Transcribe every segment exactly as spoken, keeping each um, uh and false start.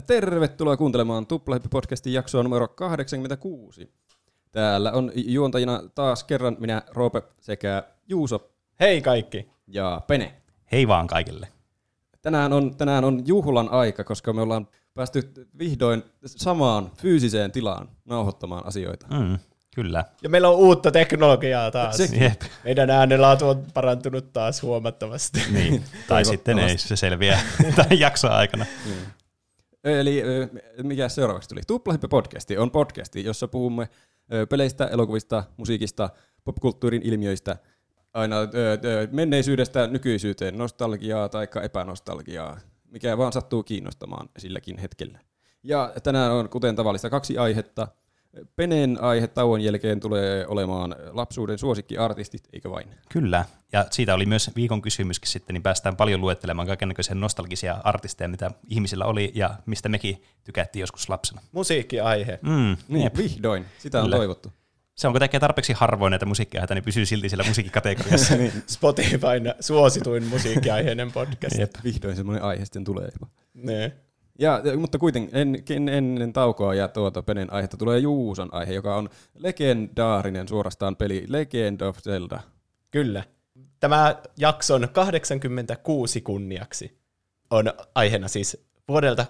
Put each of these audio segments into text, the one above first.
Tervetuloa kuuntelemaan Tuplahyppi-podcastin jaksoa numero kahdeksankymmentäkuusi. Täällä on juontajina taas kerran minä, Roope, sekä Juuso. Hei kaikki! Ja Pene. Hei vaan kaikille. Tänään on, tänään on juhlan aika, koska me ollaan päästy vihdoin samaan fyysiseen tilaan nauhoittamaan asioita. Mm, kyllä. Ja meillä on uutta teknologiaa taas. Sekin. Jep. Meidän äänenlaatu on parantunut taas huomattavasti. Niin. Tai sitten ei, se selviää tämän jakson aikana. Mm. Eli mikä seuraavaksi tuli? Tuplahyppi-podcasti on podcasti, jossa puhumme peleistä, elokuvista, musiikista, popkulttuurin ilmiöistä, aina menneisyydestä nykyisyyteen, nostalgiaa tai epänostalgiaa, mikä vaan sattuu kiinnostamaan silläkin hetkellä. Ja tänään on kuten tavallista kaksi aihetta. Penen aihe tauon jälkeen tulee olemaan lapsuuden suosikkiartistit, eikö vain? Kyllä, ja siitä oli myös viikon kysymyskin sitten, niin päästään paljon luettelemaan kaikennäköisiä nostalgisia artisteja, mitä ihmisillä oli ja mistä mekin tykättiin joskus lapsena. Musiikkiaihe. Mm, niin, vihdoin. Sitä on Kyllä. toivottu. Se on kuitenkin tarpeeksi harvoin näitä musiikkiaiheita, niin pysyy silti siellä musiikkikategoriassa. niin. Spotifyn suosituin musiikkiaiheinen podcast. Jep, vihdoin semmoinen aihe sitten tulee jopa. Ne. Ja, mutta kuitenkin en, en, ennen taukoa ja tuota Penen aihetta tulee Juuson aihe, joka on legendaarinen suorastaan peli Legend of Zelda. Kyllä. Tämä jakson kahdeksankymmentäkuusi kunniaksi on aiheena siis vuodelta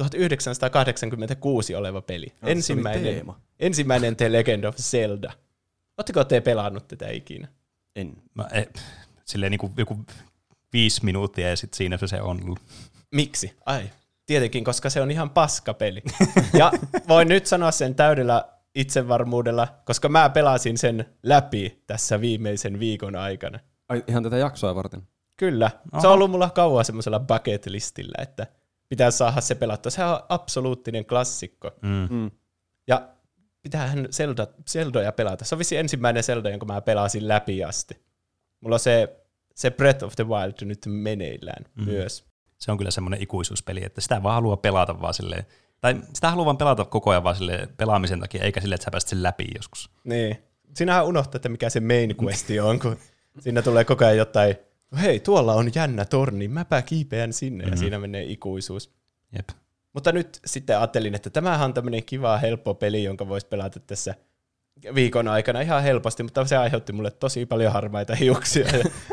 tuhatyhdeksänsataakahdeksankymmentäkuusi oleva peli. No, ensimmäinen, ensimmäinen The Legend of Zelda. Oletteko te pelannut tätä ikinä? En. Mä, eh, silleen niin kuin joku viisi minuuttia ja sitten siinä se, se on ollut. Miksi? Ai. Tietenkin, koska se on ihan paskapeli. Ja voin nyt sanoa sen täydellä itsevarmuudella, koska mä pelasin sen läpi tässä viimeisen viikon aikana. Ai, ihan tätä jaksoa varten? Kyllä. Aha. Se on ollut mulla kauan semmoisella bucket listillä, että pitää saada se pelattua. Se on absoluuttinen klassikko. Mm. Mm. Ja pitäähän Zelda, Zeldoja pelata. Se on vissi ensimmäinen Zelda, jonka mä pelasin läpi asti. Mulla on se, se Breath of the Wild nyt meneillään mm. myös. Se on kyllä semmoinen ikuisuuspeli, että sitä vaan haluaa pelata vaan silleen, tai sitä haluaa vaan pelata koko ajan vaan silleen pelaamisen takia, eikä silleen, että sä pääset sen läpi joskus. Niin. Siinähän unohtaa, että mikä se main questi on, kun siinä tulee koko ajan jotain, hei, tuolla on jännä torni, mäpä kiipeän sinne, mm-hmm. ja siinä menee ikuisuus. Jep. Mutta nyt sitten ajattelin, että tämähän on tämmöinen kiva, helppo peli, jonka voisi pelata tässä viikon aikana ihan helposti, mutta se aiheutti mulle tosi paljon harmaita hiuksia.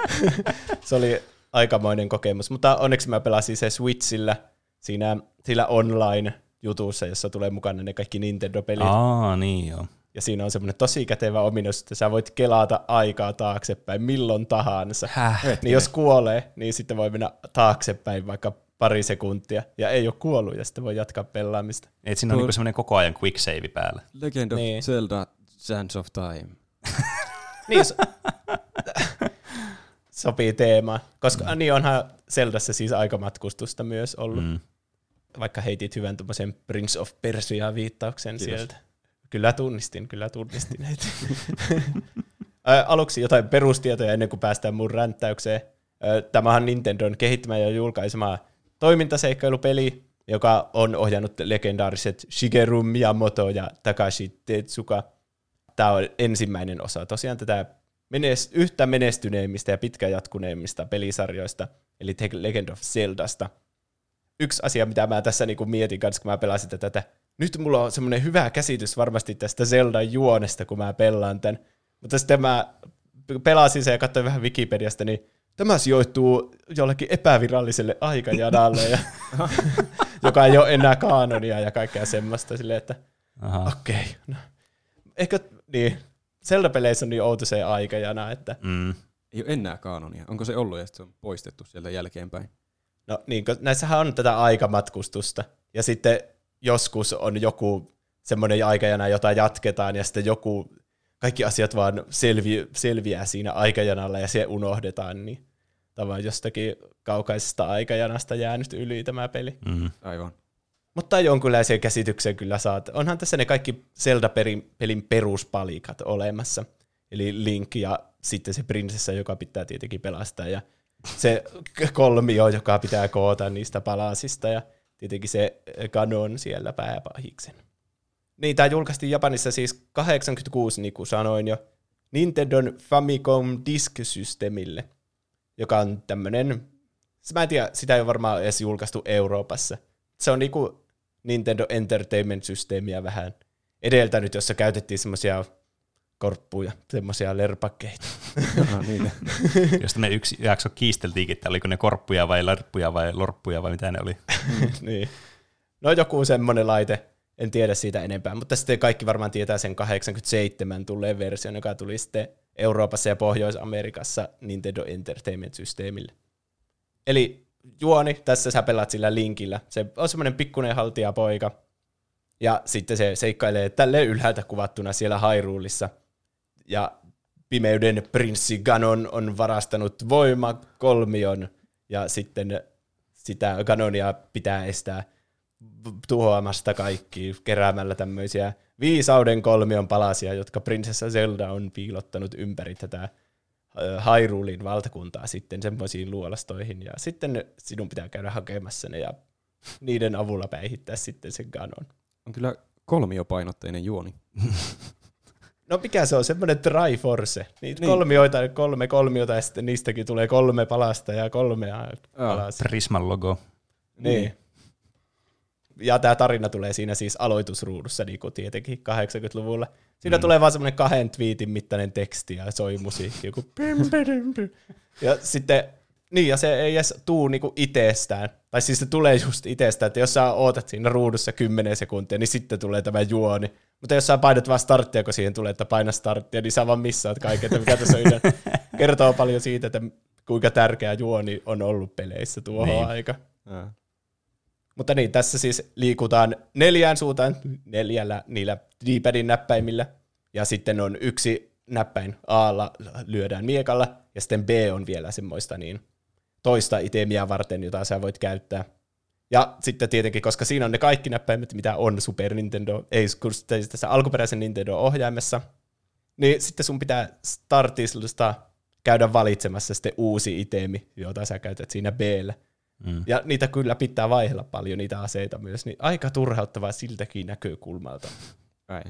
Se oli aikamoinen kokemus, mutta onneksi mä pelasin se Switchillä siinä sillä online-jutussa, jossa tulee mukana ne kaikki Nintendo-pelit. Aa, niin joo. Ja siinä on semmoinen tosi kätevä ominaisuus, että sä voit kelata aikaa taaksepäin milloin tahansa. Häh? Niin jos kuolee, niin sitten voi mennä taaksepäin vaikka pari sekuntia, ja ei ole kuollut, ja sitten voi jatkaa pelaamista. Et siinä on niinku semmoinen koko ajan quick save päällä. Legend of niin. Zelda, Sands of Time. Niin, so- sopii teemaan. Koska mm. niin onhan Zeldassa siis aikamatkustusta myös ollut. Mm. Vaikka heitit hyvän tuommoisen Prince of Persia-viittauksen Kiitos. Sieltä. Kyllä tunnistin, kyllä tunnistin heitä. Aluksi jotain perustietoja ennen kuin päästään mun ränttäykseen. Tämä on Nintendon kehittämä ja julkaisema toimintaseikkailupeli, joka on ohjannut legendaariset Shigeru Miyamoto ja Takashi Tezuka. Tämä on ensimmäinen osa tosiaan tätä menest- yhtä menestyneimmistä ja pitkäjatkuneimmista pelisarjoista, eli The Legend of Zeldasta. Yksi asia, mitä mä tässä niinku mietin kanssa, kun mä pelasin tätä, että nyt mulla on semmoinen hyvä käsitys varmasti tästä Zeldan juonesta, kun mä pelaan tämän. Mutta sitten mä pelasin sen ja katsoin vähän Wikipediasta, niin tämä sijoittuu jollekin epäviralliselle aikajanalle, ja, joka ei ole enää kaanonia ja kaikkea semmoista. Silleen, että okei, okay, no. Ehkä niin, Zelda-peleissä on niin outo se aikajana, että mm. ei ole enää kaanonia. Onko se ollut ja sitten se on poistettu sieltä jälkeenpäin? No niin, näissähän on tätä aikamatkustusta, ja sitten joskus on joku semmoinen aikajana, jota jatketaan, ja sitten joku, kaikki asiat vaan selvi, selviää siinä aikajanalla, ja se unohdetaan, niin tavallaan jostakin kaukaisesta aikajanasta jäänyt yli tämä peli. Mm. Aivan. Mutta jonkunlaisen käsityksen kyllä saat. Onhan tässä ne kaikki Zelda-pelin peruspalikat olemassa. Eli Link ja sitten se prinsessa, joka pitää tietenkin pelastaa, ja se kolmio, joka pitää koota niistä palasista, ja tietenkin se Ganon siellä pääpahiksen. Niin, tämä julkaistiin Japanissa siis kahdeksankymmentäkuusi, niin kuin sanoin jo, Nintendon Famicom Disk-systeemille, joka on tämmöinen, mä en tiedä, sitä ei ole varmaan edes julkaistu Euroopassa. Se on niinku Nintendo Entertainment-systeemiä vähän edeltänyt, jossa käytettiin semmoisia korppuja, semmoisia lerpakkeita. Aha, niin. Josta me yksi jakso kiisteltiinkin, että oliko ne korppuja vai lerppuja vai lorppuja vai mitä ne oli. Niin. No joku semmoinen laite, en tiedä siitä enempää, mutta sitten kaikki varmaan tietää sen kahdeksankymmentäseitsemän tulleen version, joka tuli sitten Euroopassa ja Pohjois-Amerikassa Nintendo Entertainment-systeemille. Eli juoni, tässä sä pelaat sillä Linkillä. Se on semmoinen pikkuinen haltijapoika, ja sitten se seikkailee tälleen ylhäältä kuvattuna siellä Hyruleissa. Ja pimeyden prinssi Ganon on varastanut voimakolmion, ja sitten sitä Ganonia pitää estää tuhoamasta kaikki keräämällä tämmöisiä viisauden kolmion palasia, jotka prinsessa Zelda on piilottanut ympäri tätä Hyrulein valtakuntaa sitten semmoisiin luolastoihin, ja sitten sinun pitää käydä hakemassa ne, ja niiden avulla päihittää sitten sen Ganon. On kyllä kolmiopainotteinen juoni. No mikä se on? Semmoinen Triforce. Niitä niin. kolmioita, kolme kolmiota, ja sitten niistäkin tulee kolme palasta ja kolmea palasia. Prisman logo. Niin. Ja tämä tarina tulee siinä siis aloitusruudussa, niin kuin tietenkin kahdeksankymmentäluvulla. Siinä mm. tulee vaan semmoinen kahden twiitin mittainen teksti ja soi musiikki. Joku ja sitten, niin ja se ei edes tuu niinku itsestään. Tai siis se tulee just itsestään, että jos sä ootat siinä ruudussa kymmenen sekuntia, niin sitten tulee tämä juoni. Mutta jos sä painat vaan starttia, kun siihen tulee, että paina starttia, niin sä vaan missaat kaiken, että mikä tässä on ydin. Kertoo paljon siitä, että kuinka tärkeä juoni on ollut peleissä tuohon niin. aika. Ja. Mutta niin, tässä siis liikutaan neljään suuntaan, neljällä niillä D-padin näppäimillä, ja sitten on yksi näppäin A:lla lyödään miekalla, ja sitten B on vielä semmoista niin toista itemiä varten, jota sä voit käyttää. Ja sitten tietenkin, koska siinä on ne kaikki näppäimet, mitä on Super Nintendo, ei tässä alkuperäisen Nintendo-ohjaimessa, niin sitten sun pitää startista käydä valitsemassa sitten uusi itemi, jota sä käytät siinä B:llä. Mm. Ja niitä kyllä pitää vaihella paljon, niitä aseita myös, niin aika turhauttavaa siltäkin näkökulmalta. Ai.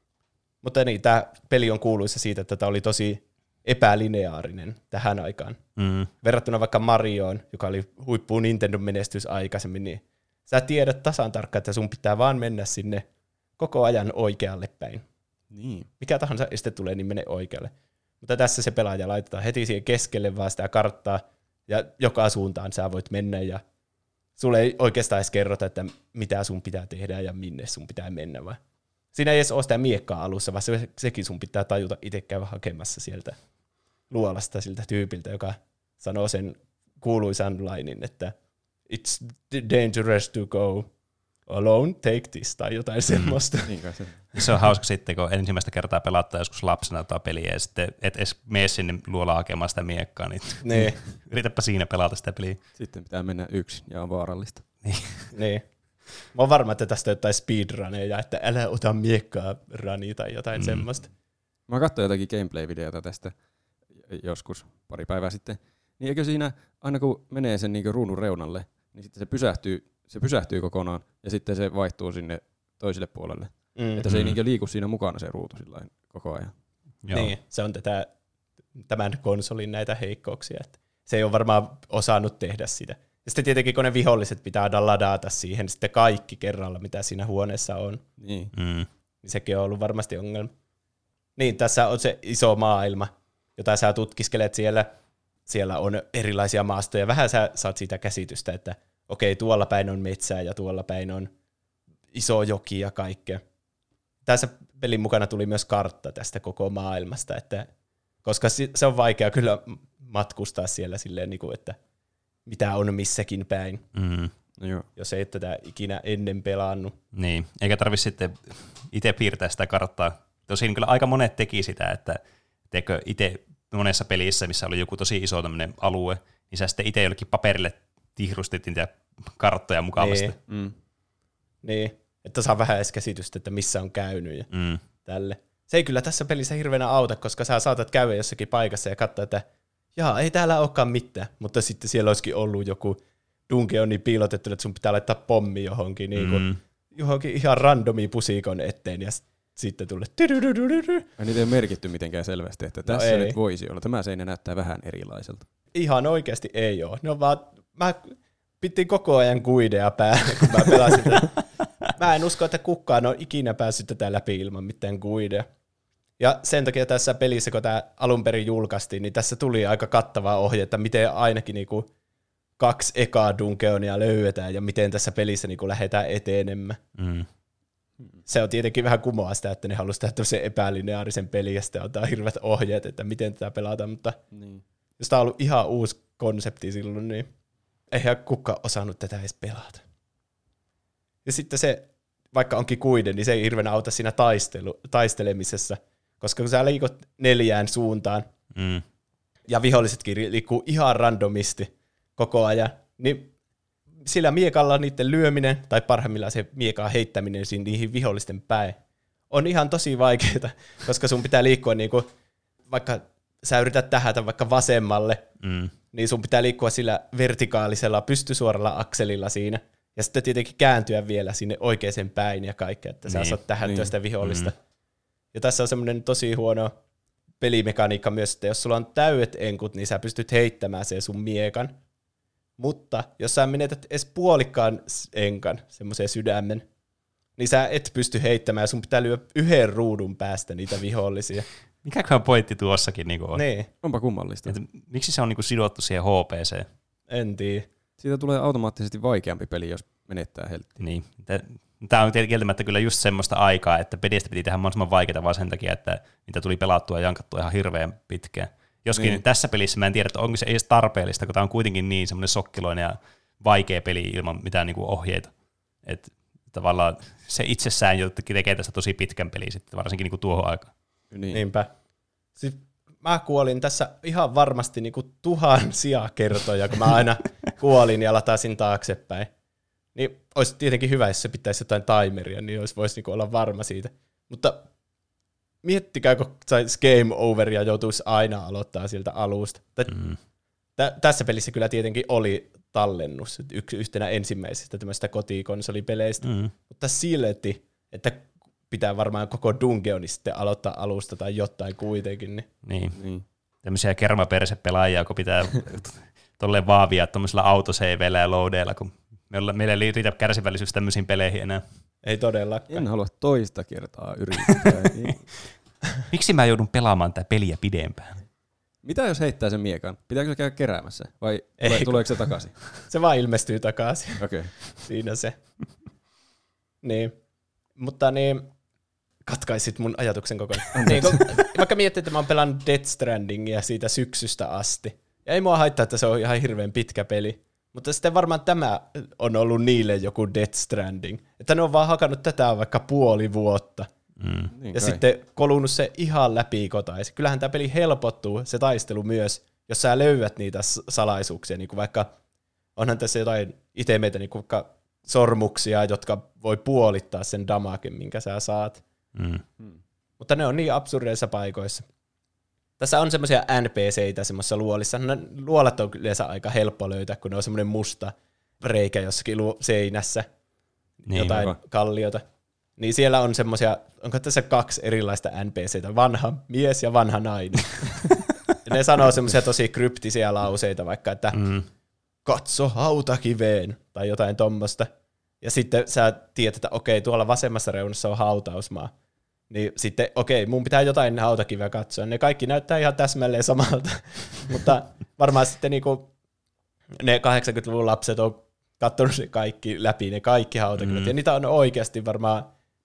Mutta niin, tämä peli on kuuluisa siitä, että tämä oli tosi epälineaarinen tähän aikaan. Mm. Verrattuna vaikka Marioon, joka oli huippu Nintendo-menestys aikaisemmin, niin sä tiedät tasan tarkkaan, että sun pitää vaan mennä sinne koko ajan oikealle päin. Niin. Mikä tahansa este tulee, niin mene oikealle. Mutta tässä se pelaaja laitetaan heti siihen keskelle vaan sitä karttaa, ja joka suuntaan sä voit mennä, ja sulle ei oikeastaan edes kerrota, että mitä sun pitää tehdä ja minne sun pitää mennä. Vai. Siinä ei edes ole sitä miekkaa alussa, vaan se, sekin sun pitää tajuta itse käydä hakemassa sieltä luolasta siltä tyypiltä, joka sanoo sen kuuluisan lainin, että it's dangerous to go alone, take this, tai jotain semmoista. Se on hauska sitten, kun ensimmäistä kertaa pelaattaa joskus lapsena tuota peliä, ja sitten et edes mene sinne luolaan hakemaan sitä miekkaa, niin nee. Yritäpä siinä pelata sitä peliä. Sitten pitää mennä yksin, ja on vaarallista. Niin. niin. Mä oon varma, että tästä on jotain speedruneja, että älä ota miekkaa rani tai jotain mm. semmoista. Mä katsoin jotakin gameplay-videota tästä joskus pari päivää sitten. Niin eikö siinä, aina kun menee sen niin ruudun reunalle, niin sitten se pysähtyy, se pysähtyy kokonaan, ja sitten se vaihtuu sinne toiselle puolelle. Mm-hmm. Että se ei niin liiku siinä mukana se ruutu sillain koko ajan. Joo. Niin, se on tätä, tämän konsolin näitä heikkouksia. Että se ei ole varmaan osannut tehdä sitä. Ja sitten tietenkin, kun ne viholliset pitää ladata siihen sitten kaikki kerralla, mitä siinä huoneessa on. Niin. Mm. Niin sekin on ollut varmasti ongelma. Niin, tässä on se iso maailma, jota sä tutkiskelet siellä. Siellä on erilaisia maastoja. Vähän sä saat siitä käsitystä, että okei, tuolla päin on metsää ja tuolla päin on iso joki ja kaikkea. Tässä pelin mukana tuli myös kartta tästä koko maailmasta, että, koska se on vaikea kyllä matkustaa siellä silleen, että mitä on missäkin päin, mm. Joo. jos ei tätä ikinä ennen pelannut. Niin, eikä tarvitse sitten itse piirtää sitä karttaa. Tosin kyllä aika monet teki sitä, että teekö itse monessa pelissä, missä oli joku tosi iso tämmöinen alue, niin sä sitten itse jollekin paperille tihrustit niitä karttoja mukavasti. Niin, mm. niin. Että saa vähän edes käsitystä, että missä on käynyt ja mm. tälle. Se ei kyllä tässä pelissä hirveänä auta, koska sä saatat käydä jossakin paikassa ja katsoa, että jaa, ei täällä olekaan mitään, mutta sitten siellä olisikin ollut joku dungeoni piilotettu, että sun pitää laittaa pommi johonkin, niin kuin, mm. johonkin ihan randomi pusikon eteen ja sitten tulee. Ja niitä ei ole merkitty mitenkään selvästi, että tässä no nyt voisi olla. Tämä seinä näyttää vähän erilaiselta. Ihan oikeasti ei ole. No vaan, mä pittin koko ajan kuidea päälle, kun mä pelasin tätä. mä en usko, että kukaan on ikinä päässyt tätä läpi ilman mitään guidea. Ja sen takia tässä pelissä, kun tämä alun perin julkaistiin, niin tässä tuli aika kattavaa ohje, että miten ainakin niinku kaksi ekaa Dungeonia löydetään ja miten tässä pelissä niinku lähdetään etenemään. Mm. Se on tietenkin vähän kumoa sitä, että ne haluaisi tehdä tämmöisen epälineaarisen pelin ja sitten ottaa hirveät ohjeet, että miten tätä pelataan, mutta niin. Jos tämä on ollut ihan uusi konsepti silloin, niin eihän kukaan osannut tätä edes pelata. Ja sitten se, vaikka onkin kuiden, niin se ei hirveän auta siinä taistelu, taistelemisessa, koska kun sä liikut neljään suuntaan, mm. ja vihollisetkin liikkuu ihan randomisti koko ajan, niin sillä miekalla niiden lyöminen, tai parhaimmillaan se miekan heittäminen niihin vihollisten päin, on ihan tosi vaikeaa, koska sun pitää liikkua niinku, vaikka sä yrität tähätä vaikka vasemmalle, mm. niin sun pitää liikkua sillä vertikaalisella pystysuoralla akselilla siinä, ja sitten tietenkin kääntyä vielä sinne oikeaan päin ja kaikkea, että sä niin, saat tähättyä niin. sitä vihollista. Mm. Ja tässä on semmoinen tosi huono pelimekaniikka myös, että jos sulla on täydet enkut, niin sä pystyt heittämään sen sun miekan. Mutta jos sä menetät edes puolikkaan enkan, semmoisen sydämen, niin sä et pysty heittämään, sun pitää lyödä yhden ruudun päästä niitä vihollisia. Mikäköhän pointti tuossakin niinku on? Niin. Onpa kummallista. Et miksi se on niinku sidottu siihen H P:seen? En tiedä. Siitä tulee automaattisesti vaikeampi peli, jos menettää helttiä. Niin. Tämä on kieltämättä kyllä just semmoista aikaa, että pelistä piti tehdä mahdollisimman vaikeaa vaan sen takia, että niitä tuli pelattua ja jankattua ihan hirveän pitkään. Joskin niin. Tässä pelissä mä en tiedä, että onko se edes tarpeellista, kun tämä on kuitenkin niin semmoinen sokkiloinen ja vaikea peli ilman mitään niinku ohjeita. Että tavallaan se itsessään jo tekee tästä tosi pitkän peliä sitten, varsinkin niinku tuohon aikaan. Niin. Niinpä. Siis mä kuolin tässä ihan varmasti niinku tuhansia kertoja, kun mä aina kuolin ja latasin taaksepäin. Niin olisi tietenkin hyvä, jos se pitäisi jotain timeria, niin olisi, voisi niinku olla varma siitä. Mutta miettikää, kun saisi game over ja joutuisi aina aloittaa sieltä alusta. Mm. Tä- tässä pelissä kyllä tietenkin oli tallennus yksi yhtenä ensimmäisistä tämmöistä kotikonsolipeleistä, mm. mutta silti, että pitää varmaan koko Dungeoni sitten aloittaa alusta tai jotain kuitenkin. Niin. Niin. niin. Tämmöisiä kermaperse-pelaajia, kun pitää tolleen vaavia tuommoisilla autoseiveillä ja loadeilla, kun meillä ei riitä kärsivällisyys tämmöisiin peleihin enää. Ei todellakaan. En halua toista kertaa yrittää. Niin. Miksi mä joudun pelaamaan tätä peliä pidempään? Mitä jos heittää sen miekan? Pitääkö se käydä keräämässä? Vai ei, tuleeko se takaisin? Se vaan ilmestyy takaisin. Okei. Okay. Siinä se. Niin. Mutta niin, katkaisit mun ajatuksen kokonaan. niin, kun, vaikka miettii, että mä oon pelannut Death Strandingia siitä syksystä asti. Ja ei mua haittaa, että se on ihan hirveän pitkä peli. Mutta sitten varmaan tämä on ollut niille joku Death Stranding. Että ne on vaan hakannut tätä vaikka puoli vuotta. Mm. Niin ja kai. Sitten kolunut se ihan läpi kotaisi. Kyllähän tämä peli helpottuu, se taistelu myös, jos sä löydät niitä salaisuuksia. Niin kuin vaikka, onhan tässä jotain itemeitä, niin kuin vaikka sormuksia, jotka voi puolittaa sen damaken, minkä sä saat. Mm. Mm. Mutta ne on niin absurdeissa paikoissa. Tässä on semmoisia N P C:itä semmoisessa luolissa. No, luolat on yleensä aika helppo löytää, kun ne on semmoinen musta reikä jossakin seinässä, niin, jotain onko. kalliota. Niin siellä on semmoisia, onko tässä kaksi erilaista N P C:tä, vanha mies ja vanha nainen. Ja ne sanoo semmoisia tosi kryptisiä lauseita, vaikka että mm. katso hautakiveen, tai jotain tommosta. Ja sitten sä tiedät, että okei, tuolla vasemmassa reunassa on hautausmaa. Niin sitten, okei, mun pitää jotain hautakiveä katsoa. Ne kaikki näyttää ihan täsmälleen samalta. Mutta varmaan sitten niinku ne kahdeksankymmentäluvun lapset on katsonut ne kaikki läpi, ne kaikki hautakivet. Mm. Ja niitä on oikeasti varmaan,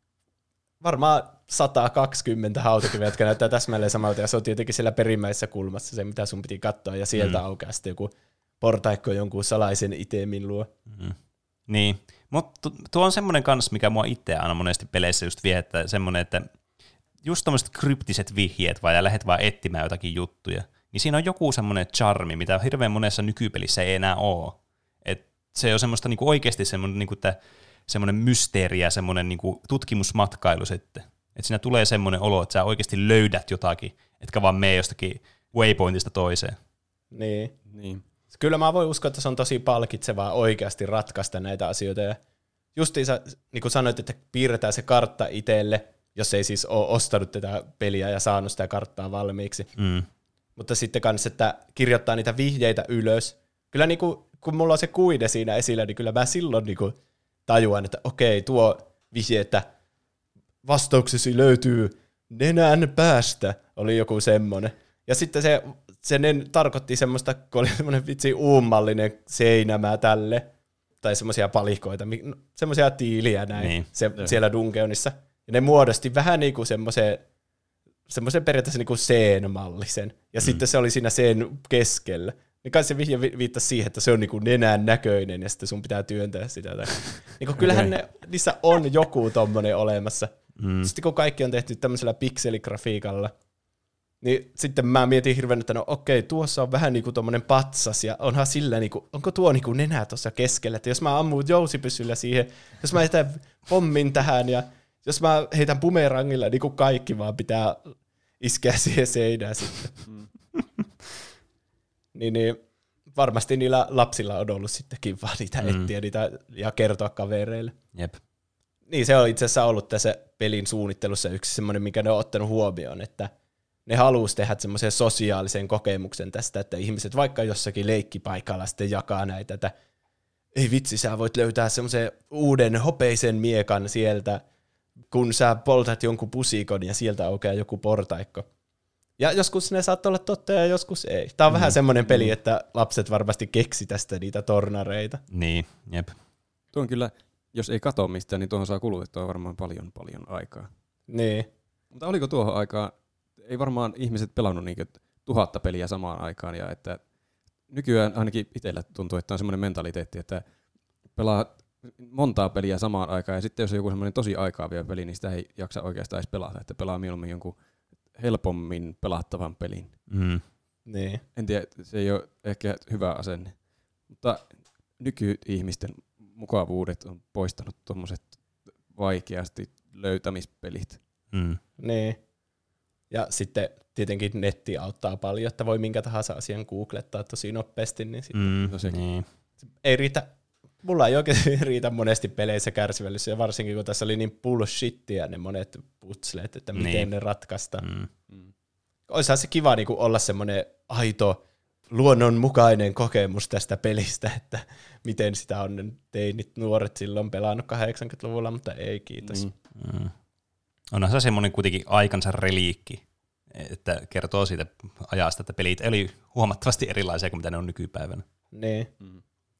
varmaan sata kaksikymmentä hautakiveä, jotka näyttää täsmälleen samalta. Ja se on tietenkin siellä perimmäisessä kulmassa se, mitä sun piti katsoa. Ja sieltä mm. aukeaa sitten joku portaikko jonkun salaisen itemin luo. Mm. Niin. Mutta tuo on semmoinen kans, mikä mua itse aina monesti peleissä just viehättää, semmoinen, että just tommoiset kryptiset vihjeet, vai ja lähdet vaan etsimään jotakin juttuja, niin siinä on joku semmoinen charmi, mitä hirveän monessa nykypelissä ei enää ole. Et se on semmoista niinku oikeasti semmoinen, niinku, semmoinen mysteeri ja semmoinen niinku tutkimusmatkailu sitten. Että siinä tulee semmoinen olo, että sä oikeasti löydät jotakin, etkä vaan mene jostakin waypointista toiseen. Niin, niin. Kyllä mä voin uskoa, että se on tosi palkitsevaa oikeasti ratkaista näitä asioita. Ja justiinsa, niin kuin sanoit, että piirretään se kartta itselle, jos ei siis ole ostanut tätä peliä ja saanut sitä karttaa valmiiksi. Mm. Mutta sitten kanssa, että kirjoittaa niitä vihjeitä ylös. Kyllä niin kuin, kun mulla on se kuide siinä esillä, niin kyllä mä silloin niin kuin tajuan, että okei, tuo vihje, että vastauksesi löytyy nenän päästä, oli joku semmoinen. Ja sitten se, se tarkoitti semmoista, kun oli semmoinen vitsi uummallinen seinämä tälle, tai semmoisia palikoita, semmoisia tiiliä näin niin. se, siellä Dungeonissa. Ja ne muodosti vähän niin kuin semmoisen, semmoisen periaatteessa niin kuin seen-mallisen. Ja mm. sitten se oli siinä seen keskellä. Niin kai se vihje viittasi siihen, että se on niin kuin nenän näköinen, ja sitten sun pitää työntää sitä. Niin kuin kyllähän ne, niissä on joku tommonen olemassa. Mm. Sitten kun kaikki on tehty tämmöisellä pikseligrafiikalla, niin sitten mä mietin hirveän, että no okei, tuossa on vähän niin kuin tommonen patsas, ja onhan sillä niin kuin, onko tuo niin kuin nenä tuossa keskellä, että jos mä ammun jousipyssyllä siihen, jos mä heitän pommin tähän, ja jos mä heitän bumerangilla, niin kuin kaikki vaan pitää iskeä siihen seinään sitten. Mm. niin, niin varmasti niillä lapsilla on ollut sittenkin vaan niitä mm. etsiä niitä ja kertoa kavereille. Jep. Niin se on itse asiassa ollut tässä pelin suunnittelussa yksi semmoinen, mikä ne on ottanut huomioon, että ne halusi tehdä semmoisen sosiaalisen kokemuksen tästä, että ihmiset vaikka jossakin leikkipaikalla sitten jakaa näitä, että ei vitsi, sä voit löytää semmoisen uuden hopeisen miekan sieltä, kun sä poltat jonkun pusikon ja sieltä aukeaa joku portaikko. Ja joskus ne saattaa olla totta ja joskus ei. Tää on mm. vähän semmoinen peli, että lapset varmasti keksi tästä niitä tornareita. Niin, jep. Tuo on kyllä, jos ei katso mistään, niin tuohon saa kulutettua varmaan paljon paljon aikaa. Niin. Mutta oliko tuohon aikaan, ei varmaan ihmiset pelannut niin tuhatta peliä samaan aikaan, ja että nykyään ainakin itsellä tuntuu, että on semmoinen mentaliteetti, että pelaa montaa peliä samaan aikaan, ja sitten jos on joku semmoinen tosi aikaa vielä peli, niin sitä ei jaksa oikeastaan edes pelata, että pelaa mieluummin jonkun helpommin pelattavan pelin. Mm. Niin. En tiedä, se ei ole ehkä hyvä asenne, mutta nyky-ihmisten mukavuudet on poistanut tuommoiset vaikeasti löytämispelit. Mm. Niin. Ja sitten tietenkin netti auttaa paljon, että voi minkä tahansa asian googlettaa tosi nopeasti, niin sitten mm, no niin. ei riitä, mulla ei oikein riitä monesti peleissä kärsivällisyys, ja varsinkin kun tässä oli niin bullshittia ne monet putslet, että miten niin. ne ratkaistaan. Mm. Olisihan se kiva niin kuin olla semmoinen aito, luonnonmukainen kokemus tästä pelistä, että miten sitä on teinit nuoret silloin pelannut kahdeksankymmentäluvulla, mutta ei kiitos. Mm. Mm. Onhan se semmoinen kuitenkin aikansa reliikki, että kertoo siitä ajasta, että pelit oli huomattavasti erilaisia kuin mitä ne on nykypäivänä. Niin. Mm.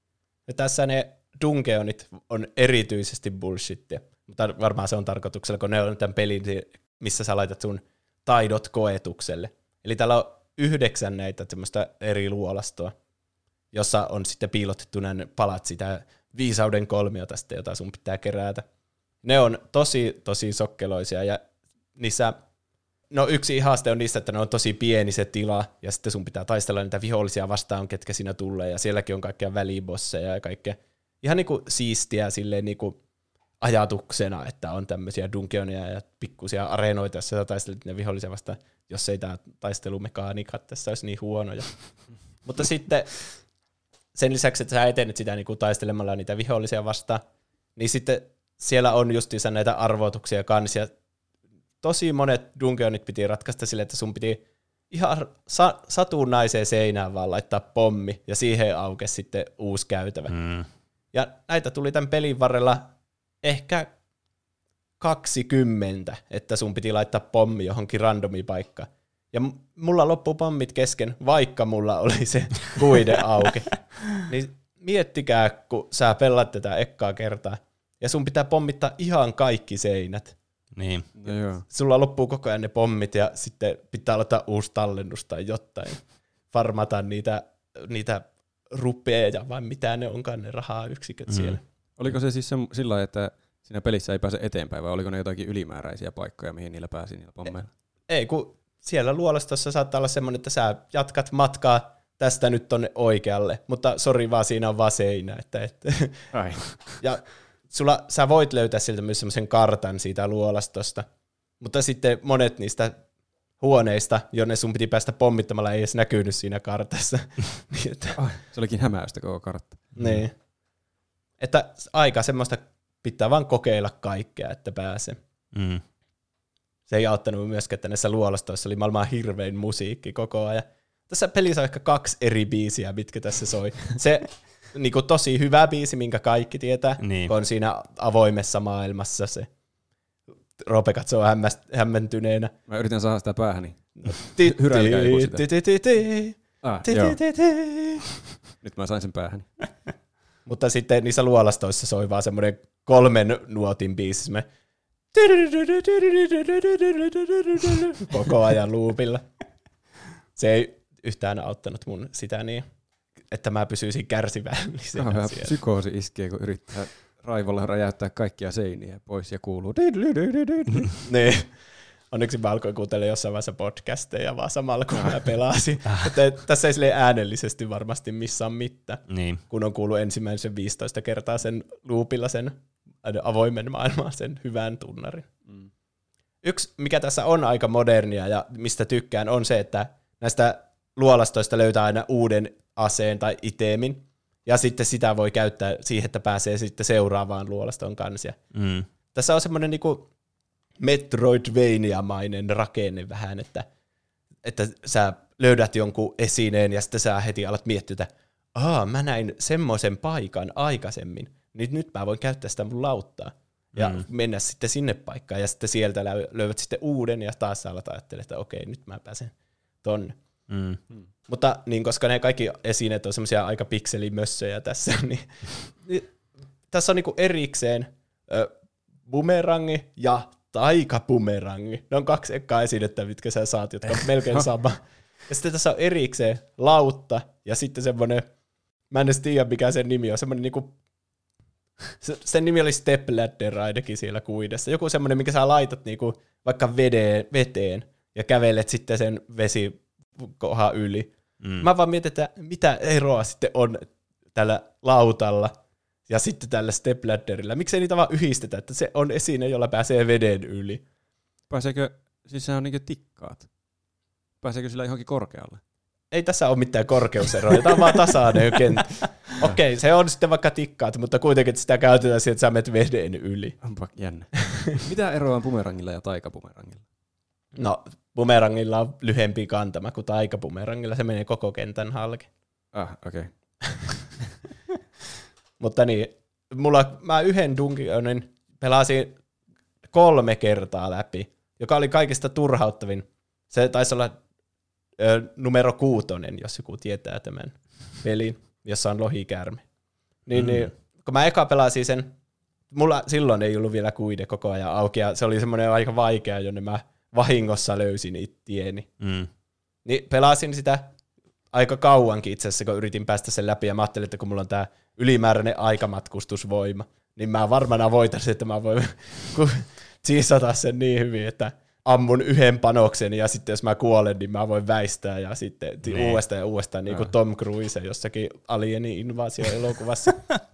Ja tässä ne dungeonit on erityisesti bullshittia, mutta varmaan se on tarkoituksella, kun ne on tämän pelin, missä sä laitat sun taidot koetukselle. Eli täällä on yhdeksän näitä semmoista eri luolastoa, jossa on sitten piilotettu nämä palat sitä viisauden kolmiota, sitten, jota sun pitää kerätä. Ne on tosi, tosi sokkeloisia, ja niissä, no yksi haaste on niistä, että ne on tosi pieni se tila, ja sitten sun pitää taistella niitä vihollisia vastaan, ketkä siinä tulee, ja sielläkin on kaikkia välibosseja ja kaikkea. Ihan niinku siistiä silleen niinku ajatuksena, että on tämmöisiä dungeoneja ja pikkusia areenoita, joissa sä taistelet ne vihollisia vastaan, jos ei tää taistelumekaniikat tässä olisi niin huonoja. Mutta sitten sen lisäksi, että sä etenet sitä niinku taistelemalla niitä vihollisia vastaan, niin sitten siellä on justiinsa näitä arvoituksia kanssa, tosi monet dungeonit piti ratkaista sille, että sun piti ihan sa- satunnaiseen seinään vaan laittaa pommi, ja siihen aukesi sitten uusi käytävä. Mm. Ja näitä tuli tämän pelin varrella ehkä kaksikymmentä, että sun piti laittaa pommi johonkin randomipaikkaan. Ja m- mulla loppuu pommit kesken, vaikka mulla oli se kuide auki. Niin miettikää, kun sä pelaat tätä ekkaa kertaa, ja sun pitää pommittaa ihan kaikki seinät. Niin. Ja sulla loppuu koko ajan ne pommit, ja sitten pitää aloittaa uusi tallennus tai jotain. Farmata niitä, niitä rupeja, vai mitä ne onkaan ne rahaa yksiköt mm. siellä. Oliko se siis se, sillä että siinä pelissä ei pääse eteenpäin, vai oliko ne jotakin ylimääräisiä paikkoja, mihin niillä pääsi niillä pommeilla? Ei, ei kun siellä luolastossa saattaa olla semmoinen, että sä jatkat matkaa tästä nyt tonne oikealle, mutta sori vaan, siinä on vaan seinä. Että, että. Ai. Ja sulla, sä voit löytää sieltä myös semmoisen kartan siitä luolastosta, mutta sitten monet niistä huoneista, jonne sun piti päästä pommittamalla, ei edes näkynyt siinä kartassa. niin, että, oh, se olikin hämäystä koko kartta. Niin. Että aika semmoista pitää vaan kokeilla kaikkea, että pääsee. Mm. Se ei auttanut myöskään, että näissä luolastoissa oli maailman hirvein musiikki koko ajan. Tässä pelissä on ehkä kaksi eri biisiä, mitkä tässä soi. Se niin kuin tosi hyvä biisi, minkä kaikki tietää, niin. kun on siinä avoimessa maailmassa se Roope katsoo hämmentyneenä. Mä yritän saada sitä päähäni. Ti- Hyräilkää joku sitä. ti- ti- ti- ti- Ah, ti- joo. ti- ti- ti. Nyt mä sain sen päähäni. Mutta sitten niissä luolastoissa soi vaan semmoinen kolmen nuotin biisi. Me koko ajan loopilla. Se ei yhtään auttanut mun sitä niin, että mä pysyisin kärsivällisenä Kauhea siellä. psykoosi iskee, kun yrittää raivolla räjäyttää kaikkia seiniä pois ja kuuluu. Niin. Onneksi mä alkoin kuuntelemaan jossain vaiheessa podcasteja vaan samalla, kun mä pelasin. Että tässä ei silleen äänellisesti varmasti missään mitään, Niin. kun on kuullut ensimmäisen viisitoista kertaa sen loopilla sen avoimen maailman, sen hyvän tunnarin. Mm. Yksi, mikä tässä on aika modernia ja mistä tykkään, on se, että näistä luolastoista löytää aina uuden aseen tai itemin, ja sitten sitä voi käyttää siihen, että pääsee sitten seuraavaan luolaston kanssa. Mm. Tässä on semmoinen niinku Metroidvania-mainen rakenne vähän, että, että sä löydät jonkun esineen ja sitten sä heti alat miettiä, että aa, mä näin semmoisen paikan aikaisemmin, niin nyt mä voin käyttää sitä mun lauttaa ja mm. mennä sitten sinne paikkaan ja sitten sieltä löydät sitten uuden ja taas sä alat ajattelemaan, että okei, nyt mä pääsen tonne. Mm. Hmm. Mutta niin, koska ne kaikki esineet on semmoisia aika pikselimössöjä tässä, niin, niin tässä on niinku erikseen ö, bumerangi ja taikabumerangi. Ne on kaksi ekaa esinettä, mitkä sä saat, jotka on melkein sama. Ja sitten tässä on erikseen lautta ja sitten semmoinen, mä en edes tiedä mikä sen nimi on, semmoinen niinku, se, sen nimi oli Stepladder ainakin siellä kuidessa. Joku semmoinen, mikä sä laitat niinku vaikka vedeen, veteen ja kävelet sitten sen vesikohan yli. Mm. Mä vaan mietin, että mitä eroa sitten on tällä lautalla ja sitten tällä stepladderilla. Miksei niitä vaan yhdistetä, että se on esine, jolla pääsee veden yli. Pääseekö, siis sehän on niinku tikkaat. Pääseekö sillä johonkin korkealle? Ei tässä ole mitään korkeuseroja, tämä on vaan tasainen kenttä. Okei, okay, se on sitten vaikka tikkaat, mutta kuitenkin että sitä käytetään siihen, että sä menet veden yli. Onpa jännä. Mitä eroa on bumerangilla ja taikabumerangilla? No, bumerangilla on lyhempi kantama kuin taikabumerangilla, se menee koko kentän halki. Ah, okei. Okay. Mutta niin, mulla, mä yhden Dungeonin pelasin kolme kertaa läpi, joka oli kaikista turhauttavin. Se taisi olla ö, numero kuutonen, jos joku tietää tämän pelin, jossa on lohikäärme. Niin, mm. niin, kun mä eka pelasin sen, mulla silloin ei ollut vielä kuide koko ajan auki, ja se oli semmoinen aika vaikea, jonne mä vahingossa löysin ittieni. Mm. Niin pelasin sitä aika kauankin itse asiassa, kun yritin päästä sen läpi, ja mä ajattelin, että kun mulla on tää ylimääräinen aikamatkustusvoima, niin mä varmana voitaisin, että mä voin siisata sen niin hyvin, että ammun yhden panoksen, ja sitten jos mä kuolen, niin mä voin väistää, ja sitten nee. uudestaan ja uudestaan, niin kuin Tom Cruise jossakin Alieni-invasio-elokuvassa.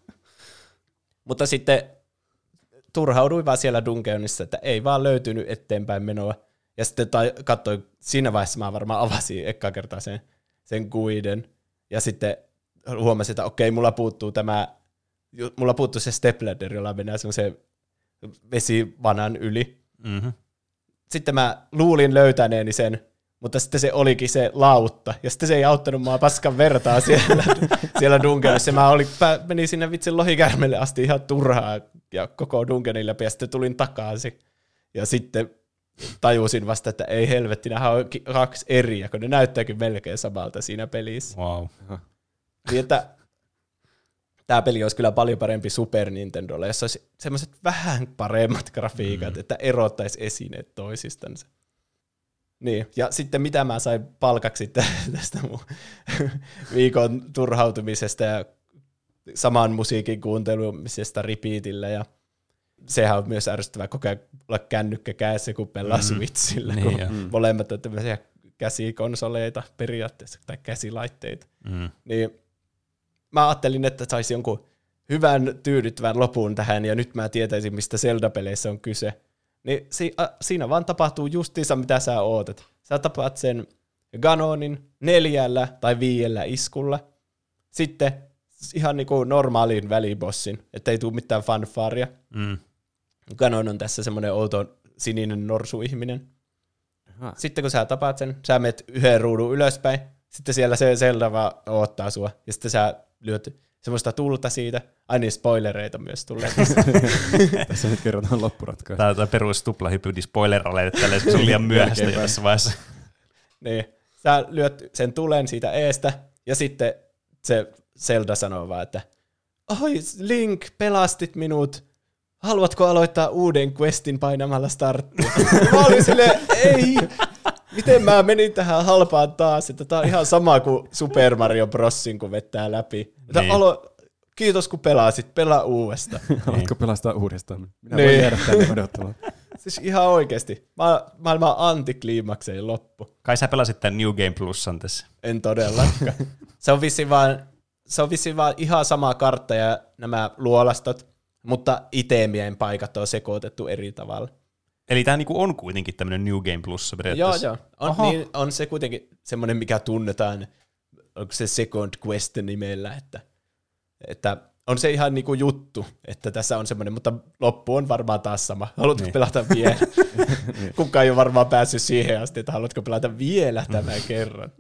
Mutta sitten turhauduin vaan siellä Dungeonissa, että ei vaan löytynyt eteenpäin menoa. Ja sitten tai, katsoin, siinä vaiheessa mä varmaan avasin ekkaa kertaa sen, sen guiden. Ja sitten huomasin, että okei, mulla puuttuu tämä, mulla puuttuu se stepladder, jolla mennään semmoisen vesivanan yli. Mm-hmm. Sitten mä luulin löytäneeni sen, mutta sitten se olikin se lautta. Ja sitten se ei auttanut mua paskan vertaa siellä, siellä Dungeonissa. Mä olin, menin sinne vitsin lohikärmelle asti ihan turhaa ja koko Dungeonin läpi, ja sitten tulin takaisin. Ja sitten tajusin vasta, että ei helvetti, nämä on kaksi eriä, kun ne näyttääkin melkein samalta siinä pelissä. Wow. Niin, että tämä peli olisi kyllä paljon parempi Super Nintendolle, jos olisi semmoiset vähän paremmat grafiikat, mm. että erottaisi esineet toisistansa. Niin, ja sitten mitä mä sain palkaksi tästä mun viikon turhautumisesta ja saman musiikin kuuntelumisesta repeatillä, ja sehän on myös ärsyttävää koko ajan olla kännykkä kädessä, kun pelaa mm. Switchillä, niin, kun mm. molemmat on tämmöisiä käsikonsoleita periaatteessa, tai käsilaitteita. Mm. Niin mä ajattelin, että saisi jonkun hyvän tyydyttävän lopun tähän, ja nyt mä tietäisin, mistä Zelda-peleissä on kyse. Niin si- a- siinä vaan tapahtuu justiinsa, mitä sä ootat. Sä tapaat sen Ganonin neljällä tai viidellä iskulla. Sitten ihan niinku normaalin välibossin, ettei tule mitään fanfaaria. Mm. Ganon on tässä semmoinen outo sininen norsu-ihminen. Aha. Sitten kun sä tapaat sen, sä menet yhden ruudun ylöspäin, sitten siellä se Zelda vaan oottaa sua, ja sitten sä lyöt semmoista tulta siitä. Ai niin, spoilereita myös tulee. Tässä nyt kerrotaan loppuratkaisu. Tämä on tämä perus tuplahypydi spoiler-aleille, tällä se on liian myöhäistä jo tässä vaiheessa. Niin, sä lyöt sen tulen siitä eestä, ja sitten se Zelda sanoo vaan, että oi Link, pelastit minut. Haluatko aloittaa uuden questin painamalla starttia? Mä olin silleen, ei. Miten mä menin tähän halpaan taas, että tää on ihan sama kuin Super Mario Brosin, kun vettää läpi. Että niin. alo, kiitos kun pelasit, pelaa uudestaan. Haluatko pelastaa uudestaan? Minä niin. voin jäädä tänne odottamaan. Siis ihan oikeesti. Mä, maailman antikliimakseen loppu. Kai sä pelasit tämän New Game Plusan tässä. En todellakaan. Se on vissiin vaan, se on vissiin vaan ihan sama kartta ja nämä luolastot, mutta itemien paikat on sekoitettu eri tavalla. Eli tämä niinku on kuitenkin tämmöinen New Game Plus Joo, periaatteessa. joo. On, niin, on se kuitenkin semmoinen, mikä tunnetaan, onko se Second Quest nimellä, että, että on se ihan niinku juttu, että tässä on semmoinen, mutta loppu on varmaan taas sama. Haluatko niin. pelata vielä? Kukaan ei ole varmaan päässyt siihen asti, että haluatko pelata vielä tämän kerran.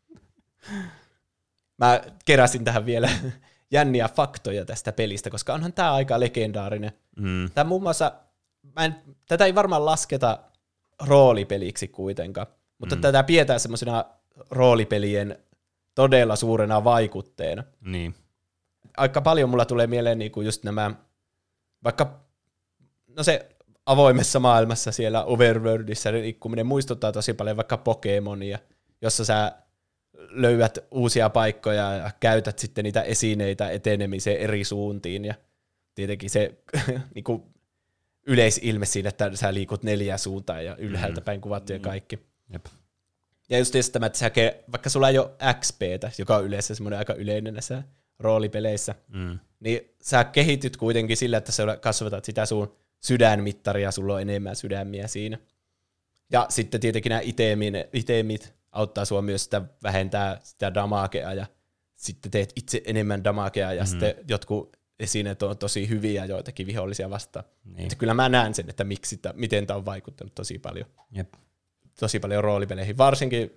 Mä keräsin tähän vielä jänniä faktoja tästä pelistä, koska onhan tämä aika legendaarinen. Mm. Tämä muun muassa, mä en, tätä ei varmaan lasketa roolipeliksi kuitenkaan, mutta mm. tätä pidetään semmoisena roolipelien todella suurena vaikutteena. Niin. Aika paljon mulla tulee mieleen niinku just nämä, vaikka no se avoimessa maailmassa siellä Overworldissa liikkuminen muistuttaa tosi paljon vaikka Pokemonia, jossa sä löydät uusia paikkoja ja käytät sitten niitä esineitä etenemiseen eri suuntiin ja tietenkin se niinku yleisilme siinä, että sä liikut neljä suuntaan ja ylhäältä päin kuvattu ja kaikki. Jep. Ja just tämä, että sä, vaikka sulla ei ole X P:tä, joka on yleensä semmoinen aika yleinen näissä roolipeleissä, mm. niin sä kehityt kuitenkin sillä, että sä kasvatat sitä sun sydänmittaria, sulla on enemmän sydämiä siinä. Ja sitten tietenkin nämä itemit auttaa sua myös sitä vähentää sitä damagea ja sitten teet itse enemmän damagea ja mm. sitten jotkut esineet on tosi hyviä joitakin vihollisia vastaan. Niin. Kyllä mä näen sen, että miksi, miten tämä on vaikuttanut tosi paljon. Jep. Tosi paljon roolipeleihin, varsinkin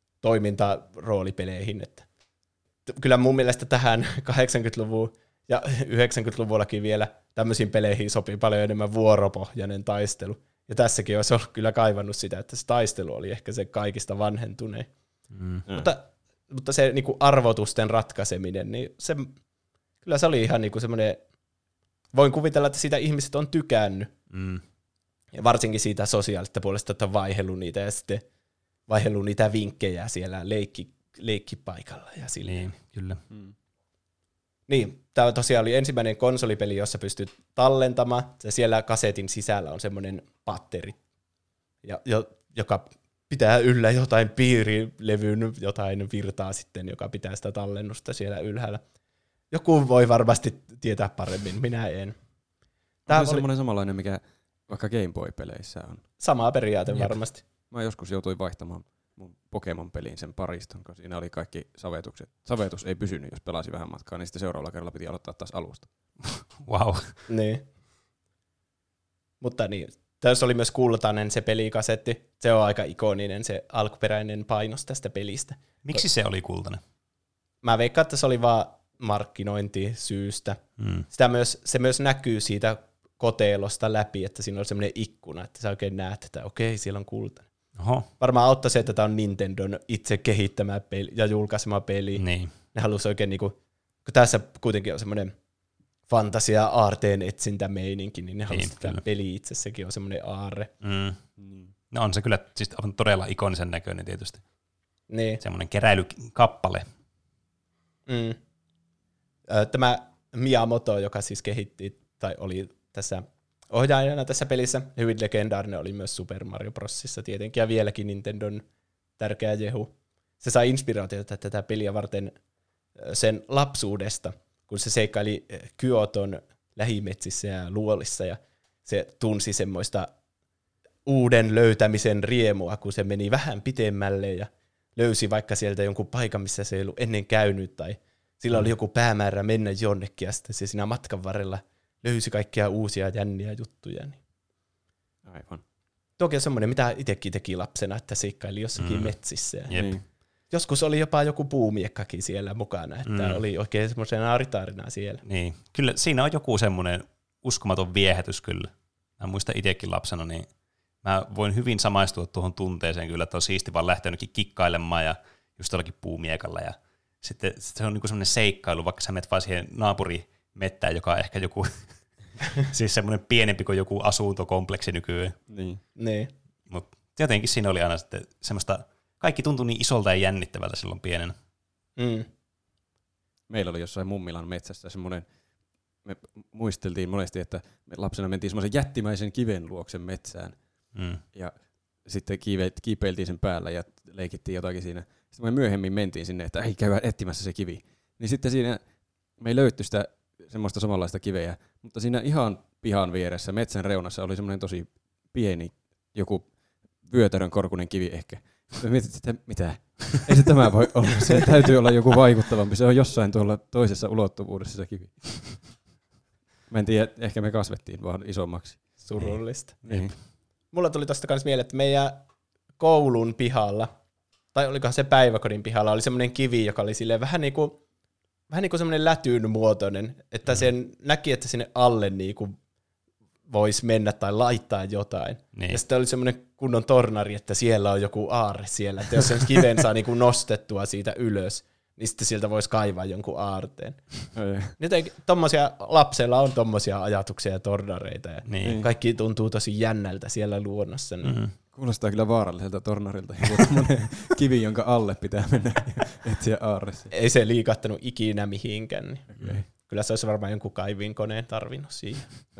toimintaroolipeleihin. Että kyllä mun mielestä tähän kahdeksankymmentäluvun ja yhdeksänkymmentäluvullakin vielä tämmöisiin peleihin sopii paljon enemmän vuoropohjainen taistelu. Ja tässäkin olisi ollut kyllä kaivannut sitä, että se taistelu oli ehkä se kaikista vanhentunein. Mm. Mutta, mutta se niin kuin arvotusten ratkaiseminen, niin se, kyllä se oli ihan niin kuin semmoinen, voin kuvitella, että siitä ihmiset on tykännyt. Mm. Ja varsinkin siitä sosiaalista puolesta, että on vaihdellut niitä ja sitten vaihdellut niitä vinkkejä siellä leikki, leikkipaikalla. Ja niin, kyllä. Mm. Niin, tämä tosiaan oli ensimmäinen konsolipeli, jossa pystyt tallentamaan. Ja siellä kasetin sisällä on semmoinen patteri, ja, jo, joka pitää yllä jotain piirilevyn, jotain virtaa sitten, joka pitää sitä tallennusta siellä ylhäällä. Joku voi varmasti tietää paremmin, minä en. Tämä on oli semmoinen samanlainen, mikä vaikka Game Boy-peleissä on. Sama periaate Jep. varmasti. Mä joskus joutuin vaihtamaan mun Pokemon-peliin sen pariston, kun siinä oli kaikki savetukset. Savetus ei pysynyt, jos pelasi vähän matkaa, niin sitten seuraavalla kerralla piti aloittaa taas alusta. Wow. Niin. Mutta niin, tässä oli myös kultainen se pelikasetti. Se on aika ikoninen se alkuperäinen painos tästä pelistä. Miksi se oli kultainen? Mä veikkaan, että se oli vaan markkinointisyystä. Hmm. Sitä myös, se myös näkyy siitä kotelosta läpi, että siinä on semmoinen ikkuna, että sä oikein näet, että okei, siellä on kultainen. Oho. Varmaan auttaa se, että tämä on Nintendon itse kehittämä peli ja julkaisema peli. Niin. Ne halusi oikein, niinku, kun tässä kuitenkin on semmoinen fantasia aarteen etsintämeininki, niin ne halusi, että peli itsessäkin on semmoinen aarre. Mm. Mm. No on se kyllä siis on todella ikonisen näköinen tietysti. Niin. Semmoinen keräilykappale. Mm. Tämä Miyamoto, joka siis kehitti, tai oli tässä ohjaajana tässä pelissä, hyvin legendaarinen oli myös Super Mario Brosissa tietenkin, ja vieläkin Nintendon tärkeä jehu. Se sai inspiraatiota tätä peliä varten sen lapsuudesta, kun se seikkaili Kyoton lähimetsissä ja luolissa, ja se tunsi semmoista uuden löytämisen riemua, kun se meni vähän pitemmälle, ja löysi vaikka sieltä jonkun paikan, missä se ei ollut ennen käynyt, tai sillä oli joku päämäärä mennä jonnekin, ja sitten se siinä matkan varrella löysi kaikkia uusia jänniä juttuja. Niin. Aivan. Toki on semmoinen, mitä itsekin teki lapsena, että seikkaili jossakin mm. metsissä. Ja niin. Joskus oli jopa joku puumiekkakin siellä mukana, että mm. oli oikein semmoisena aritarinaa siellä. Niin, kyllä siinä on joku semmoinen uskomaton viehätys kyllä. Mä muistan itsekin lapsena, niin mä voin hyvin samaistua tuohon tunteeseen kyllä, että on siisti vaan lähteä jonnekin kikkailemaan ja just jollakin puumiekalla. Ja sitten se on niinku semmoinen seikkailu, vaikka sä menet vaan siihen naapurimettään, joka on ehkä joku, siis semmoinen pienempi kuin joku asuntokompleksi nykyään. Niin. niin. Mutta jotenkin siinä oli aina sitten semmoista, kaikki tuntui niin isolta ja jännittävältä silloin pienenä. Mm. Meillä oli jossain Mummilan metsässä semmoinen, me muisteltiin monesti, että me lapsena mentiin semmoisen jättimäisen kiven luoksen metsään. Mm. Ja sitten kiive, kiipeiltiin sen päällä ja leikittiin jotakin siinä. Sitten me myöhemmin mentiin sinne, että ei käy etsimässä se kivi. Niin sitten siinä me ei löytty sitä semmoista samanlaista kiveä, mutta siinä ihan pihan vieressä metsän reunassa oli semmoinen tosi pieni joku vyötärön korkuinen kivi ehkä. Sitten mietit, että mitä? Ei se tämä voi olla. Se täytyy olla joku vaikuttavampi. Se on jossain tuolla toisessa ulottuvuudessa se kivi. Mä en tiedä, ehkä me kasvettiin vaan isommaksi. Surullista. Niin. Mulla tuli tosta kans mieleen, että meidän koulun pihalla, tai olikohan se päiväkodin pihalla, oli semmoinen kivi, joka oli silleen vähän niin kuin, vähän niin kuin semmoinen lätyn muotoinen, että mm. sen näki, että sinne alle niin kuin voisi mennä tai laittaa jotain. Niin. Ja sitten oli semmoinen kunnon tornari, että siellä on joku aarre siellä, että jos sen kiven saa niin kuin nostettua siitä ylös, niin sitten sieltä voisi kaivaa jonkun aarteen. Jotenkin tommosia, lapsella on tommosia ajatuksia ja tornareita, ja niin. Kaikki tuntuu tosi jännältä siellä luonnossa. Niin. Mm-hmm. Kuulostaa kyllä vaaralliselta tornarilta, joku tommonen kivi, jonka alle pitää mennä ja etsiä aarressa. Ei se liikahtanut ikinä mihinkään. Niin. Okay. Kyllä se olisi varmaan jonkun kaivinkoneen tarvinnut siihen.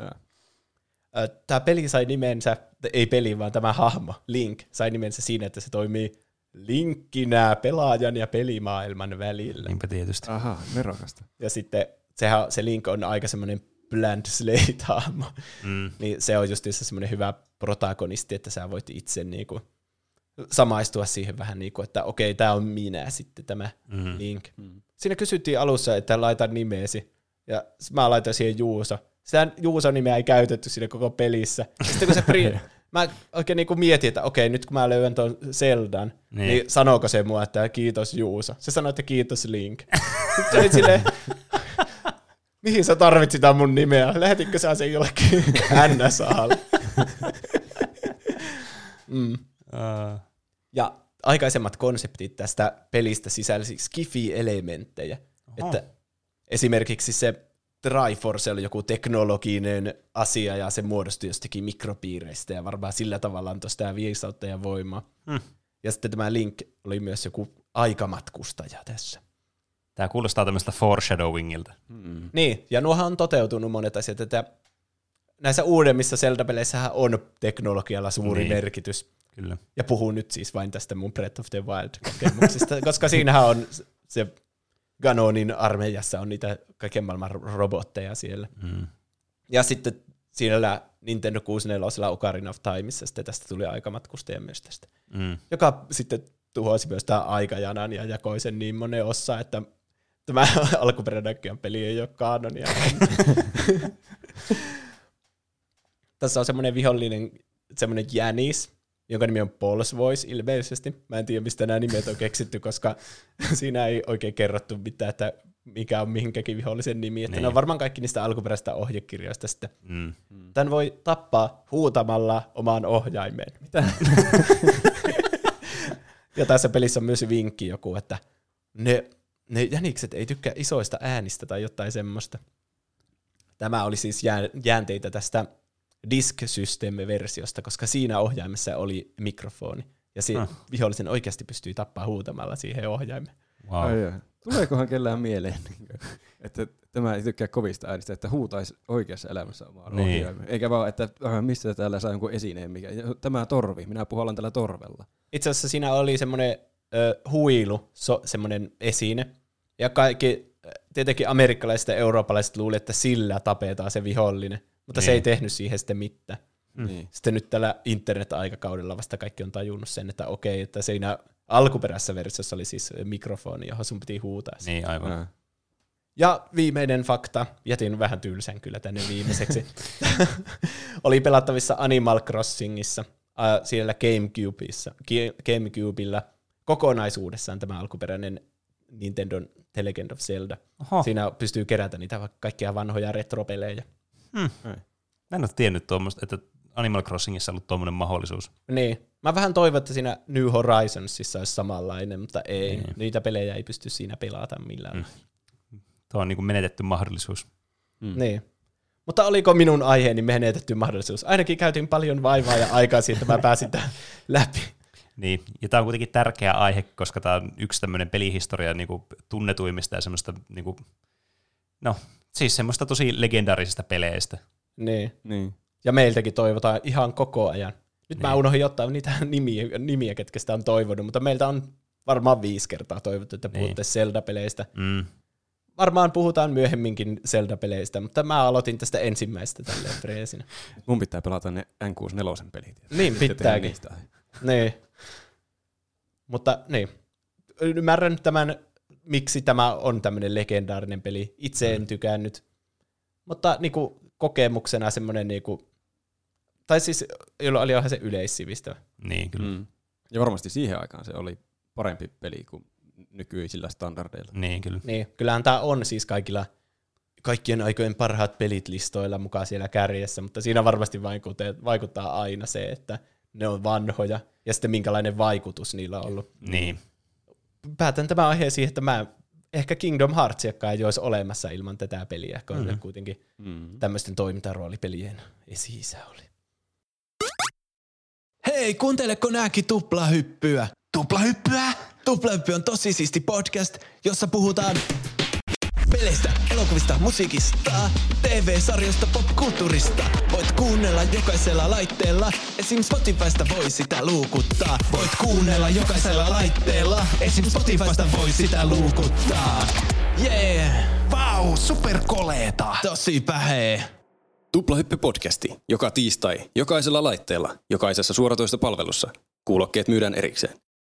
Tämä peli sai nimensä, ei peli, vaan tämä hahmo, Link, sai nimensä siinä, että se toimii linkkinä pelaajan ja pelimaailman välillä. Niinpä tietysti. Aha, nerokasta. Ja sitten sehän, se Link on aika semmoinen bland slate-hahmo. Mm. Niin se on just semmoinen hyvä protagonisti, että sä voit itse niinku samaistua siihen vähän niin kuin, että okei, tää on minä sitten tämä mm. Link. Mm. Siinä kysyttiin alussa, että laita nimeesi. Ja mä laitoin siihen Juuso. Sitä Juuson nimeä ei käytetty siinä koko pelissä. Sitten kun se pri- mä oikein niin kuin mietin, että okei, nyt kun mä löydän tuon Zeldan, niin. niin sanooko se mua, että kiitos Juuso? Se sanoi, että kiitos Link. Sitten olin silleen, mihin sä tarvit sitä mun nimeä? Lähetitkö sä sen jollekin N S A:lle? mm. uh. Ja aikaisemmat konseptit tästä pelistä sisälsi skifi-elementtejä. Että esimerkiksi se Triforce oli joku teknologinen asia ja se muodostui jostakin mikropiireistä ja varmaan sillä tavalla antoi sitä viisautta ja voimaa. Hmm. Ja sitten tämä Link oli myös joku aikamatkustaja tässä. Tämä kuulostaa tämmöistä foreshadowingilta. Hmm. Niin, ja nuohan on toteutunut monet asiat, että näissä uudemmissa Zelda-peleissähän on teknologialla suuri niin. merkitys. Kyllä. Ja puhun nyt siis vain tästä mun Breath of the Wild-kokemuksista, koska siinähän on se Ganonin armeijassa on niitä kaiken maailman robotteja siellä. Mm. Ja sitten siinä Nintendo kuusikymmentäneljä Ocarina of Timeissa sitten tästä tuli aikamatkustaja myös tästä. Mm. Joka sitten tuhosi myös tämän aikajanan ja jakoi sen niin monen osaa, että tämä alkuperäinen peli ei ole kanonia. Tässä on semmoinen vihollinen, semmoinen jänis, jonka nimi on Pulse Voice ilmeisesti. Mä en tiedä, mistä nämä nimet on keksitty, koska siinä ei oikein kerrottu mitään, että mikä on mihinkäkin vihollisen nimi. Että niin. Ne on varmaan kaikki niistä alkuperäisistä ohjekirjoista sitten. Mm. Tän voi tappaa huutamalla omaan ohjaimeen. Mitä? Ja tässä pelissä on myös vinkki joku, että ne, ne jänikset ei tykkää isoista äänistä tai jotain semmoista. Tämä oli siis jäänteitä tästä Disk-systeemi-versiosta, koska siinä ohjaimessa oli mikrofoni. Ja se ah. vihollisen oikeasti pystyy tappaa huutamalla siihen ohjaimeen. Wow. Tuleekohan kellään mieleen, että tämä ei tykkää kovista äänistä, että huutaisi oikeassa elämässä omaan niin. ohjaimeen. Eikä vaan, että mistä täällä saa jonkun esineen, mikä tämä torvi, minä puhallan tällä torvella. Itse asiassa siinä oli semmoinen äh, huilu, so, semmoinen esine, ja kaikki, tietenkin amerikkalaiset ja eurooppalaiset luuli, että sillä tapetaan se vihollinen. Mutta niin. se ei tehnyt siihen sitten mitään. Mm. Sitten nyt tällä internet-aikakaudella vasta kaikki on tajunnut sen, että okei, että siinä alkuperäisessä versiossa oli siis mikrofoni, johon sun piti huutaa. Niin, aivan. Ja. ja viimeinen fakta, jätin vähän tylsän kyllä tänne viimeiseksi, oli pelattavissa Animal Crossingissa, äh, siellä GameCubeissa, GameCubella kokonaisuudessaan tämä alkuperäinen Nintendon The Legend of Zelda. Oho. Siinä pystyy kerätä niitä vaikka kaikkia vanhoja retropelejä. Hmm. Mä en ole tiennyt tuommoista, että Animal Crossingissa on ollut tuommoinen mahdollisuus. Niin. Mä vähän toivon, että siinä New Horizonsissa olisi samanlainen, mutta ei. Niin. Niitä pelejä ei pysty siinä pelata millään. Mm. Tuo on niin kuin menetetty mahdollisuus. Mm. Niin. Mutta oliko minun aiheeni menetetty mahdollisuus? Ainakin käytin paljon vaivaa ja aikaa siihen, että mä pääsin tähän läpi. Niin, ja tämä on kuitenkin tärkeä aihe, koska tämä on yksi tämmöinen pelihistorian niin kuin tunnetuimmista ja semmoista, niin kuin, no, siis semmoista tosi legendaarisista peleistä. Niin. Niin. Ja meiltäkin toivotaan ihan koko ajan. Nyt niin. Mä unohdin ottaa niitä nimiä, nimiä, ketkä sitä on toivonut, mutta meiltä on varmaan viisi kertaa toivottu, että puhutte niin. Zelda-peleistä. Mm. Varmaan puhutaan myöhemminkin Zelda-peleistä, mutta mä aloitin tästä ensimmäisestä tälleen freesinä. Mun pitää pelata ne N kuusikymmentäneljä pelit. Niin pitääkin. Niin. Mutta niin. Ymmärrän tämän, miksi tämä on tämmöinen legendaarinen peli. Itse en mm. tykännyt. Mutta niinku, kokemuksena semmoinen, niinku, tai siis jolla oli ihan se yleissivistävä. Niin, kyllä. Mm. Ja varmasti siihen aikaan se oli parempi peli kuin nykyisillä standardeilla. Niin, kyllä. Niin, kyllähän tämä on siis kaikilla kaikkien aikojen parhaat pelit listoilla mukaan siellä kärjessä, mutta siinä varmasti vaikuttaa aina se, että ne on vanhoja ja sitten minkälainen vaikutus niillä on ollut. Niin. Päätän tämän aiheen siihen, että mä ehkä Kingdom Heartsiakaan ei olisi olemassa ilman tätä peliä, koska mm-hmm. kuitenkin mm-hmm. tämmöisten toimintaroolipelien esi-isä oli. Hei, kuunteleko nääkin tuplahyppyä? Tuplahyppyä? Tuplahyppy on tosi siisti podcast, jossa puhutaan peleistä, elokuvista, musiikista, T V-sarjoista, popkulttuurista. Voit kuunnella jokaisella laitteella, esim. Spotifysta voi sitä luukuttaa. Voit kuunnella jokaisella laitteella, esim. Spotifysta voi sitä luukuttaa. Jee! Yeah. Vau, superkoleeta! Tosi pähee! Tuplahyppy-podcasti. Joka tiistai, jokaisella laitteella, jokaisessa suoratoistopalvelussa. Kuulokkeet myydään erikseen.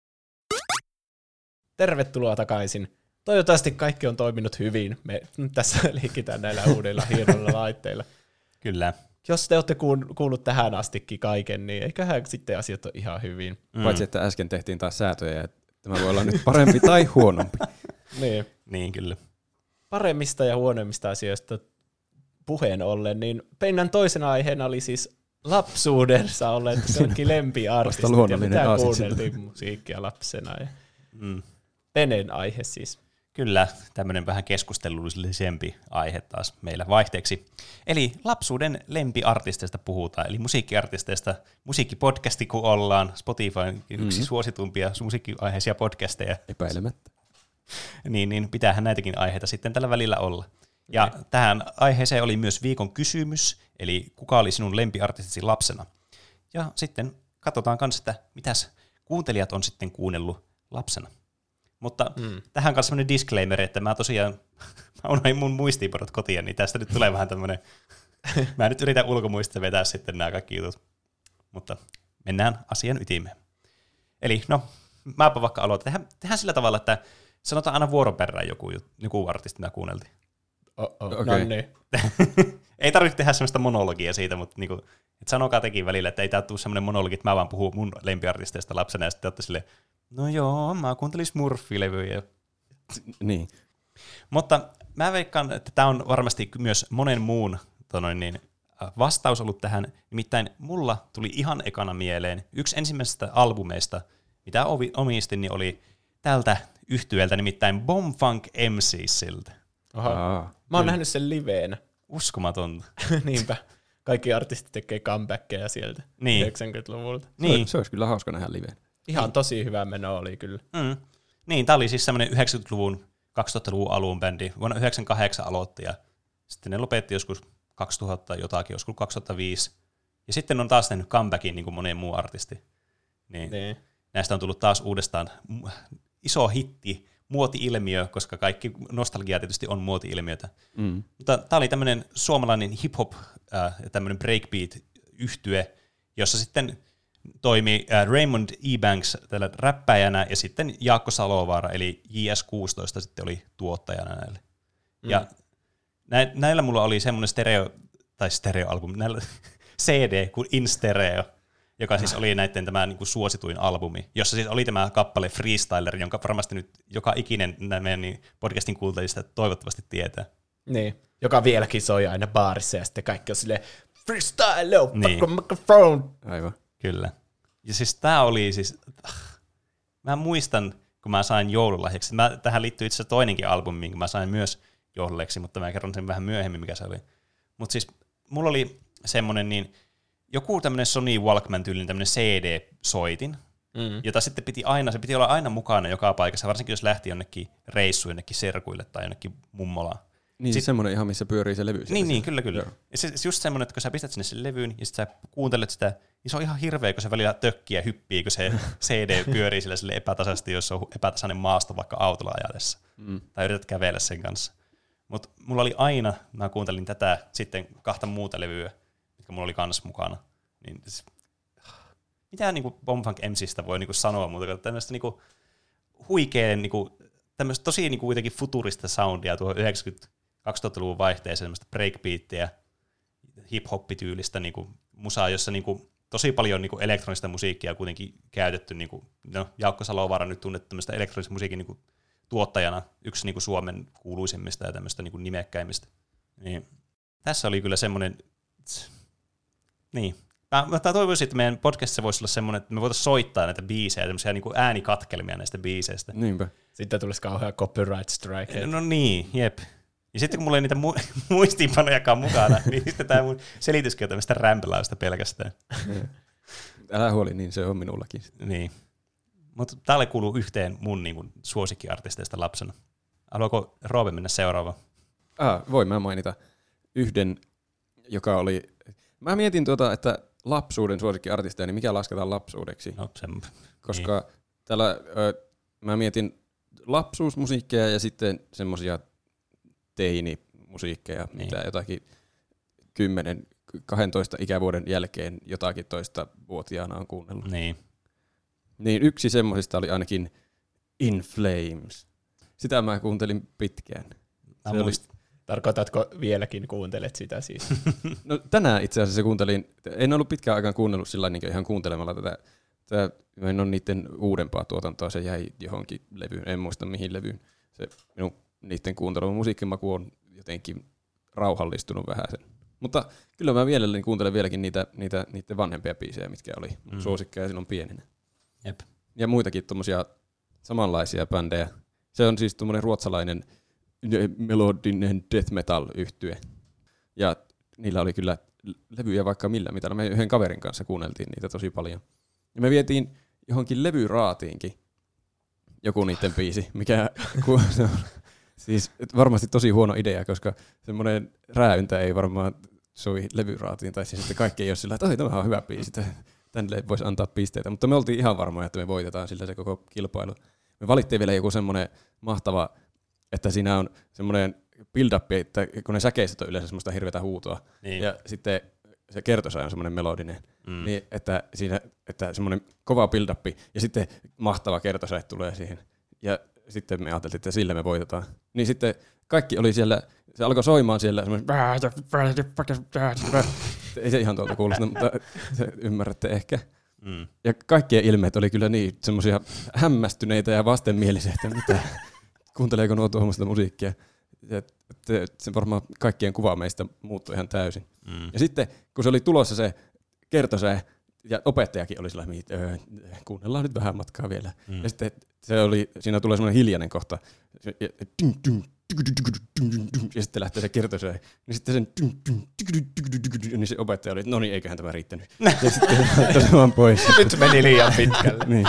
Tervetuloa takaisin. Toivottavasti kaikki on toiminut hyvin. Me tässä liikitään näillä uudilla hienoilla laitteilla. Kyllä. Jos te olette kuullut tähän astikin kaiken, niin eiköhän sitten asiat ole ihan hyvin. Mm. Paitsi, että äsken tehtiin taas säätöjä, ja tämä voi olla nyt parempi tai huonompi. Niin. Niin, kyllä. Paremmista ja huonommista asioista puheen ollen, niin Peinan toisena aiheena oli siis lapsuudessa olleet kaikki lempiartistit ja mitä kuunneltiin musiikkia lapsena. Ja mm. Penen aihe siis. Kyllä, tämmöinen vähän keskustelullisempi aihe taas meillä vaihteeksi. Eli lapsuuden lempiartisteista puhutaan, eli musiikkiartisteista. Musiikkipodcasti kun ollaan, Spotifyn yksi mm-hmm. suositumpia musiikkiaiheisia podcasteja. Epäilemättä. niin, niin pitäähän näitäkin aiheita sitten tällä välillä olla. Ja mm. tähän aiheeseen oli myös viikon kysymys, eli kuka oli sinun lempiartistisi lapsena. Ja sitten katsotaan myös, että mitäs kuuntelijat on sitten kuunnellut lapsena. Mutta mm. tähän kanssa sellainen disclaimer, että mä tosiaan, mä unohdin mun muistiinpanot kotiin, niin tästä nyt tulee vähän tämmöinen, mä nyt yritän ulkomuistista vetää sitten nämä kaikki jutut. Mutta mennään asian ytimeen. Eli no, mäpä vaikka aloitan. Tehdään, tehdään sillä tavalla, että sanotaan aina vuoron perään joku, joku artisti, mitä kuunneltiin. Okay. No niin. Ei tarvitse tehdä semmoista monologia siitä, mutta niinku, et sanokaa tekin välillä, että ei tää tule semmoinen monologi, että mä vaan puhun mun lempiartisteista lapsena, ja sitten olette silleen, no joo, mä kuuntelin Smurf-levyjä. Niin. Mutta mä veikkaan, että tämä on varmasti myös monen muun tonoin, niin, vastaus ollut tähän. Nimittäin mulla tuli ihan ekana mieleen yksi ensimmäisestä albumeista, mitä omistin, niin oli tältä yhtyeltä, nimittäin Bomb-Funk M C:siltä. Aha. Aa, mä oon nähnyt sen liveenä. Uskomatonta. Niinpä. Kaikki artistit tekee comebackkejä sieltä niin. yhdeksänkymmentäluvulta. Niin. Se, se olisi kyllä hauska nähdä liveen. Ihan niin. Tosi hyvä meno oli kyllä. Mm. Niin, tää oli siis semmoinen yhdeksänkymmentäluvun, kaksituhattaluvun alun bändi. Vuonna yhdeksänkymmentäkahdeksan aloitti ja sitten ne lopetti joskus kaksituhatta jotakin, joskus kaksituhattaviisi. Ja sitten on taas tehnyt comebackin niin kuin monen muu artisti. Niin. Niin. Näistä on tullut taas uudestaan iso hitti, muoti-ilmiö, koska kaikki nostalgia tietysti on muoti-ilmiötä. Mm. Mutta tämä oli tämmöinen suomalainen hip-hop, äh, tämmöinen breakbeat-yhtye, jossa sitten toimi äh, Raymond Ebanks tällä räppäjänä ja sitten Jaakko Salovaara, eli J S kuusitoista sitten oli tuottajana näille. Mm. Ja nä- näillä mulla oli semmoinen stereo, tai stereo-albumi, näillä C D kuin In Stereo, joka siis oli näiden tämä niin kuin suosituin albumi, jossa siis oli tämä kappale Freestyler, jonka varmasti nyt joka ikinen meidän niin podcastin kuultajista toivottavasti tietää. Niin, joka vieläkin soi aina baarissa ja sitten kaikki on silleen freestyle, niin. fuck microphone. Aivan. Kyllä. Ja siis tää oli siis, mä muistan, kun mä sain joululahjaksi, mä, tähän liittyy itse asiassa toinenkin albumi, minkä mä sain myös joululahjaksi, mutta mä kerron sen vähän myöhemmin, mikä se oli. Mutta siis mulla oli semmonen niin, joku tämmönen Sony Walkman-tyylinen tämmönen C D-soitin, mm. jota sitten piti aina, se piti olla aina mukana joka paikassa, varsinkin jos lähti jonnekin reissuun, jonnekin serkuille tai jonnekin mummolaan. Niin, siis semmoinen ihan, missä pyörii se levy. Niin, niin, kyllä, kyllä. Joo. Ja se, se just semmoinen, että kun sä pistät sinne sen levyyn ja sitten sä kuuntelet sitä, niin se on ihan hirveä, kun se välillä tökkii ja hyppii, kun se C D pyörii sille, sille epätasaisesti, jos on epätasainen maasto vaikka autolla ajatessa. Mm. Tai yrität kävellä sen kanssa. Mutta mulla oli aina, mä kuuntelin tätä sitten kahta muuta levyä, mitkä mulla oli kanssa mukana. Niin, siis, mitä niinku Bombfunk M C:stä voi niinku sanoa muuta, kun tämmöistä niinku huikeen, niinku, tämmöistä tosi niinku kuitenkin futurista soundia tuohon yhdeksänkymmentä-kaksituhattaluvun vaihteeseen, semmoista breakbeattiä, hip-hop-tyylistä niinku musaa, jossa niinku tosi paljon niinku elektronista musiikkia kuitenkin käytetty. Niinku, no, Jaakko Salovaara nyt tunnettu tämmöistä elektronista musiikin niinku tuottajana, yksi niinku Suomen kuuluisimmista ja tämmöistä niinku nimekkäimmistä. Niin, tässä oli kyllä semmoinen, niin, mä, mä toivoisin, että meidän podcastissa voisi olla semmoinen, että me voitaisiin soittaa näitä biisejä, tämmöisiä niinku äänikatkelmia näistä biiseistä. Niinpä. Sitten tulisi kauhean copyright strike. No niin, jep. Ja sitten kun mulla ei niitä mu- muistiinpanojakaan mukana, niin sitten tämä mun selityskin on tämmöistä rämpelausta pelkästään. Älä huoli, niin se on minullakin. Niin. Mutta täällä kuuluu yhteen mun niin kuin suosikkiartisteista lapsena. Haluaako Roope mennä seuraavaan? Ah, voin mä mainita yhden, joka oli... Mä mietin tuota, että lapsuuden suosikkiartisteja, niin mikä lasketaan lapsuudeksi? No, sen, Koska niin. täällä ö, mä mietin lapsuusmusiikkeja ja sitten semmosia teinimusiikkeja, niin. mitä jotakin kymmenen, kahdentoista ikävuoden jälkeen jotakin toista vuotiaana on kuunnellut. Niin. Niin yksi semmosista oli ainakin In Flames. Sitä mä kuuntelin pitkään. Se oli... Tarkoitatko vieläkin kuuntelet sitä siis? No tänään itse asiassa kuuntelin, en ollut pitkään aikaan kuunnellut sillä niin ihan kuuntelemalla tätä, tätä, en ole niiden uudempaa tuotantoa, se jäi johonkin levyyn, en muista mihin levyyn. Se minun niiden kuuntelun musiikkimaku on jotenkin rauhallistunut vähän sen. Mutta kyllä mä mielelläni kuuntelen vieläkin niitä, niitä niiden vanhempia biisejä, mitkä oli mm. suosikkeja silloin pienenä. Jep. Ja muitakin tommosia samanlaisia bändejä. Se on siis tommonen ruotsalainen melodinen death metal -yhtye. Ja niillä oli kyllä levyjä vaikka millä mitalla. Me yhden kaverin kanssa kuunneltiin niitä tosi paljon. Ja me vietiin johonkin levyraatiinkin joku niiden biisi, mikä se on siis varmasti tosi huono idea, koska semmoinen rääyntä ei varmaan sovi levyraatiin, tai siis että kaikki ei ole sillä, että tämä on hyvä biisi, tänne voisi antaa pisteitä, mutta me oltiin ihan varmoja, että me voitetaan sillä se koko kilpailu. Me valittiin vielä joku semmoinen mahtava, että siinä on semmoinen build-up, että kun ne säkeistöt on yleensä semmoista hirveätä huutoa, niin. ja sitten se kertosäe on semmoinen melodinen, mm. niin että siinä että semmoinen kova build-up, ja sitten mahtava kertosäe tulee siihen, ja sitten me ajateltiin, että sillä me voitetaan. Niin sitten kaikki oli siellä, se alkoi soimaan siellä semmoinen, ei se ihan tuolta kuulosta, mutta se ymmärrätte ehkä. Mm. Ja kaikkien ilmeet oli kyllä niin semmoisia hämmästyneitä ja vastenmielisiä, että mitä, kuunteleeko nuo tuommoista musiikkia. Ja se varmaan kaikkien kuva meistä muuttui ihan täysin. Mm. Ja sitten kun se oli tulossa se kertosäe, ja opettajakin oli sillä, että öö, kuunnellaan nyt vähän matkaa vielä. Mm. Ja sitten se oli, siinä tulee semmoinen hiljainen kohta. Ja, ja sitten lähtee se kertosäe. Ja sitten sen niin se opettaja oli, että no niin, eiköhän tämä riittänyt. Ja sitten se laittoi se vaan pois. Nyt meni liian pitkälle. Niin.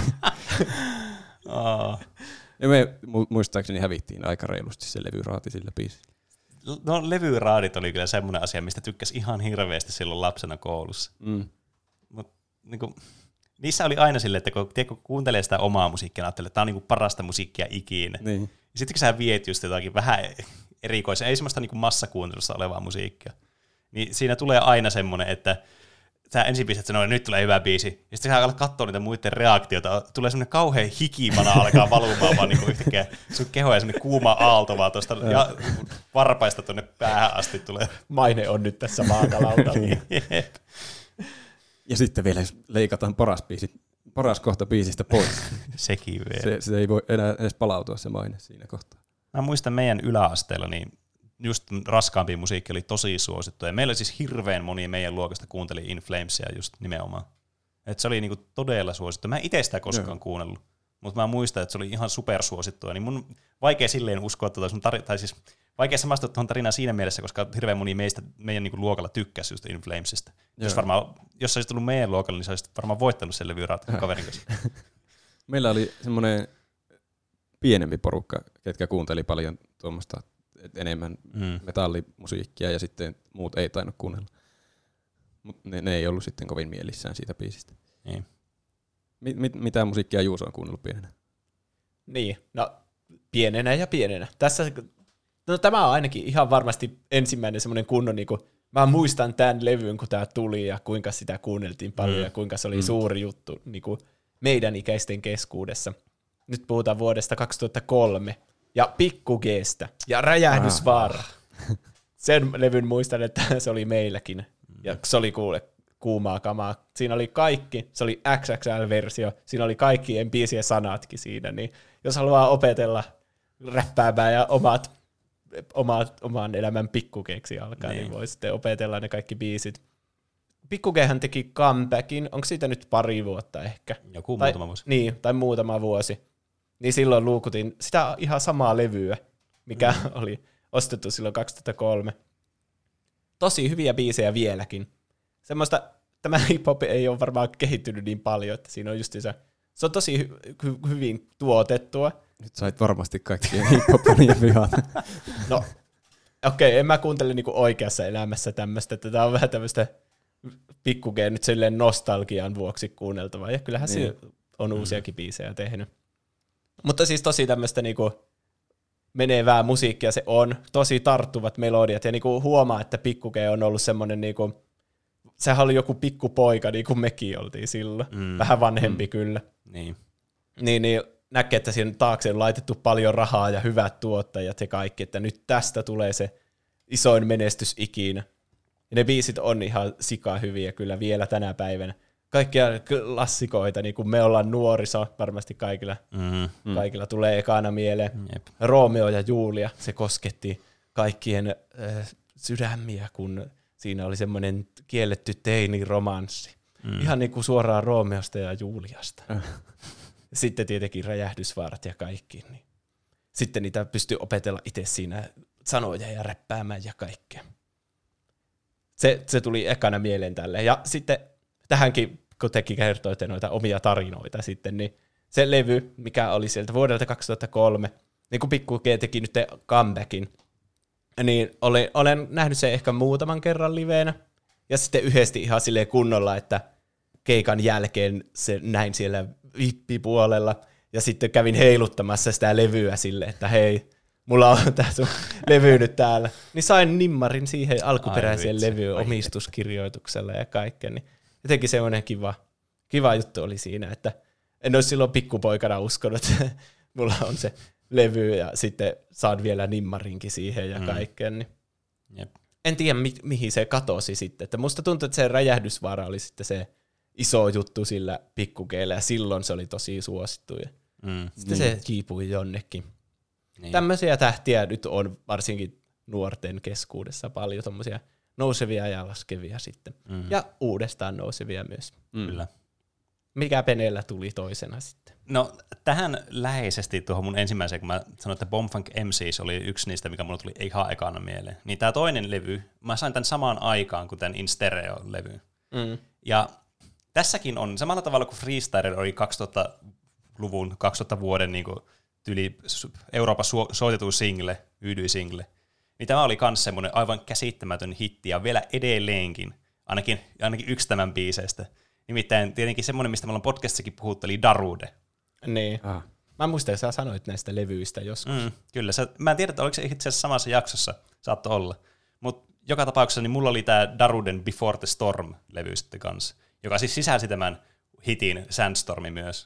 Oh. Ja me muistaakseni hävittiin aika reilusti se levyraati sillä biisillä. No levyraadit oli kyllä semmoinen asia, mistä tykkäsi ihan hirveästi silloin lapsena koulussa. Mm. Mut, niinku, niissä oli aina silleen, että kun, tiedätkö, kun kuuntelee sitä omaa musiikkia, ajattelee, että tämä on niinku parasta musiikkia ikinä. Niin. Ja sitten kun sä viet just jotakin vähän erikoisia, ei semmoista niinku massakuuntelussa olevaa musiikkia, niin siinä tulee aina semmoinen, että sä ensin pistät sen, nyt tulee hyvä biisi, ja sitten sä alat katsoa niitä muiden reaktioita, tulee semmoinen kauhean hikimana alkaa valumaan vaan niinku yhtäkkiä sun keho ja semmoinen kuuma aalto vaan tuosta ja varpaista tuonne päähän asti tulee. Maine on nyt tässä maakalaudalla. Ja sitten vielä jos leikataan paras, biisi, paras kohta biisistä pois. Sekin vielä. Se, se ei voi enää edes palautua se maine siinä kohtaa. Mä muistan meidän yläasteella, niin just raskaampi musiikki oli tosi suosittu. Ja meillä siis hirveän moni meidän luokasta kuunteli In Flamesia just nimenomaan. Et se oli niinku todella suosittu. Mä en itse sitä koskaan Joo. kuunnellut, mutta mä muistan, että se oli ihan supersuosittua. Niin mun vaikea silleen uskoa, tuota sun tar- tai siis vaikea samastua tuohon tarinaan siinä mielessä, koska hirveän moni meistä meidän niinku luokalla tykkäsi just In Flamesista. Jos, varmaan, jos sä olisit tullut meidän luokalla, niin sä olisit varmaan voittanut sen levyn kaverin kanssa. Meillä oli semmoinen pienempi porukka, ketkä kuunteli paljon tuommoista enemmän mm. metallimusiikkia ja sitten muut ei tainnut kuunnella. Mutta ne, ne ei ollut sitten kovin mielissään siitä biisistä. Niin. Mit, mit, mitä musiikkia Juuso on kuunnellut pienenä? Niin, no pienenä ja pienenä. Tässä, no tämä on ainakin ihan varmasti ensimmäinen semmoinen kunnon, niin kuin, mä muistan tämän levyn, kun tämä tuli ja kuinka sitä kuunneltiin paljon mm. ja kuinka se oli mm. suuri juttu niin kuin meidän ikäisten keskuudessa. Nyt puhutaan vuodesta kaksituhattakolme ja Pikku G:stä ja Räjähdysvaara. Ah. Sen levyn muistan, että se oli meilläkin. Ja se oli kuule kuumaa kamaa. Siinä oli kaikki, se oli X X L-versio, siinä oli kaikkien biisien sanatkin siinä, niin jos haluaa opetella räppäämään ja omat, omat, oman elämän pikkukeksi alkaa, niin. niin voi sitten opetella ne kaikki biisit. Pikku G:hän teki comebackin, onko siitä nyt pari vuotta ehkä? Joku tai, muutama vuosi. Niin, tai muutama vuosi. Niin silloin luukutin sitä ihan samaa levyä, mikä mm. oli ostettu silloin kaksituhattakolme. Tosi hyviä biisejä vieläkin. Semmoista, tämä hip-hop ei ole varmaan kehittynyt niin paljon, että siinä on just se, se on tosi hy- hy- hyvin tuotettua. Nyt sait varmasti kaikkien hip-hopia vihat. No, okei, okay, en mä kuuntele niinku oikeassa elämässä tämmöistä, että tämä on vähän tämmöistä Pikku G nyt silleen nostalgian vuoksi kuunneltavaa, ja kyllähän niin. se on uusiakin biisejä tehnyt. Mutta siis tosi tämmöistä niinku menevää musiikkia se on, tosi tarttuvat melodiat, ja niinku huomaa, että Pikku G on ollut semmoinen, niinku, sehän oli joku pikkupoika, niin kuin mekin oltiin silloin, mm. vähän vanhempi mm. kyllä. Niin. Niin, niin näkee, että siihen taakse on laitettu paljon rahaa ja hyvät tuottajat ja kaikki, että nyt tästä tulee se isoin menestys ikinä. Ja ne biisit on ihan sika hyviä kyllä vielä tänä päivänä. Kaikkia klassikoita, niin kuin me ollaan nuoriso, varmasti kaikilla, mm-hmm. kaikilla tulee ekana mieleen. Jep. Romeo ja Julia, se kosketti kaikkien äh, sydämiä, kun siinä oli semmoinen kielletty teiniromanssi. Mm. Ihan niin kuin suoraan Romeosta ja Juliasta. Äh. Sitten tietenkin Räjähdysvaarat ja kaikki. Niin. Sitten niitä pystyy opetella itse siinä sanoja ja räppäämään ja kaikkea. Se, se tuli ekana mieleen tälleen. Ja sitten tähänkin, kun tekin kertoitte noita omia tarinoita sitten, niin se levy, mikä oli sieltä vuodelta kaksituhattakolme, niin kun Pikku G teki nyt comebackin, niin olen, olen nähnyt sen ehkä muutaman kerran liveenä, ja sitten yhdesti ihan silleen kunnolla, että keikan jälkeen se näin siellä vippipuolella, ja sitten kävin heiluttamassa sitä levyä sille, että hei, mulla on tää sun levy nyt täällä. Niin sain nimmarin siihen alkuperäiseen levyyn omistuskirjoituksella ja kaikkea, niin jotenkin semmoinen kiva, kiva juttu oli siinä, että en olisi silloin pikkupoikana uskonut, että mulla on se levy ja sitten saan vielä nimmarinkin siihen ja kaikkea. Niin. Jep. En tiedä, mi- mihin se katosi sitten. Että musta tuntuu, että se Räjähdysvaara oli sitten se iso juttu sillä Pikku G:llä ja silloin se oli tosi suosittu. Ja Mm. sitten niin. se kiipui jonnekin. Niin. Tämmöisiä tähtiä nyt on varsinkin nuorten keskuudessa paljon tommosia nousevia ja laskevia sitten. Mm. Ja uudestaan nousevia myös. Mm. Kyllä. Mikä Penellä tuli toisena sitten? No tähän läheisesti tuohon mun ensimmäiseen, kun mä sanoin, että Bombfunk M Cs oli yksi niistä, mikä mulle tuli ihan ekana mieleen. Niin tää toinen levy, mä sain tämän samaan aikaan kuin tämän In Stereo-levy. Mm. Ja tässäkin on samalla tavalla kuin Freestyler oli kaksituhattaluvun, kaksituhatta vuoden niin kuin tyli Euroopan su- soitetuin single, yhdyi-single. Niin tämä oli myös semmoinen aivan käsittämätön hitti ja vielä edelleenkin, ainakin, ainakin yksi tämän biiseistä. Nimittäin tietenkin semmoinen, mistä me ollaan podcastissakin puhuttu, eli Darude. Niin. Ah. Mä muistan, että sä sanoit näistä levyistä joskus. Mm, kyllä. Sä, mä en tiedä, että oliko se itse asiassa samassa jaksossa, saattoi olla. Mutta joka tapauksessa niin mulla oli tämä Daruden Before the Storm-levy sitten kanssa, joka siis sisälsi tämän hitin Sandstormi myös.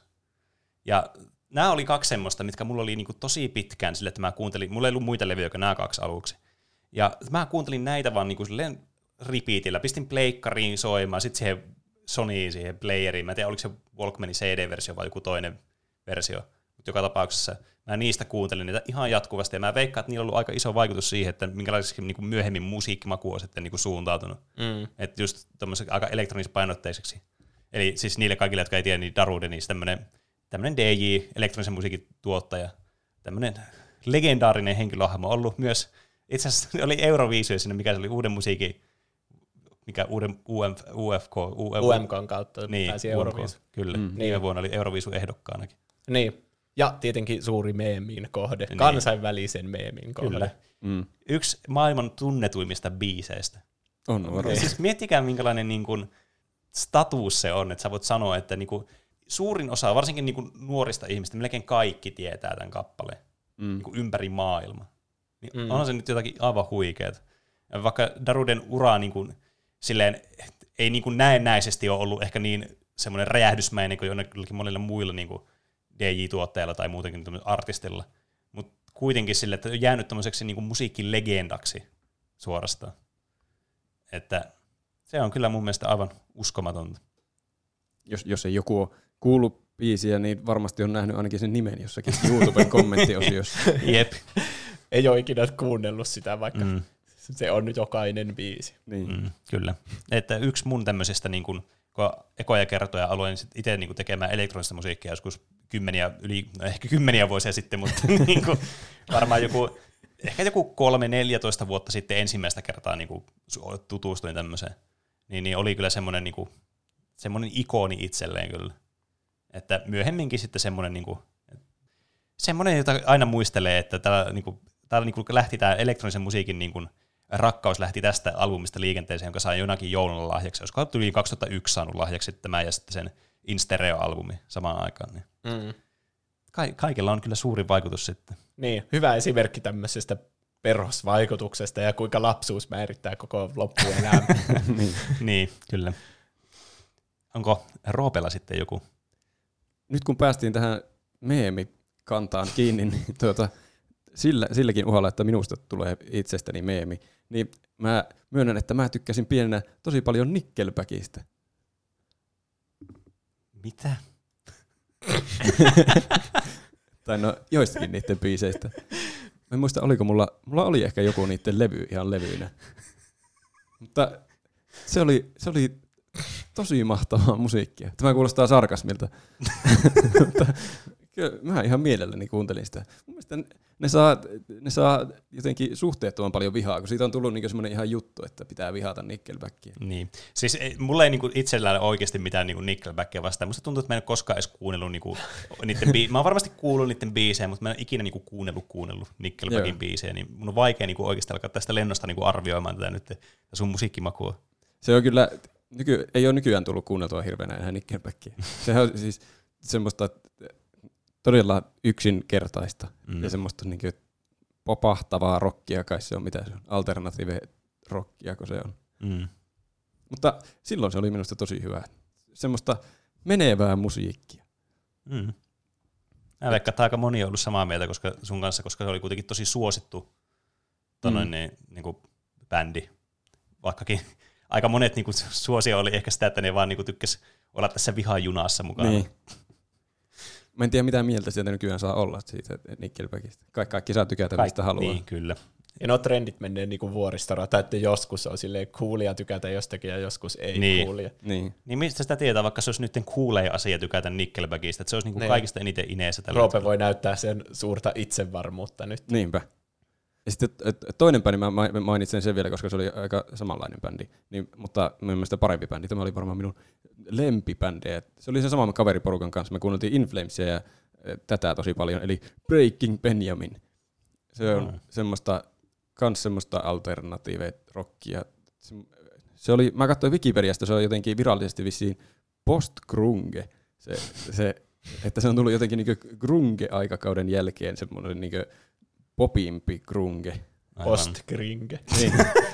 Ja nämä oli kaksi semmoista, mitkä mulla oli niinku tosi pitkään sille, että mä kuuntelin, mulla ei ollut muita levyjä kuin nämä kaksi aluksi. Ja mä kuuntelin näitä vaan niinku silleen repeatillä, pistin pleikkariin soimaan, sitten siihen Sony siihen playeriin. Mä en tiedä, oliko se Walkmanin C D-versio vai joku toinen versio. Mutta joka tapauksessa mä niistä kuuntelin niitä ihan jatkuvasti, ja mä veikkaan, että niillä on ollut aika iso vaikutus siihen, että minkälaisesti niin kuin myöhemmin musiikkimaku on sitten niin kuin suuntautunut. Mm. Että just tommoisen aika elektronispainotteiseksi. Eli siis niille kaikille, jotka ei tiedä, niin Darude, niin tämmöinen tämmöinen D J, elektronisen musiikin tuottaja, tämmöinen legendaarinen henkilöhahmo ollut myös, itse asiassa oli Euroviisuja sinne, mikä se oli uuden musiikin, mikä uuden U M, U F K, U M K:n kautta niin, pääsi Euroviisuun. Kyllä, mm. viime vuonna oli Euroviisun ehdokkaanakin. Niin, ja tietenkin suuri meemin kohde, niin. Kansainvälisen meemin kohde. Kyllä. Mm. Yksi maailman tunnetuimmista biiseistä. On varmaan. Siis miettikää, minkälainen niin kuin, status se on, että sä voit sanoa, että niin kuin, suurin osa, varsinkin niin kuin, nuorista ihmistä, melkein kaikki tietää tämän kappaleen mm. niin kuin, ympäri maailmaa. Niin mm. onhan se nyt jotakin aivan huikeeta. Ja vaikka Daruden ura niin kuin, silleen, ei niin kuin näennäisesti ole ollut ehkä niin semmoinen räjähdysmäinen kuin jonnekin monilla muilla niin kuin D J-tuottajilla tai muutenkin artistilla, mutta kuitenkin sille, että on jäänyt tämmöiseksi niin kuin musiikkilegendaksi suorastaan. Että se on kyllä mun mielestä aivan uskomatonta. Jos, jos ei joku ole kuullut biisiä, niin varmasti on nähnyt ainakin sen nimen jossakin YouTuben kommenttiosiossa. Jep. Ei ole ikinä kuunnellut sitä, vaikka mm. se on nyt jokainen biisi. Niin. Mm, kyllä. Että yksi mun tämmöisestä, niin kun, kun ekoja kertoja aloin itse niin tekemään elektronista musiikkia joskus kymmeniä, yli, no ehkä kymmeniä vuosia sitten, mutta niin kuin, varmaan joku, ehkä joku kolme neljätoista vuotta sitten ensimmäistä kertaa niin kuin, tutustuin tämmöiseen. Niin, niin oli kyllä semmoinen, niin kuin, semmoinen ikoni itselleen kyllä. Että myöhemminkin sitten semmoinen, niin kuin, semmoinen, jota aina muistelee, että täällä, niin kuin, täällä niin kuin lähti tämä elektronisen musiikin niin kuin, rakkaus lähti tästä albumista liikenteeseen, jonka sain jonakin jouluna lahjaksi. Olisiko tuli kaksituhattayksi saanut lahjaksi tämä ja sitten sen In Stereo-albumi samaan aikaan. Niin. Mm. Ka- kaikilla on kyllä suuri vaikutus sitten. Niin, hyvä esimerkki tämmöisestä perusvaikutuksesta ja kuinka lapsuus määrittää koko loppuelämää. niin. niin, kyllä. Onko Roopella sitten joku? Nyt kun päästiin tähän meemikantaan kiinni, niin tuota, sillä, silläkin uhalla, että minusta tulee itsestäni meemi, niin mä myönnän, että mä tykkäsin pienenä tosi paljon Nickelbackista. Mitä? Tai no joistakin niiden biiseistä. Mä en muista, oliko mulla, mulla oli ehkä joku niiden levy ihan levyinä. Mutta se oli, se oli tosi mahtavaa musiikkia. Tämä kuulostaa sarkasmilta. Mutta kyllä mä ihan mielelläni kuuntelin sitä. Mun mielestä ne saa, ne saa jotenkin suhteettoman paljon vihaa, kun siitä on tullut niinku semmoinen ihan juttu, että pitää vihata Nickelbackia. Niin. Siis mulla ei niinku itsellään oikeasti mitään niinku Nickelbackia vastaan. Musta tuntuu, että mä en ole koskaan edes kuunnellut niinku niiden biisejä. Mä oon varmasti kuullut niiden biisejä, mutta mä en ole ikinä niinku kuunnellut, kuunnellut Nickelbackin biisejä. Niin mun on vaikea niinku oikeasti alkaa tästä lennosta niinku arvioimaan tätä nyt sun musiikkimakua. Se on kyllä, nyky, ei ole nykyään tullut kuunneltua hirveänä enää Nickelbackia. Sehän on siis semmoista todella yksinkertaista mm. ja semmoista niinku popahtavaa rockia, kai se on, mitä se on, alternative rockia, kun se on. Mm. Mutta silloin se oli minusta tosi hyvä. Semmoista menevää musiikkia. Mm. Mä veikkaan, että aika moni on ollut samaa mieltä koska sun kanssa, koska se oli kuitenkin tosi suosittu tonoin, mm. niin, niin kuin bändi. Vaikkakin aika monet niin kuin, suosio oli ehkä sitä, että ne vaan niin tykkäs olla tässä vihajunassa mukana. Niin. Mä en tiedä, mitä mieltä sieltä nykyään saa olla siitä Nickelbackista. Kaikki, kaikki saa tykätä, mistä haluaa. Niin, kyllä. Ja no trendit menee niinku vuoristorata, että joskus on silleen coolia tykätä jostakin ja joskus ei niin. coolia. Niin. niin mistä sitä tietää, vaikka se olisi nyt coolei asia tykätä Nickelbackista, että se olisi niinku niin. kaikista eniten ineessä tällä Roope voi näyttää sen suurta itsevarmuutta nyt. Niinpä. Ja sitten toinen bändi, mä mainitsen sen vielä, koska se oli aika samanlainen bändi, niin, mutta mielestäni parempi bändi. Tämä oli varmaan minun lempibändejä. Se oli sen saman kaveriporukan kanssa. Me kuunneltiin In Flamesia ja tätä tosi paljon, eli Breaking Benjamin. Se on mm. semmoista, kans semmoista alternatiive-rockia. Se oli, mä katsoin Wikipediasta, se on jotenkin virallisesti vissiin post-grunge. Se, se, että se on tullut jotenkin niinku grunge-aikakauden jälkeen semmoinen niinku popimpi grunge. Post-gringe. Niin.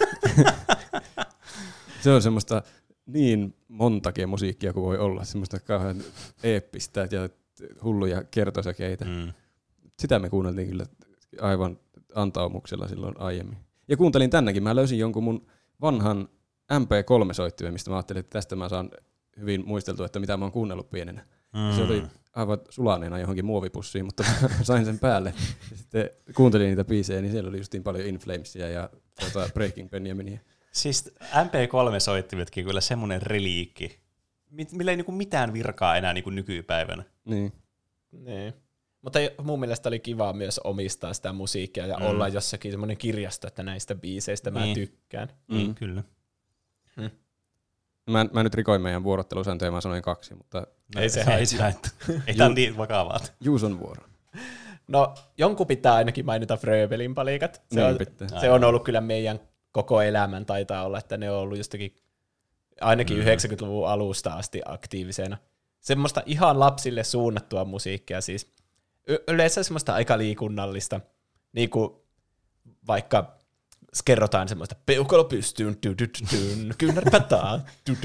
Se on semmoista niin montakin musiikkia kuin voi olla, semmoista kauhean eeppistä ja hulluja kertosäkeitä. Mm. Sitä me kuunneltiin kyllä aivan antaumuksella silloin aiemmin. Ja kuuntelin tännekin, mä löysin jonkun mun vanhan M P kolme -soittimen, mistä mä ajattelin, että tästä mä saan hyvin muisteltu, että mitä mä oon kuunnellut pienenä. Mm. Se oli aivan sulaneena johonkin muovipussiin, mutta sain sen päälle. Ja sitten kuuntelin niitä biisejä, niin siellä oli justiin paljon In Flamesia ja tuota Breaking Benjaminia. Siis M P kolme soittimetkin kyllä semmoinen reliikki, millä ei niinku mitään virkaa enää niinku nykypäivänä. Niin. Niin. Mutta mun mielestä oli kiva myös omistaa sitä musiikkia ja mm. olla jossakin semmoinen kirjasto, että näistä biiseistä niin. mä tykkään. Niin, mm. kyllä. Hmm. Mä, mä nyt rikoin meidän vuorottelusääntöjä, mä sanoin kaksi, mutta... Ei se haittaa. Ei tämä niin vakavaa. Juuson vuoro. No, jonkun pitää ainakin mainita Fröbelin palikat. Se, niin on, se on ollut kyllä meidän koko elämän, taitaa olla, että ne on ollut jostakin ainakin mm. yhdeksänkymmentäluvun alusta asti aktiivisena. Semmoista ihan lapsille suunnattua musiikkia siis. Y- yleensä semmoista aika liikunnallista, niin kuin vaikka kerrotaan semmoista peukalo pystyyn, kyynärpätaa,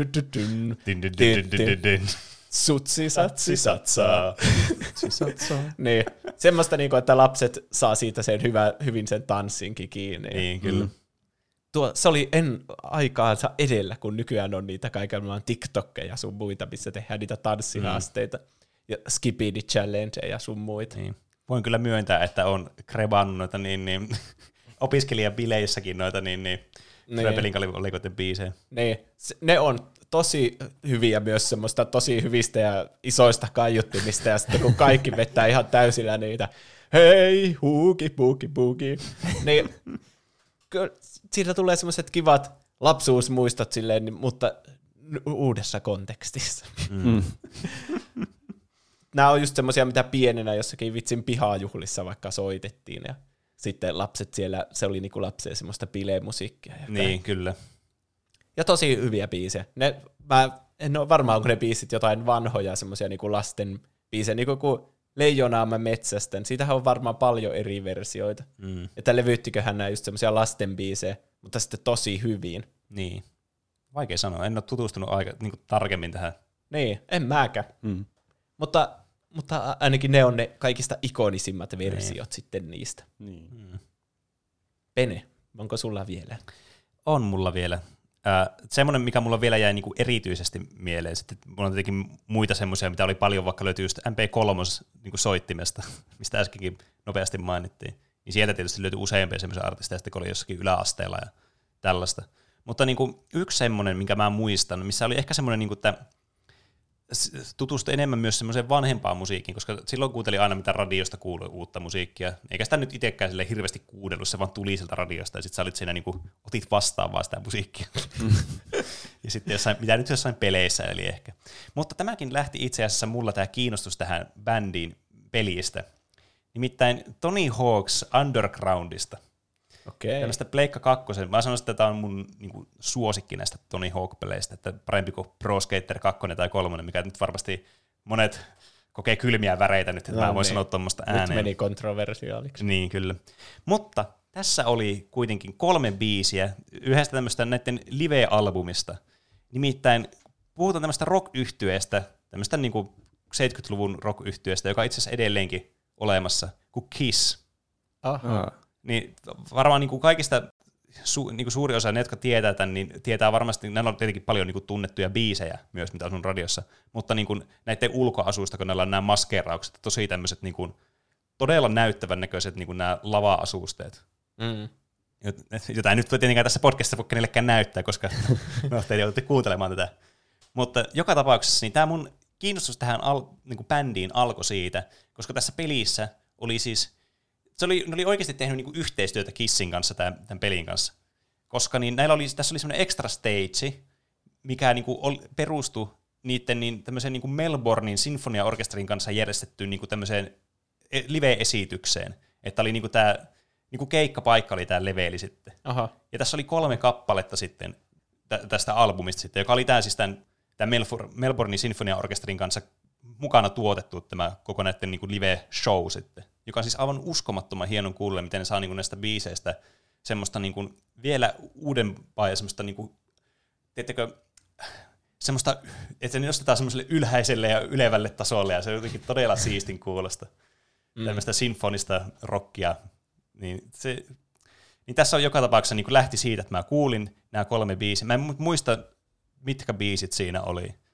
sutsi satsi satsaa. Niin, semmoista niinku, että lapset saa siitä sen hyvä, hyvin sen tanssinkin kiinni. Niin, kyllä. Mm. Tuo, se oli en aikaansa edellä, kun nykyään on niitä kaikenlaisia TikTokkeja sun muita, missä tehdään niitä tanssihaasteita. Mm. Ja Skibidi Challengeja sun muita. Niin. Voin kyllä myöntää, että on krebannut noita niin, niin opiskelijabileissäkin noita niin, niin, niin. Fröbelin kalikoiden biisejä. Niin, ne on tosi hyviä myös semmoista tosi hyvistä ja isoista kaiuttimista, ja sitten kun kaikki vetää ihan täysillä niitä, hei, huuki, puuki, puuki, niin kyllä siitä tulee semmoiset kivat lapsuusmuistot silleen, mutta uudessa kontekstissa. Mm. Nämä on just semmoisia, mitä pienenä jossakin vitsin pihajuhlissa vaikka soitettiin, ja sitten lapset siellä, se oli niinku lapseen semmoista bilemusiikkia. Niin, kyllä. Ja tosi hyviä biisejä. Ne, mä en ole varma, onko ne biisit jotain vanhoja semmoisia niinku lasten biisejä, niin kuin Leijonaa mä metsästän. Siitähän on varmaan paljon eri versioita. Mm. Että levyyttiköhän nämä just semmoisia lasten biisejä, mutta sitten tosi hyvin. Niin. Vaikea sanoa. En ole tutustunut aika niin kuin tarkemmin tähän. Niin, en mäkään. Mm. Mutta, mutta ainakin ne on ne kaikista ikonisimmat versiot niin. sitten niistä. Niin. Mm. Pene, onko sulla vielä? On mulla vielä. Äh, semmoinen, mikä mulla vielä jäi niinku erityisesti mieleen, sitten mulla on tietenkin muita semmoisia, mitä oli paljon, vaikka löytyy just M P kolme niinku soittimesta, mistä äskenkin nopeasti mainittiin. Niin sieltä tietysti löytyi useampia semmoisia artisteja, kun oli jossakin yläasteella ja tällaista. Mutta niinku yksi semmoinen, minkä mä muistan, missä oli ehkä semmoinen, niinku, että tutustui enemmän myös semmoiseen vanhempaan musiikkiin, koska silloin kuuntelin aina, mitä radiosta kuului uutta musiikkia. Eikä sitä nyt itsekään sille hirveästi kuunnellut, se vaan tuli sieltä radiosta, ja sitten sä olit siinä, niin kuin, otit vastaan vaan sitä musiikkia. Mm. Ja sitten jossain, mitä nyt jossain peleissä eli ehkä. Mutta tämäkin lähti itse asiassa mulla tämä kiinnostus tähän bändiin pelistä. Nimittäin Tony Hawk's Undergroundista. Okei. Tällaista Pleikka kakkosen. Mä sanoisin, että tämä on mun niin kuin, suosikki näistä Tony Hawk-peleistä, että parempi kuin Pro Skater kaksi tai kolme, mikä nyt varmasti monet kokee kylmiä väreitä nyt, että no, mä voin niin. sanoa tuommoista ääneen. Nyt meni kontroversiaaliksi. Niin, kyllä. Mutta tässä oli kuitenkin kolme biisiä yhdestä tämmöistä näiden live-albumista. Nimittäin puhutaan tämmöistä rock-yhtyeestä, tämmöistä niin kuin seitsemänkymmentäluvun rock-yhtyeestä, joka on itse asiassa edelleenkin olemassa, kuin Kiss. Aha. Niin varmaan niin kuin kaikista su, niin kuin suuri osa ne, jotka tietää tämän, niin tietää varmasti, näillä on tietenkin paljon niin kuin tunnettuja biisejä myös, mitä on radiossa, mutta niin kuin näiden ulkoasuista, kun näillä on nämä maskeeraukset, tosi tämmöiset niin kuin todella näyttävän näköiset niin kuin nämä lava-asusteet. Mm. Jota ei nyt voi tietenkään tässä podcastissa voi kenellekään näyttää, koska no, te joudutte kuuntelemaan tätä. Mutta joka tapauksessa niin tämä mun kiinnostus tähän al, niin kuin bändiin alkoi siitä, koska tässä pelissä oli siis Se oli, ne oli oikeasti tehnyt niinku yhteistyötä Kissin kanssa tämän, tämän pelin kanssa, koska niin näillä oli, tässä oli semmoinen extra stage, mikä niinku ol, perustui niiden niin, tämmöiseen niinku Melbournein sinfoniaorkesterin kanssa järjestettyyn niinku tämmöiseen live-esitykseen, että oli niinku tämä niinku keikkapaikka oli tämä leveli sitten. Aha. Ja tässä oli kolme kappaletta sitten tä, tästä albumista sitten, joka oli tämä siis tämän, tämän Melbournein sinfoniaorkesterin kanssa mukana tuotettu tämä koko näiden niin kuin live-show sitten, joka on siis aivan uskomattoman hienon kuulla, miten ne saa niin kuin näistä biiseistä semmoista niin kuin vielä uudempaa ja semmoista, niin kuin, tiedättekö, semmoista, että ne nostetaan semmoiselle ylhäiselle ja ylevälle tasolle, ja se on jotenkin todella siistin kuulosta. Mm. Tämmöistä sinfonista rockia. Niin, se, niin tässä on joka tapauksessa niin kuin lähti siitä, että mä kuulin nämä kolme biisiä. Mä en muista, mitkä biisit siinä oli.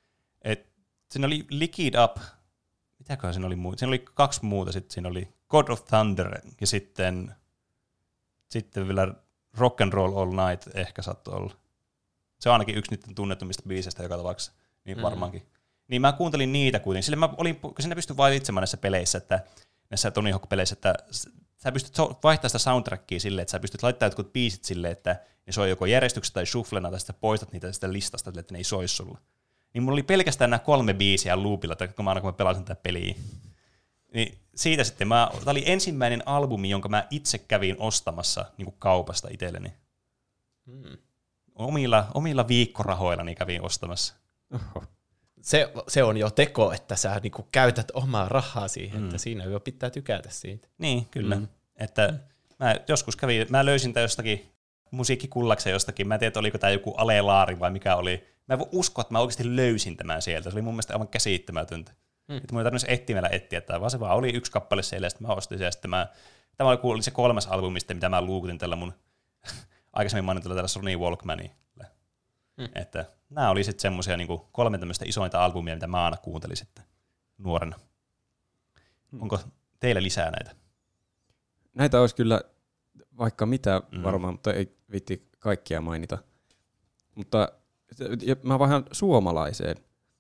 Et siinä oli Lick It Up, mitäköhän siinä oli muuta? Siinä oli kaksi muuta, sitten siinä oli God of Thunder ja sitten, sitten vielä Rock and Roll All Night ehkä saattoi olla. Se on ainakin yksi niiden tunnetummista biiseistä joka tapauksessa, niin mm. varmaankin. Niin mä kuuntelin niitä kuitenkin. Sillä mä olin, kun sinne pystyi valitsemaan näissä peleissä, että näissä Tony Hawk-peleissä, että sä pystyt vaihtamaan sitä soundtrackia silleen, että sä pystyt laittamaan jotkut biisit silleen, että ne soi joko järjestyksessä tai shufflena, tai sitten poistat niitä sitä listasta, että ne ei soi sulla. Niin mulla oli pelkästään nämä kolme biisiä loopilla, kun mä aina kun mä pelasin tätä peliä. Niin siitä sitten, mä, tämä oli ensimmäinen albumi, jonka mä itse kävin ostamassa niin kuin kaupasta itselleni. Hmm. Omilla, omilla viikkorahoillani kävin ostamassa. Oho. Se, se on jo teko, että sä niinku käytät omaa rahaa siihen, mm. että siinä jo pitää tykätä siitä. Niin, kyllä. Mm. Että mä joskus kävin, mä löysin tämän jostakin musiikkikullaksen jostakin, mä en tiedä, oliko tämä joku alelaari vai mikä oli. Mä en voi uskoa, että mä oikeasti löysin tämän sieltä. Se oli mun mielestä aivan käsittämätöntä. Mm. Että mun ei tarvitse etsimällä etsiä, että vaan se vaan oli yksi kappale siellä, ja sitten mä ostin sen, ja sitten mä, tämä oli se kolmas albumi, mitä mä luukutin tällä mun aikaisemmin mainitulla tällä Sony Walkmanilla. Hmm. Että nämä oli sitten semmoisia niinku kolme tämmöistä isointa albumia, mitä mä aina kuuntelin sitten nuorena. Hmm. Onko teillä lisää näitä? Näitä olisi kyllä vaikka mitä varmaan, mm. mutta ei viitti kaikkia mainita. Mutta mä vaihan suomalaiseen.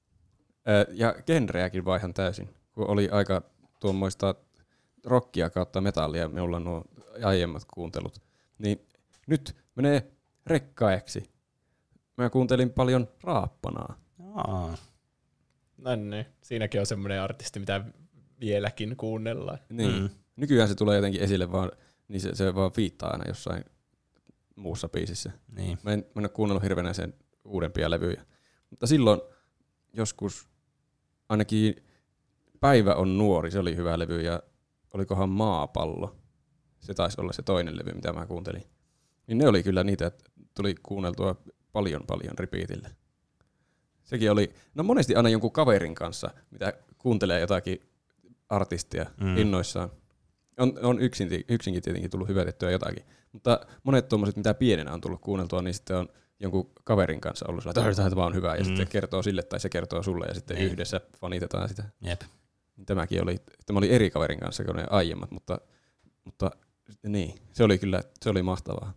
Ja genreäkin vaihan täysin, kun oli aika tuommoista rockia kautta metallia, minulla on nuo aiemmat kuuntelut. Niin nyt menee rekkaeksi. Mä kuuntelin paljon Raappanaa. Aa. No niin, siinäkin on semmoinen artisti, mitä vieläkin kuunnellaan. Niin. Mm. Nykyään se tulee jotenkin esille, vaan, niin se, se vaan viittaa aina jossain muussa biisissä. Niin. Mä en, mä en ole kuunnellut hirveänä sen uudempia levyjä. Mutta silloin joskus ainakin Päivä on nuori, se oli hyvä levy, ja olikohan Maapallo. Se taisi olla se toinen levy, mitä mä kuuntelin. Niin ne oli kyllä niitä, että tuli kuunneltua paljon paljon repeatille. Sekin oli, no monesti aina jonkun kaverin kanssa, mitä kuuntelee jotakin artistia mm. innoissaan. On, on yksin, yksinkin tietenkin tullut hyvätettyä jotakin, mutta monet tuommoiset, mitä pienenä on tullut kuunneltua, niin sitten on jonkun kaverin kanssa ollut sillä, että tämä on hyvä, ja mm. sitten kertoo sille tai se kertoo sulle, ja sitten niin. yhdessä fanitetaan sitä. Jep. Tämäkin oli, tämä oli eri kaverin kanssa kuin ne aiemmat, mutta, mutta niin, se oli kyllä, se oli mahtavaa.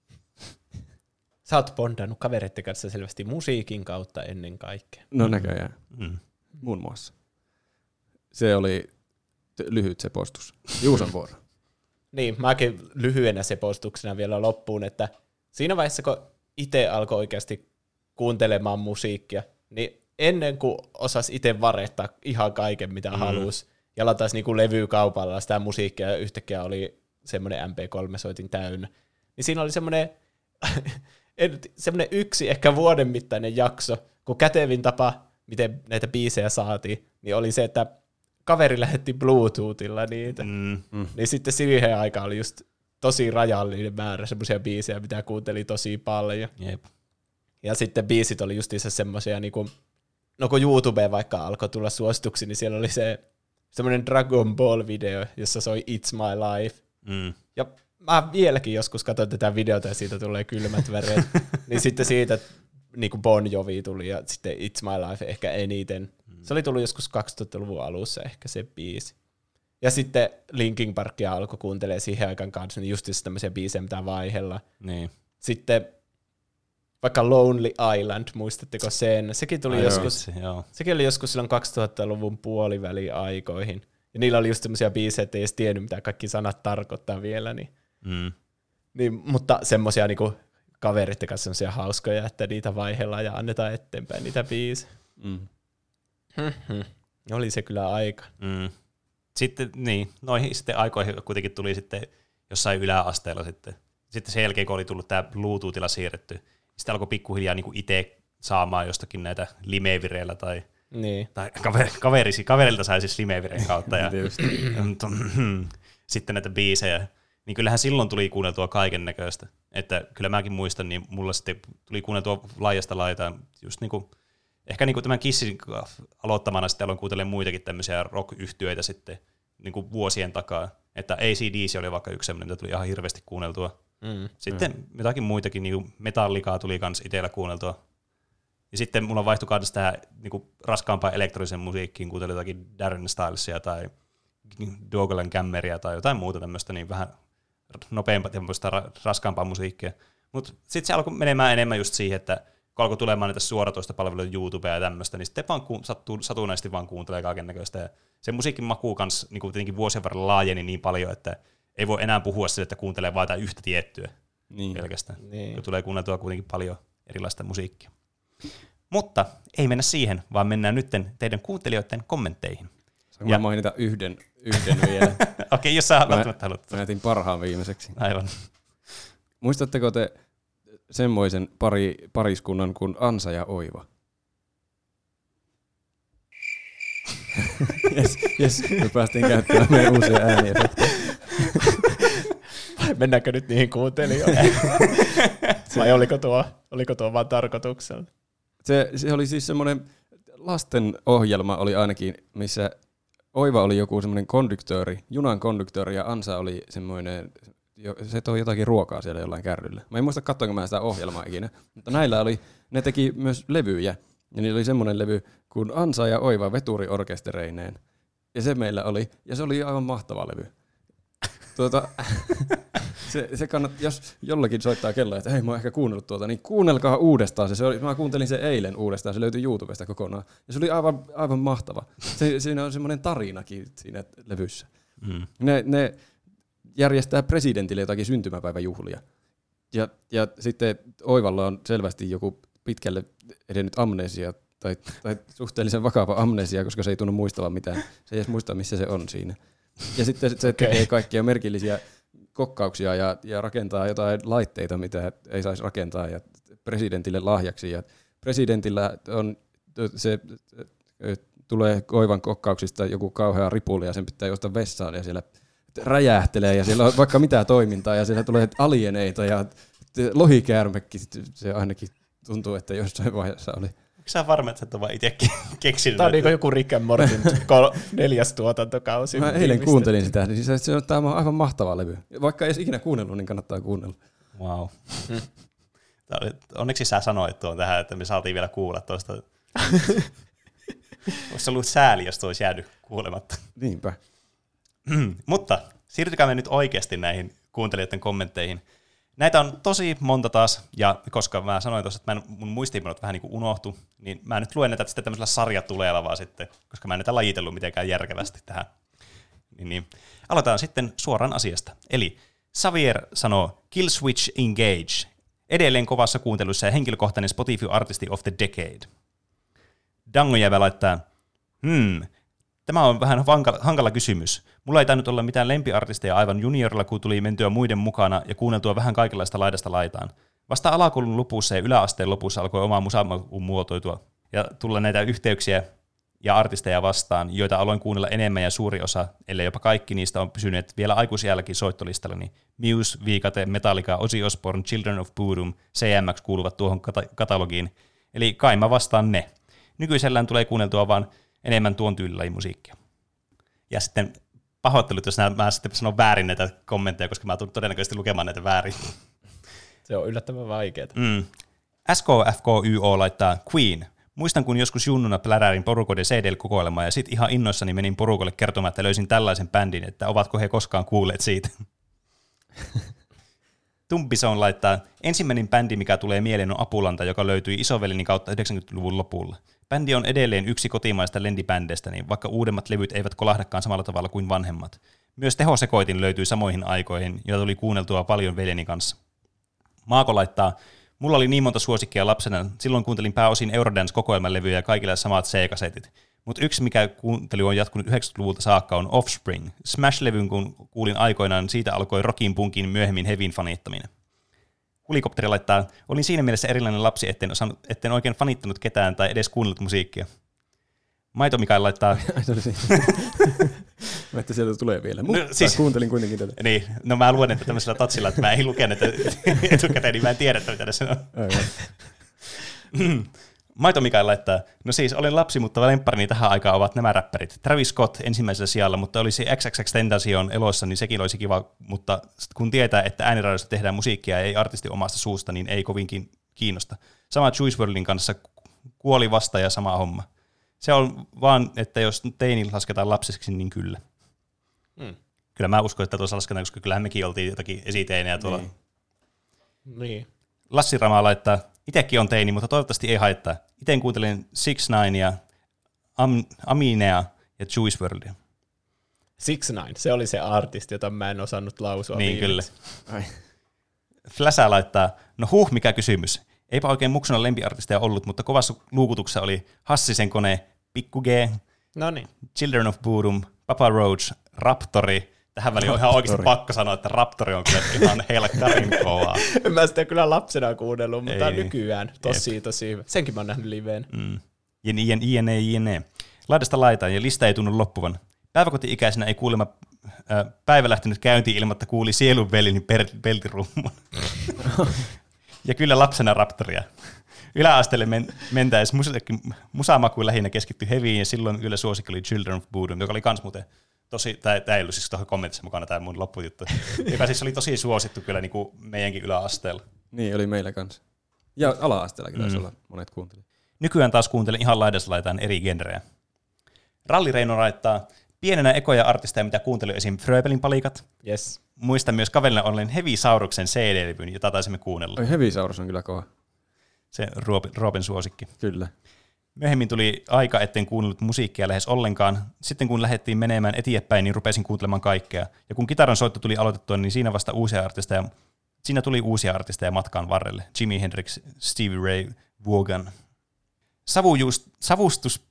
Sä oot bondannut kavereiden kanssa selvästi musiikin kautta ennen kaikkea. No näköjään, mm. muun muassa. Se oli t- lyhyt sepostus. Juuson vuoro. Niin, mäkin lyhyenä sepostuksena vielä loppuun, että siinä vaiheessa, kun itse alkoi oikeasti kuuntelemaan musiikkia, niin ennen kuin osasi itse varettaa ihan kaiken, mitä mm. halusi, ja lataisi niinku levykaupalla sitä musiikkia, ja yhtäkkiä oli semmoinen M P kolme -soitin täynnä, niin siinä oli semmoinen semmoinen yksi ehkä vuoden mittainen jakso, kun kätevin tapa, miten näitä biisejä saatiin, niin oli se, että kaveri lähetti Bluetoothilla niitä. Mm. Mm. Niin sitten siihen aikaan oli just tosi rajallinen määrä semmoisia biisejä, mitä kuuntelin tosi paljon. Jep. Ja sitten biisit oli justiinsa semmoisia, niin kuin, no kun YouTube vaikka alkoi tulla suosituksi, niin siellä oli se semmoinen Dragon Ball-video, jossa soi It's My Life. Mm. Ja mä vieläkin joskus katson tätä videota ja siitä tulee kylmät väreet. Niin sitten siitä niin kuin Bon Jovi tuli ja sitten It's My Life ehkä eniten. Mm. Se oli tullut joskus kaksituhattaluvun alussa ehkä se biisi. Ja sitten Linkin Parkia alkoi kuuntelemaan siihen aikaan kanssa, niin just tämmöisiä biisejä, mitä vaihella. Niin. Sitten vaikka Lonely Island, muistatteko sen? Sekin tuli Ai joskus, vitsi, joo. sekin oli joskus silloin kaksituhattaluvun puoliväliaikoihin. Ja niillä oli just semmoisia biisejä, että ei edes tiennyt, mitä kaikki sanat tarkoittaa vielä. Niin. Mm. Niin, mutta semmoisia niinku kaveritten kanssa semmoisia hauskoja, että niitä vaihellaan ja annetaan eteenpäin niitä biisejä. Mm. Oli se kyllä aika. Mm. Sitten niin, noihin sitten aikoihin kuitenkin tuli sitten jossain yläasteella sitten. Sitten sen jälkeen, kun oli tullut tämä Bluetoothilla siirretty, sitten alkoi pikkuhiljaa niin itse saamaan jostakin näitä limevireillä tai, niin. tai kaveri, kaverisi, kaverilta sai siis limevireen kautta. Ja, sitten näitä biisejä. Niin kyllähän silloin tuli kuunneltua kaiken näköistä. Että kyllä mäkin muistan, niin mulla sitten tuli kuunneltua laajasta laitaan. Just niin kuin, ehkä niin kuin tämän Kissin aloittamana sitten aloin kuuntelemaan muitakin tämmöisiä rock-yhtyeitä sitten niin kuin vuosien takaa. Että A C D C oli vaikka yksi semmoinen, mitä tuli ihan hirveästi kuunneltua. Mm, sitten mm. jotakin muitakin, niin kuin Metallicaa tuli kans itsellä kuunneltua. Ja sitten mulla vaihtui kanssa tähän niin raskaampaan elektronisen musiikkiin, kuten jotakin Darren Stylesia tai Douglas Cammeria tai jotain muuta tämmöistä, niin vähän nopeampaa ja raskaampaa musiikkia. Mutta sitten se alkoi menemään enemmän just siihen, että kun alkoi tulemaan niitä suoratoista palveluita YouTubea ja tämmöistä, niin sitten vaan ku, sattuu, satunnaisesti vaan kuuntelee kaikennäköistä. Ja se musiikin makuu kanssa niin kuitenkin vuosien varrella laajeni niin paljon, että ei voi enää puhua sille, että kuuntelee vain jotain yhtä tiettyä niin. pelkästään. Niin. Ja tulee kuunneltua kuitenkin paljon erilaista musiikkia. Mutta ei mennä siihen, vaan mennään nyt teidän kuuntelijoiden kommentteihin. Saanko ja... mä mainita yhden, yhden vielä? Okei, okay, jos sä välttämättä haluat. Mä jätin parhaan viimeiseksi. Aivan. Muistatteko te semmoisen pari, pariskunnan kuin Ansa ja Oiva? Jes, jes, me päästiin käyttämään meidän uusia ääniefektejä. Mennäänkö nyt niihin kuuntelijoihin? Vai oliko tuo, oliko tuo vaan tarkoituksella? Se, se oli siis semmoinen lasten ohjelma oli ainakin, missä Oiva oli joku semmoinen konduktööri, junan konduktööri ja Ansa oli semmoinen, se toi jotakin ruokaa siellä jollain kärryllä. Mä en muista katsoinko mä sitä ohjelmaa ikinä, mutta näillä oli, ne teki myös levyjä. Ja niillä oli semmoinen levy kuin Ansa ja Oiva veturiorkestereineen. Ja se meillä oli, ja se oli aivan mahtava levy. Tuota, se, se kannat, jos jollakin soittaa kello, että hei mä oon ehkä kuunnellut tuota, niin kuunnelkaa uudestaan se. se oli, mä kuuntelin sen eilen uudestaan, se löytyi YouTubesta kokonaan. Ja se oli aivan, aivan mahtava. Se, siinä on semmoinen tarinakin siinä levyssä. Mm. Ne, ne järjestää presidentille jotakin syntymäpäiväjuhlia. Ja, ja sitten Oivalla on selvästi joku pitkälle edennyt amnesia tai, tai suhteellisen vakava amnesia, koska se ei tunnu muistavan mitään. Se ei edes muista, missä se on siinä. Ja sitten se okay. tekee kaikkia merkillisiä kokkauksia ja, ja rakentaa jotain laitteita, mitä ei saisi rakentaa ja presidentille lahjaksi. Ja presidentillä on se tulee Oivan kokkauksista joku kauhea ripuli ja sen pitää juosta vessaan ja siellä räjähtelee ja siellä on vaikka mitä toimintaa ja siellä tulee alieneita ja lohikäärmekin, se ainakin tuntuu, että jossain vaiheessa oli. Onko sä varma, että sä et ole vaan itse keksinyt? Tämä on niin kuin joku Rick and Mortin neljäs tuotantokausi. Mä eilen kuuntelin sitä, niin siis se on, tämä on aivan mahtava levy. Vaikka ei edes ikinä kuunnellut, niin kannattaa kuunnella. Wow. Onneksi sä sanoit tuon tähän, että me saatiin vielä kuulla tuosta. Olisi ollut sääli, jos tuo olisi jäänyt kuulematta. Niinpä. Mutta siirtykäämme nyt oikeasti näihin kuuntelijoiden kommentteihin. Näitä on tosi monta taas, ja koska mä sanoin tuossa, että mä en, mun muistiinpanot vähän niin kuin unohtu, niin mä nyt luen näitä sitten tämmöisellä sarjatuleella vaan sitten, koska mä en näitä lajitellut mitenkään järkevästi tähän. Niin, niin. Aloitetaan sitten suoraan asiasta. Eli Xavier sanoo Kill Switch Engage. Edelleen kovassa kuuntelussa ja henkilökohtainen Spotify Artisti of the Decade. Dangojävä laittaa, hmm, tämä on vähän hankala, hankala kysymys. Mulla ei tainnut olla mitään lempiartisteja aivan juniorilla, kun tuli mentyä muiden mukana ja kuunneltua vähän kaikenlaista laidasta laitaan. Vasta alakoulun lopussa ja yläasteen lopussa alkoi oma musamaku muotoitua ja tulla näitä yhteyksiä ja artisteja vastaan, joita aloin kuunnella enemmän ja suuri osa, ellei jopa kaikki niistä on pysyneet vielä aikuisiälläkin soittolistallani. Muse, Viikate, Metallica, Ozzy Osbourne, Children of Bodom, C M X kuuluvat tuohon kata- katalogiin. Eli kai mä vastaan ne. Nykyisellään tulee kuunneltua vaan enemmän tuon tyylilajin musiikkia. Ja sitten pahoittelut, jos mä sitten sanon väärin näitä kommentteja, koska mä tulen todennäköisesti lukemaan näitä väärin. Se on yllättävän vaikeaa. Mm. S K F K Y O laittaa Queen. Muistan, kun joskus junnuna plärärin porukoiden C D-kokoelmaa ja sit ihan innoissani menin porukolle kertomaan, että löysin tällaisen bändin, että ovatko he koskaan kuulleet siitä. Tumpison laittaa, ensimmäinen bändi, mikä tulee mieleen, on Apulanta, joka löytyi isovelini kautta yhdeksänkymmentäluvun lopulla. Bändi on edelleen yksi kotimaista lendibändeistä, niin vaikka uudemmat levyt eivät kolahdakaan samalla tavalla kuin vanhemmat. Myös tehosekoitin löytyi samoihin aikoihin, joita tuli kuunneltua paljon veljeni kanssa. Maako laittaa, mulla oli niin monta suosikkia lapsena, silloin kuuntelin pääosin Eurodance-kokoelmalevyjä ja kaikilla samat C-kasetit. Mutta yksi, mikä kuuntelu on jatkunut yhdeksänkymmentäluvulta saakka, on Offspring. Smash-levyn, kun kuulin aikoinaan, siitä alkoi rockin, punkin, myöhemmin hevin fanittaminen. Helikopteri laittaa, olin siinä mielessä erilainen lapsi, etten, osannut, etten oikein fanittanut ketään tai edes kuunnellut musiikkia. Maito Mikael laittaa... Mä että sieltä tulee vielä, mutta no, siis, kuuntelin kuitenkin tätä. Niin, no mä luen, että tämmöisellä tatsilla, että mä en lukenut etukäteen, niin mä en tiedä, että mitä tässä on. Maito Mikael laittaa, no siis olen lapsi, mutta lempparini tähän aikaan ovat nämä räppärit. Travis Scott ensimmäisellä sijalla, mutta olisi X X X Tentacion elossa, niin sekin olisi kiva, mutta kun tietää, että ääniraidosta tehdään musiikkia ja ei artisti omasta suusta, niin ei kovinkin kiinnosta. Sama Juice worldin kanssa kuoli vasta ja sama homma. Se on vaan, että jos teini lasketaan lapseksi, niin kyllä. Hmm. Kyllä mä uskon, että tuossa lasketaan, koska kyllähän mekin oltiin jotakin esiteinejä tuolla. Niin. niin. Lassi Rama laittaa, itekin on teini, mutta toivottavasti ei haittaa. Iten kuuntelin six nineia, Am- Aminea ja Juice worldia. six nine, se oli se artisti, jota mä en osannut lausua Niin viimeksi. kyllä. Ai. Flasha laittaa, no huh, mikä kysymys. Eipä oikein muksuna lempiartisteja ollut, mutta kovassa luukutuksessa oli Hassisen kone, Pikku G, No niin. Children of Bodom, Papa Roach, Raptori. Tähän väliin on ihan oikeasti pakko sanoa, että Raptori on kyllä ihan helkkarin kovaa. En mä sitä kyllä lapsena kuunnellut, mutta Ei. nykyään tosi tosi hyvä. Senkin mä oon nähnyt liveen. Mm. Jne, jne, jne. Laidasta laitaan ja lista ei tunnu loppuvan. Päiväkoti-ikäisenä ei kuulemma äh, päivä lähtenyt käyntiin ilman, että kuuli sielun velin peltirumman. Ja kyllä lapsena Raptoria. Yläasteelle men- mentäessä mus- musamakuun lähinnä keskittyi heviin ja silloin kyllä suosikki oli Children of Bodom, joka oli kans muuten tosi, tämä ei ollut siis tuohon kommentissa mukana tämä mun loppujuttu, joka siis oli tosi suosittu kyllä niin kuin meidänkin yläasteella. Niin, oli meillä kanssa. Ja ala-asteellakin taisi Mm. olla monet kuuntelijat. Nykyään taas kuuntelen ihan laidassa laitaan eri genrejä. Ralli Reino laittaa, pienenä ekoja artisteja, mitä kuuntelin esim. Fröbelin palikat. Yes. Muistan myös kaverina ollen Heavy Sauruksen C D-levyn, jota taisimme kuunnella. Oi, Heavisaurus on kyllä kova. Se Roopen, Roopen suosikki. Kyllä. Myöhemmin tuli aika, etten kuunnellut musiikkia lähes ollenkaan. Sitten kun lähdettiin menemään eteenpäin, niin rupesin kuuntelemaan kaikkea. Ja kun kitaran soitto tuli aloitettua, niin siinä vasta uusia artisteja, siinä tuli uusia artisteja matkaan varrelle. Jimi Hendrix, Stevie Ray Vaughan. Savujuust, savustus...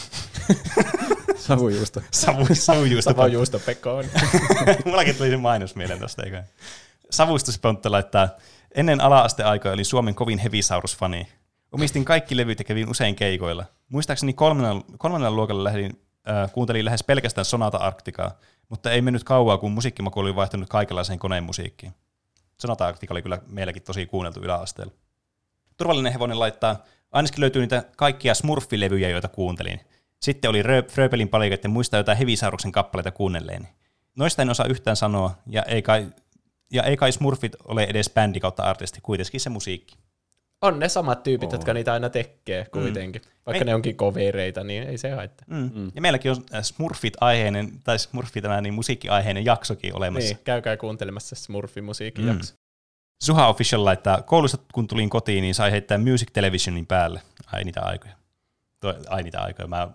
Savujuusto. Savu, savujuusto. Savujuusto Pekko on. Mullakin tuli se mainos mieleen tuosta. Eikö? Savustuspontta laittaa, ennen ala-asteaikoja olin Suomen kovin Heavisaurus-fani. Omistin kaikki levyt ja kävin usein keikoilla. Muistaakseni kolmannella, kolmannella luokalla lähdin, äh, kuuntelin lähes pelkästään Sonata Arcticaa, mutta ei mennyt kauaa, kun musiikkimaku oli vaihtunut kaikenlaiseen koneen musiikkiin. Sonata Arctica oli kyllä meilläkin tosi kuunneltu yläasteella. Turvallinen hevonen laittaa, ainakin löytyy niitä kaikkia Smurfi-levyjä, joita kuuntelin. Sitten oli Fröbelin palikat ja muista jotain Heavisauruksen kappaleita kuunnelleeni. Noista en osaa yhtään sanoa, ja ei kai, ja ei kai Smurfit ole edes bändi kautta artisti, kuitenkin se musiikki. On ne samat tyypit, Oo. jotka niitä aina tekee kuitenkin. Mm. Vaikka Me- ne onkin covereita, niin ei se haittaa. Mm. Mm. Ja meilläkin on Smurfit-aiheinen, tai Smurfi tämä niin musiikkiaiheinen jaksokin olemassa. Niin, käykää kuuntelemassa Smurfi-musiikkijakso. Mm. Suha Official laittaa, koulusta kun tulin kotiin, niin sai heittää Music Televisionin päälle. Ai niitä aikoja. Tuo, ai niitä aikoja. Mä,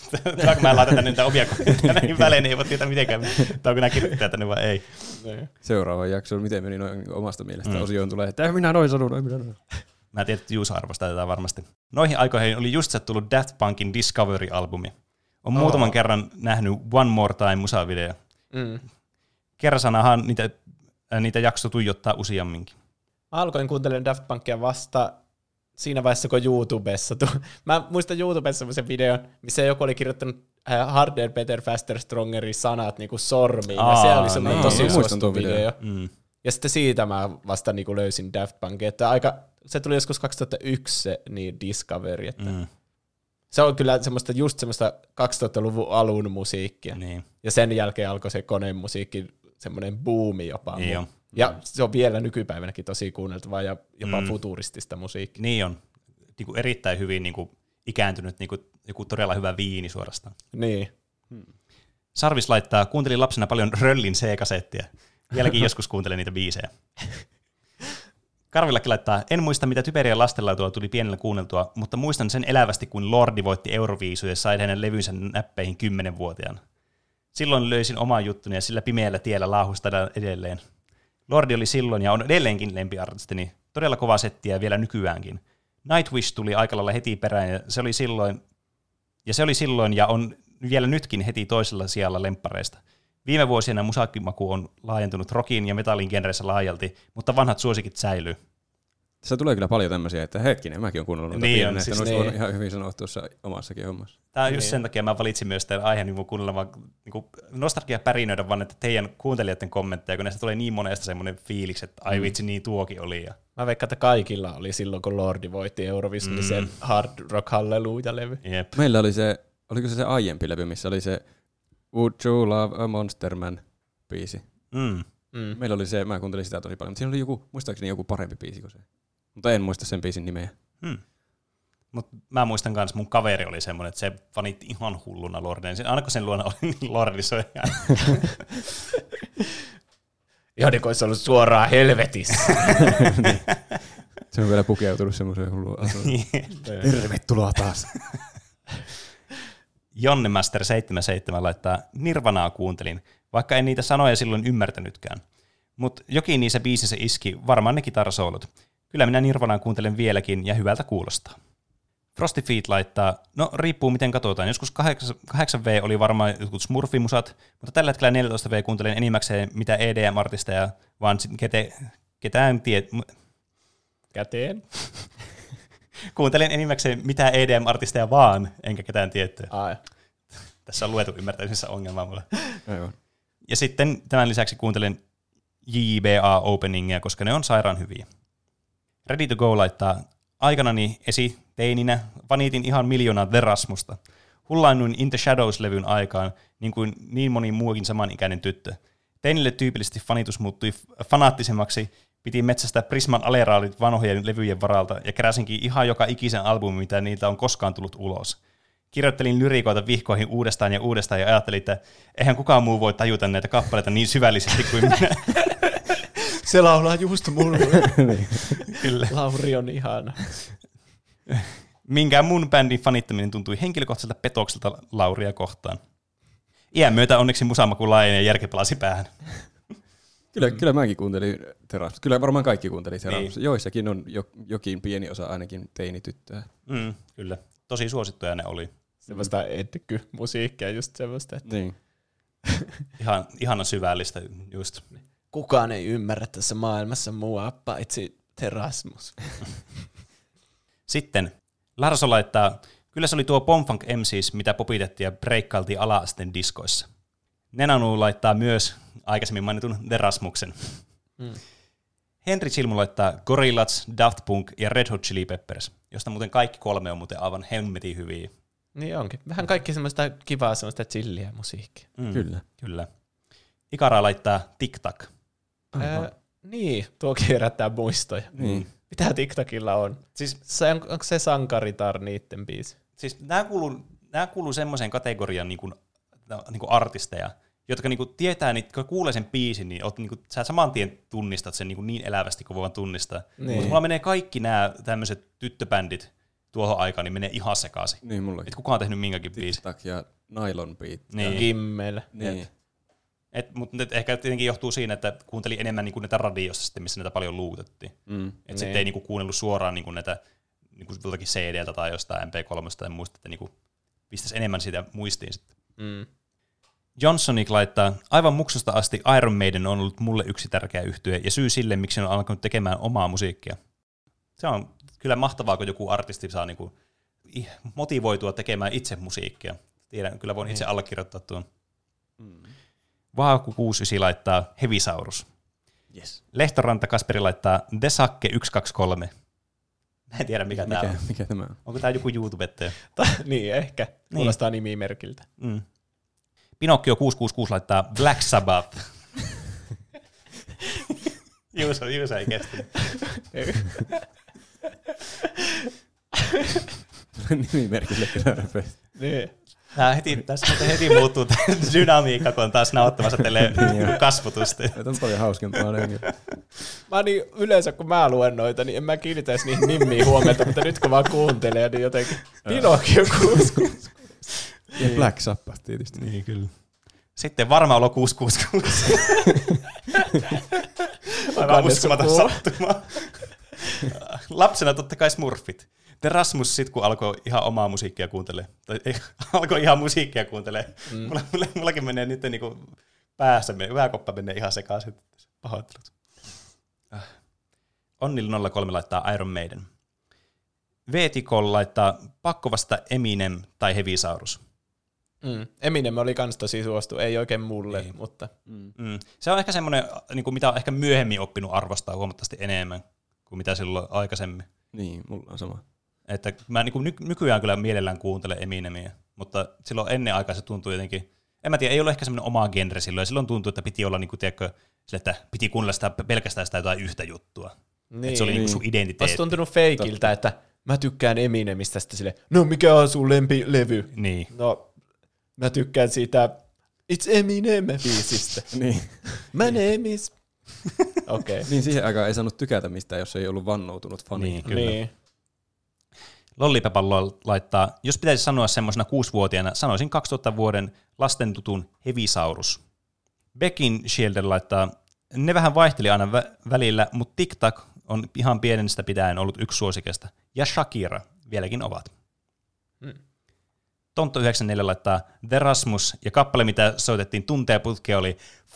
kun mä laitan tänne niitä omia kommentteja näihin välein, niin ei voi tietää mitenkään, onko nämä kirjoittajia tänne vai ei. Niin. Seuraava jakso, miten meni noin omasta mielestä Mm. osioon tulee, että en minä noin sano, noin minä noin. Mä tiedän, että Juuso arvostaa tätä varmasti. Noihin aikoihin oli just tullut Daft Punkin Discovery-albumi. On Oh. muutaman kerran nähnyt One More Time musavideo. Mm. Kerrasanahan niitä, äh, niitä jakso tuijottaa useamminkin. Mä alkoin kuuntelemaan Daft Punkia vasta siinä vaiheessa, kun YouTubessa tuli. Mä muistan YouTubessa semmoisen videon, missä joku oli kirjoittanut äh, Harder, Better, Faster, Strongerin sanat niinku sormiin. Aa, ja se oli semmoinen niin. tosi Mä muistan suosittu tuon video. videon. Mm. Ja sitten siitä mä vasta niinku löysin Daft Punkin. Että aika, se tuli joskus kaksituhattayksi se niin Discovery. Että Mm. se on kyllä semmoista, just semmoista kaksituhattaluvun alun musiikkia. Niin. Ja sen jälkeen alkoi se konemusiikki, semmoinen buumi jopa. Niin on. Ja se on vielä nykypäivänäkin tosi kuunneltavaa ja jopa Mm. futuristista musiikkia. Niin on. Niin kuin erittäin hyvin niin kuin ikääntynyt, niin kuin joku todella hyvä viini suorastaan. Niin. Sarvis laittaa, kuuntelin lapsena paljon Röllin C-kasettia. Vieläkin joskus kuuntelen niitä biisejä. Karvillakin laittaa, en muista mitä typeriä lastenlautua tuli pienellä kuunneltua, mutta muistan sen elävästi, kun Lordi voitti Euroviisuja ja sai hänen levynsä näppeihin kymmenenvuotiaana. Silloin löysin oman juttuni ja sillä pimeällä tiellä laahustada edelleen. Lordi oli silloin ja on edelleenkin lempiartistini. Todella kova settiä vielä nykyäänkin. Nightwish tuli aika lailla heti perään ja se oli silloin, ja se oli silloin ja on vielä nytkin heti toisella sijalla lemppareista. Viime vuosina musiikkimaku on laajentunut rockin ja metallin genreissä laajalti, mutta vanhat suosikit säilyy. Tässä tulee kyllä paljon tämmöisiä, että hetkinen, mäkin olen kuunnellut noita Niin pienenä, on, että siis ne olisi niin. voinut ihan hyvin sanoa tuossa omassakin hommassa. Tämä on just Niin. sen takia mä valitsin myös tämän aiheen niin kuunnella vaan niin nostalgia pärinöidä vaan että teidän kuuntelijoiden kommentteja, kun näistä tulee niin monesta semmoinen fiiliksi, että ai vitsi, niin tuokin oli. Ja... Mä veikkaan, että kaikilla oli silloin, kun Lordi voitti Eurovision, niin se Hard Rock Hallelujah-levy. Jep. Meillä oli se, oliko se se aiempi levy, missä oli se Would You Love a Monster Man -biisi. Mm. Mm. Meillä oli se, mä kuuntelin sitä tosi paljon, mutta siinä oli joku, muistaakseni joku parempi biisi kuin se. Mutta en muista sen biisin nimeä. Hmm. Mutta mä muistan myös, mun kaveri oli semmoinen, että se fanitti ihan hulluna Lordeen. Aina kun sen luona oli, niin Lordisoija. Ihan niin kuin olisi ollut suoraan helvetissä. Se on vielä pukeutunut semmoiseen hulluun asuun. Tervetuloa taas. Jonne Master seitsemänkymmentäseitsemän laittaa, Nirvanaa kuuntelin, vaikka en niitä sanoja silloin ymmärtänytkään. Mutta jokin niissä biisissä iski, varmaan ne kitarasoolut. Kyllä minä Nirvanaa kuuntelen vieläkin ja hyvältä kuulostaa. Frosty Feet laittaa, no riippuu miten katsotaan. Joskus kahdeksan V oli varmaan jotkut smurfimusat, mutta tällä hetkellä neljätoista V kuuntelen enimmäkseen mitä E D M-artisteja, vaan kete, ketään tiet... Käteen. Kuuntelen enimmäkseen mitä E D M-artisteja vaan, enkä ketään tiettyä. Ai. Tässä on luettu ymmärtämisessä ongelmaa mulle. Aivan. Ja sitten tämän lisäksi kuuntelen J B A-openingia, koska ne on sairaan hyviä. Ready to Go laittaa, aikanani esi teininä vanitin ihan miljoonaa The Rasmusta. Hullaannuin In the Shadows-levyn aikaan, niin kuin niin moni muukin samanikäinen tyttö. Teinille tyypillisesti fanitus muuttui fanaattisemmaksi, piti metsästää Prisman aleraalit vanhojen levyjen varalta ja keräsinkin ihan joka ikisen albumi, mitä niiltä on koskaan tullut ulos. Kirjoittelin lyrikoita vihkoihin uudestaan ja uudestaan ja ajattelin, että eihän kukaan muu voi tajuta näitä kappaleita niin syvällisesti kuin minä. Se laulaa just mulle. Kyllä. Lauri on ihana. Minkään mun bändin fanittaminen tuntui henkilökohtaiselta petokselta Lauria kohtaan. Iän myötä onneksi musamaku laajeni ja järki palasi päähän. Kyllä, kyllä mäkin kuuntelin Terasmus. Kyllä varmaan kaikki kuunteli Terasmus. Niin. Joissakin on jo, jokin pieni osa ainakin teinityttöä. Mm, kyllä. Tosi suosittuja ne oli. Semmoista etky-musiikkia, just semmoista. Että Niin. Ihan, ihana syvällistä just. kukaan ei ymmärrä tässä maailmassa mua, paitsi Terasmus. Sitten Larso laittaa, kyllä se oli tuo Pomfunk M Cs, mitä popitettiin ja breikkailtiin ala-asteen diskoissa. Nenanu laittaa myös aikaisemmin mainitun Terasmuksen. Mm. Henry Chilmu laittaa Gorillaz, Daft Punk ja Red Hot Chili Peppers, josta muuten kaikki kolme on muuten aivan hemmetin hyviä. Niin onkin. Vähän kaikki semmoista kivaa, semmoista chilliä musiikkia. Mm, Kyllä. Kyllä. Ikara laittaa TikTok. Ää, niin, tuokin herättää muistoja. Niin. Mitä TikTokilla on? Siis, Se on, onko se Sankaritar niitten biisi? siis nämä kuuluu, nämä kuuluu semmoiseen kategoriaan niin kuin, niin kuin artisteja, jotka niin kuin tietää, niin, kun kuulee sen biisin, niin, oot, niin kuin, sä saman tien tunnistat sen niin, kuin niin elävästi kuin voin tunnistaa. Niin. Mutta mulla menee kaikki nämä tämmöiset tyttöbändit tuohon aikaan, niin menee ihan sekaisin. Niin, mulla Et kuka on tehnyt minkäkin biisin. TikTok ja Nylon Beat. Niin. Kimmel. Niin. Et, mutta nyt ehkä tietenkin johtuu siinä, että kuuntelin enemmän niinku näitä radiossa sitten, missä näitä paljon luutettiin. Mm. Että Niin. sitten ei niinku kuunnellut suoraan niinku näitä niinku joltakin C D:ltä tai jostain M P kolme tai muista, että niinku pistäisi enemmän sitä muistiin sitten. Mm. Johnsonic laittaa, aivan muksusta asti Iron Maiden on ollut mulle yksi tärkeä yhtye ja syy sille, miksi on alkanut tekemään omaa musiikkia. Se on kyllä mahtavaa, kun joku artisti saa niinku motivoitua tekemään itse musiikkia. Tiedän, kyllä voin itse allekirjoittaa tuon. Mm. Vaaku kuusikymmentäyhdeksän laittaa Hevisaurus. Yes. Lehtoranta Kasperi laittaa Desakke yksi kaksi kolme. Mä en tiedä, mikä, mikä tämä on. Mikä tämä on? Onko tämä joku YouTubettaja? Niin, ehkä. Kuulostaa nimimerkiltä. Mm. Pinokkio kuusi kuusi kuusi laittaa Black Sabbath. Juuso, Juuso ei kestänyt. Nimimerkille kyllä röpeistä. Niin. Tää heti, tässä heti muuttuu tämä dynamiikka, kun on taas nauhoittamassa tälleen kasvotusti. Tämä on paljon hauskempaa. Mä niin yleensä kun mä luen noita, niin en mä kiinnitäisi niihin nimiin huomiota, mutta nyt kun mä kuuntelen, niin jotenkin Pinokio kuusi kuusi. Ja Black Sabbath tietysti. Niin, kyllä. Sitten varma olo kuusi kuusi kuusi. Aivan uskomaton sattuma. Lapsena totta kai Smurfit. Terasmus sit kun alkoi ihan omaa musiikkia kuuntelee. Tai ei, alkoi ihan musiikkia kuuntelee. Mm. Mulla, mulla, mullakin menee nyt niinku päässä, yläkoppa menee ihan sekaisin. Pahoittelut. Onnil nolla kolme laittaa Iron Maiden. Vetikol laittaa pakko vasta Eminem tai Hevisaurus. Mm. Eminem oli kans tosi suostu, ei oikein mulle, Niin. mutta... Mm. Mm. Se on ehkä semmoinen, niin mitä on ehkä myöhemmin oppinut arvostaa huomattavasti enemmän kuin mitä silloin aikaisemmin. Niin, mulla on sama. Että mä niin kuin ny- nykyään kyllä mielellään kuuntelen Eminemiä, mutta silloin ennen aikaa se tuntui jotenkin, en mä tiedä, ei ole ehkä semmoinen oma genre silloin, ja silloin tuntui, että piti olla, niin kuin, tiedätkö, sille, että piti kuunnella sitä, pelkästään sitä jotain yhtä juttua. Niin. Että se oli niin. Niin sun identiteetti. Olisi tuntunut feikiltä, että mä tykkään Eminemistä, sitten silleen, no mikä on sun lempilevy? Niin. No, mä tykkään siitä It's Eminem-biisistä. Niin. My name is... Okei. Okay. Niin siihen aikaan ei saanut tykätä mistään, jos ei ollut vannoutunut fani. Niin, kyllä. Niin. Lollipepallo laittaa, jos pitäisi sanoa semmoisena kuusivuotiaana, sanoisin kaksituhatta vuoden lasten tutun Hevisaurus. Beckin Shielder laittaa, ne vähän vaihteli aina vä- välillä, mutta TikTok on ihan pienestä pitäen ollut yksi suosikesta. Ja Shakira vieläkin ovat. Hmm. Tontto yhdeksänkymmentäneljä laittaa The Rasmus, ja kappale, mitä soitettiin tunteja putkea, oli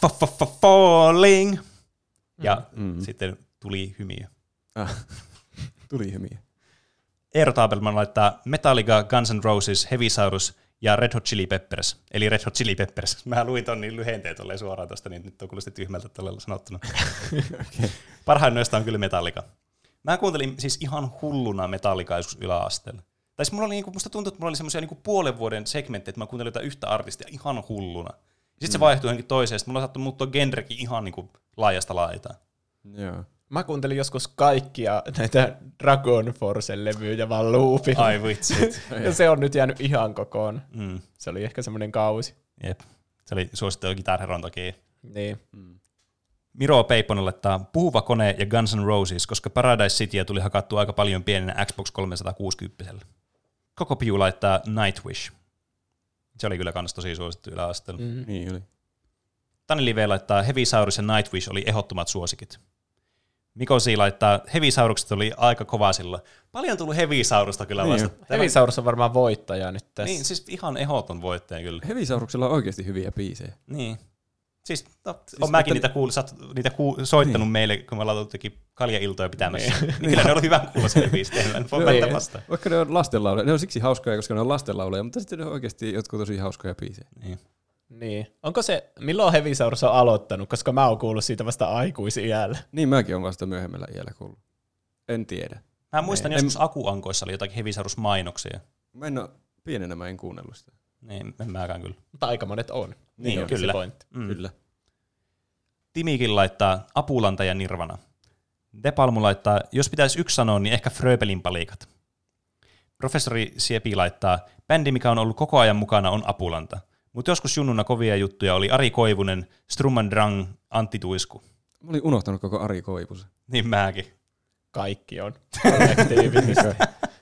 Falling. Ja Mm-hmm. sitten tuli hymiö. Ah, tuli hymiä. Eero Taabelman laittaa Metallica, Guns N' Roses, Heavisaurus ja Red Hot Chili Peppers. Eli Red Hot Chili Peppers. Mä luin ton niin lyhenteen tolleen suoraan tosta, niin nyt on kuulosti tyhmältä tolleen sanottuna. Okay. Parhain noista on kyllä Metallica. Mä kuuntelin siis ihan hulluna Metallicaa joskus yläasteella. Tai siis mulla oli, musta tuntuu, että mulla oli semmosia niinku puolen vuoden segmenttejä, että mä kuuntelin jotain yhtä artistia ihan hulluna. Sitten mm. se vaihtui johonkin toiseen, sitten mulla saattoi muuttua genrekin ihan niinku laajasta laitaan. Joo. Mä kuuntelin joskus kaikkia näitä Dragon Force-levyjä vaan loopilla. Ai vitsit. Ja se on nyt jäänyt ihan kokoon. Mm. Se oli ehkä semmoinen kausi. Jep. Se oli suosittu Guitar Heron takia. Niin. Mm. Miro Peiponen laittaa Puhuva kone ja Guns N' Roses, koska Paradise Cityä tuli hakattua aika paljon pienenä Xbox kolmesataakuusikymmentä. Koko Piu laittaa Nightwish. Se oli kyllä kans tosi suosittu yläasteella. Mm. Niin oli. Tani Live laittaa Heavisaurus ja Nightwish oli ehdottomat suosikit. Miko C laittaa Heavisaurukset oli aika kova silloin. Paljon tullut Heavisaurusta kyllä Niin vasta. jo. Heavisaurus on varmaan voittaja nyt tässä. Niin, siis ihan ehdoton voittaja kyllä. Heavisauruksella on oikeasti hyviä biisejä. Niin. Siis, no, siis Siis on mäkin että- niitä, kuul, sat, niitä kuul, soittanut Niin. meille, kun me ollaan jotenkin kaljailtoja pitämässä. Niin. Niin kyllä ne on ollut hyvän kuulosia biisejä, en voi Joo. väittää vastaan. Vaikka ne on lastenlauleja. Ne on siksi hauskoja, koska ne on lastenlauleja, mutta sitten ne on oikeasti jotkut tosi hauskoja biisejä. Niin. Niin. Onko se, milloin Heavisaurus on aloittanut, koska mä oon kuullut siitä vasta aikuisiällä. Niin mäkin on vasta myöhemmällä iällä kuullut. En tiedä. Mä muistan Ei, joskus en- Akuankoissa oli jotakin Heavisaurus-mainoksia. Mä en oo, pienenä mä en kuunnellut sitä. Niin, en mäkään kyllä. Mutta aika monet on. Niin, on kyllä. Se pointti. Mm. Kyllä. Timikin laittaa Apulanta ja Nirvana. Depalmu laittaa, jos pitäisi yksi sanoa, niin ehkä Fröbelin palikat. Professori Siepi laittaa, bändi, mikä on ollut koko ajan mukana, on Apulanta. Mutta joskus junnuna kovia juttuja oli Ari Koivunen, Strumman Drang, Antti Tuisku. Mä olin unohtanut koko Ari Koivusen. Niin mäkin. Kaikki on kollektiivisesti.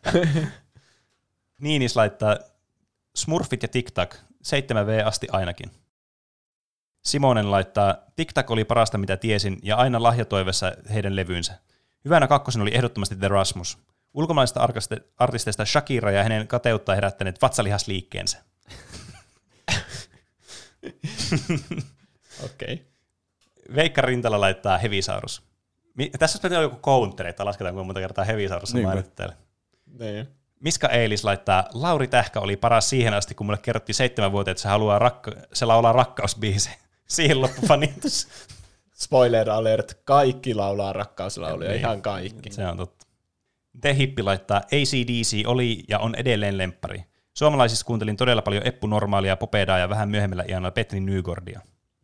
Niinis laittaa Smurfit ja TikTok, seitsemän vuotta asti ainakin. Simonen laittaa, TikTok oli parasta mitä tiesin ja aina lahjatoivessa heidän levynsä. Hyvänä kakkosen oli ehdottomasti The Rasmus. Ulkomaalaisista artisteista Shakira ja hänen kateuttaa herättäneet vatsalihasliikkeensä. Okei. Okay. Veikka Rintala laittaa Heavisaurus. Mi- Tässä olisi joku counteri, että lasketaan kuinka monta kertaa Heavisaurus on Niinpä. mainittu täällä. Niin. Miska Eilis laittaa, Lauri Tähkä oli paras siihen asti, kun mulle kerrottiin seitsemän vuotta, että se haluaa rakka- se laulaa rakkausbiisejä. Siihen loppu fanitus. Spoiler alert, kaikki laulaa rakkauslauluja, Niin. ihan kaikki. Se on totta. The Hippi laittaa, A C D C oli ja on edelleen lemppari. Suomalaisissa kuuntelin todella paljon Eppu Normaalia, Popedaa ja vähän myöhemmällä iällä Petri Nygårdia.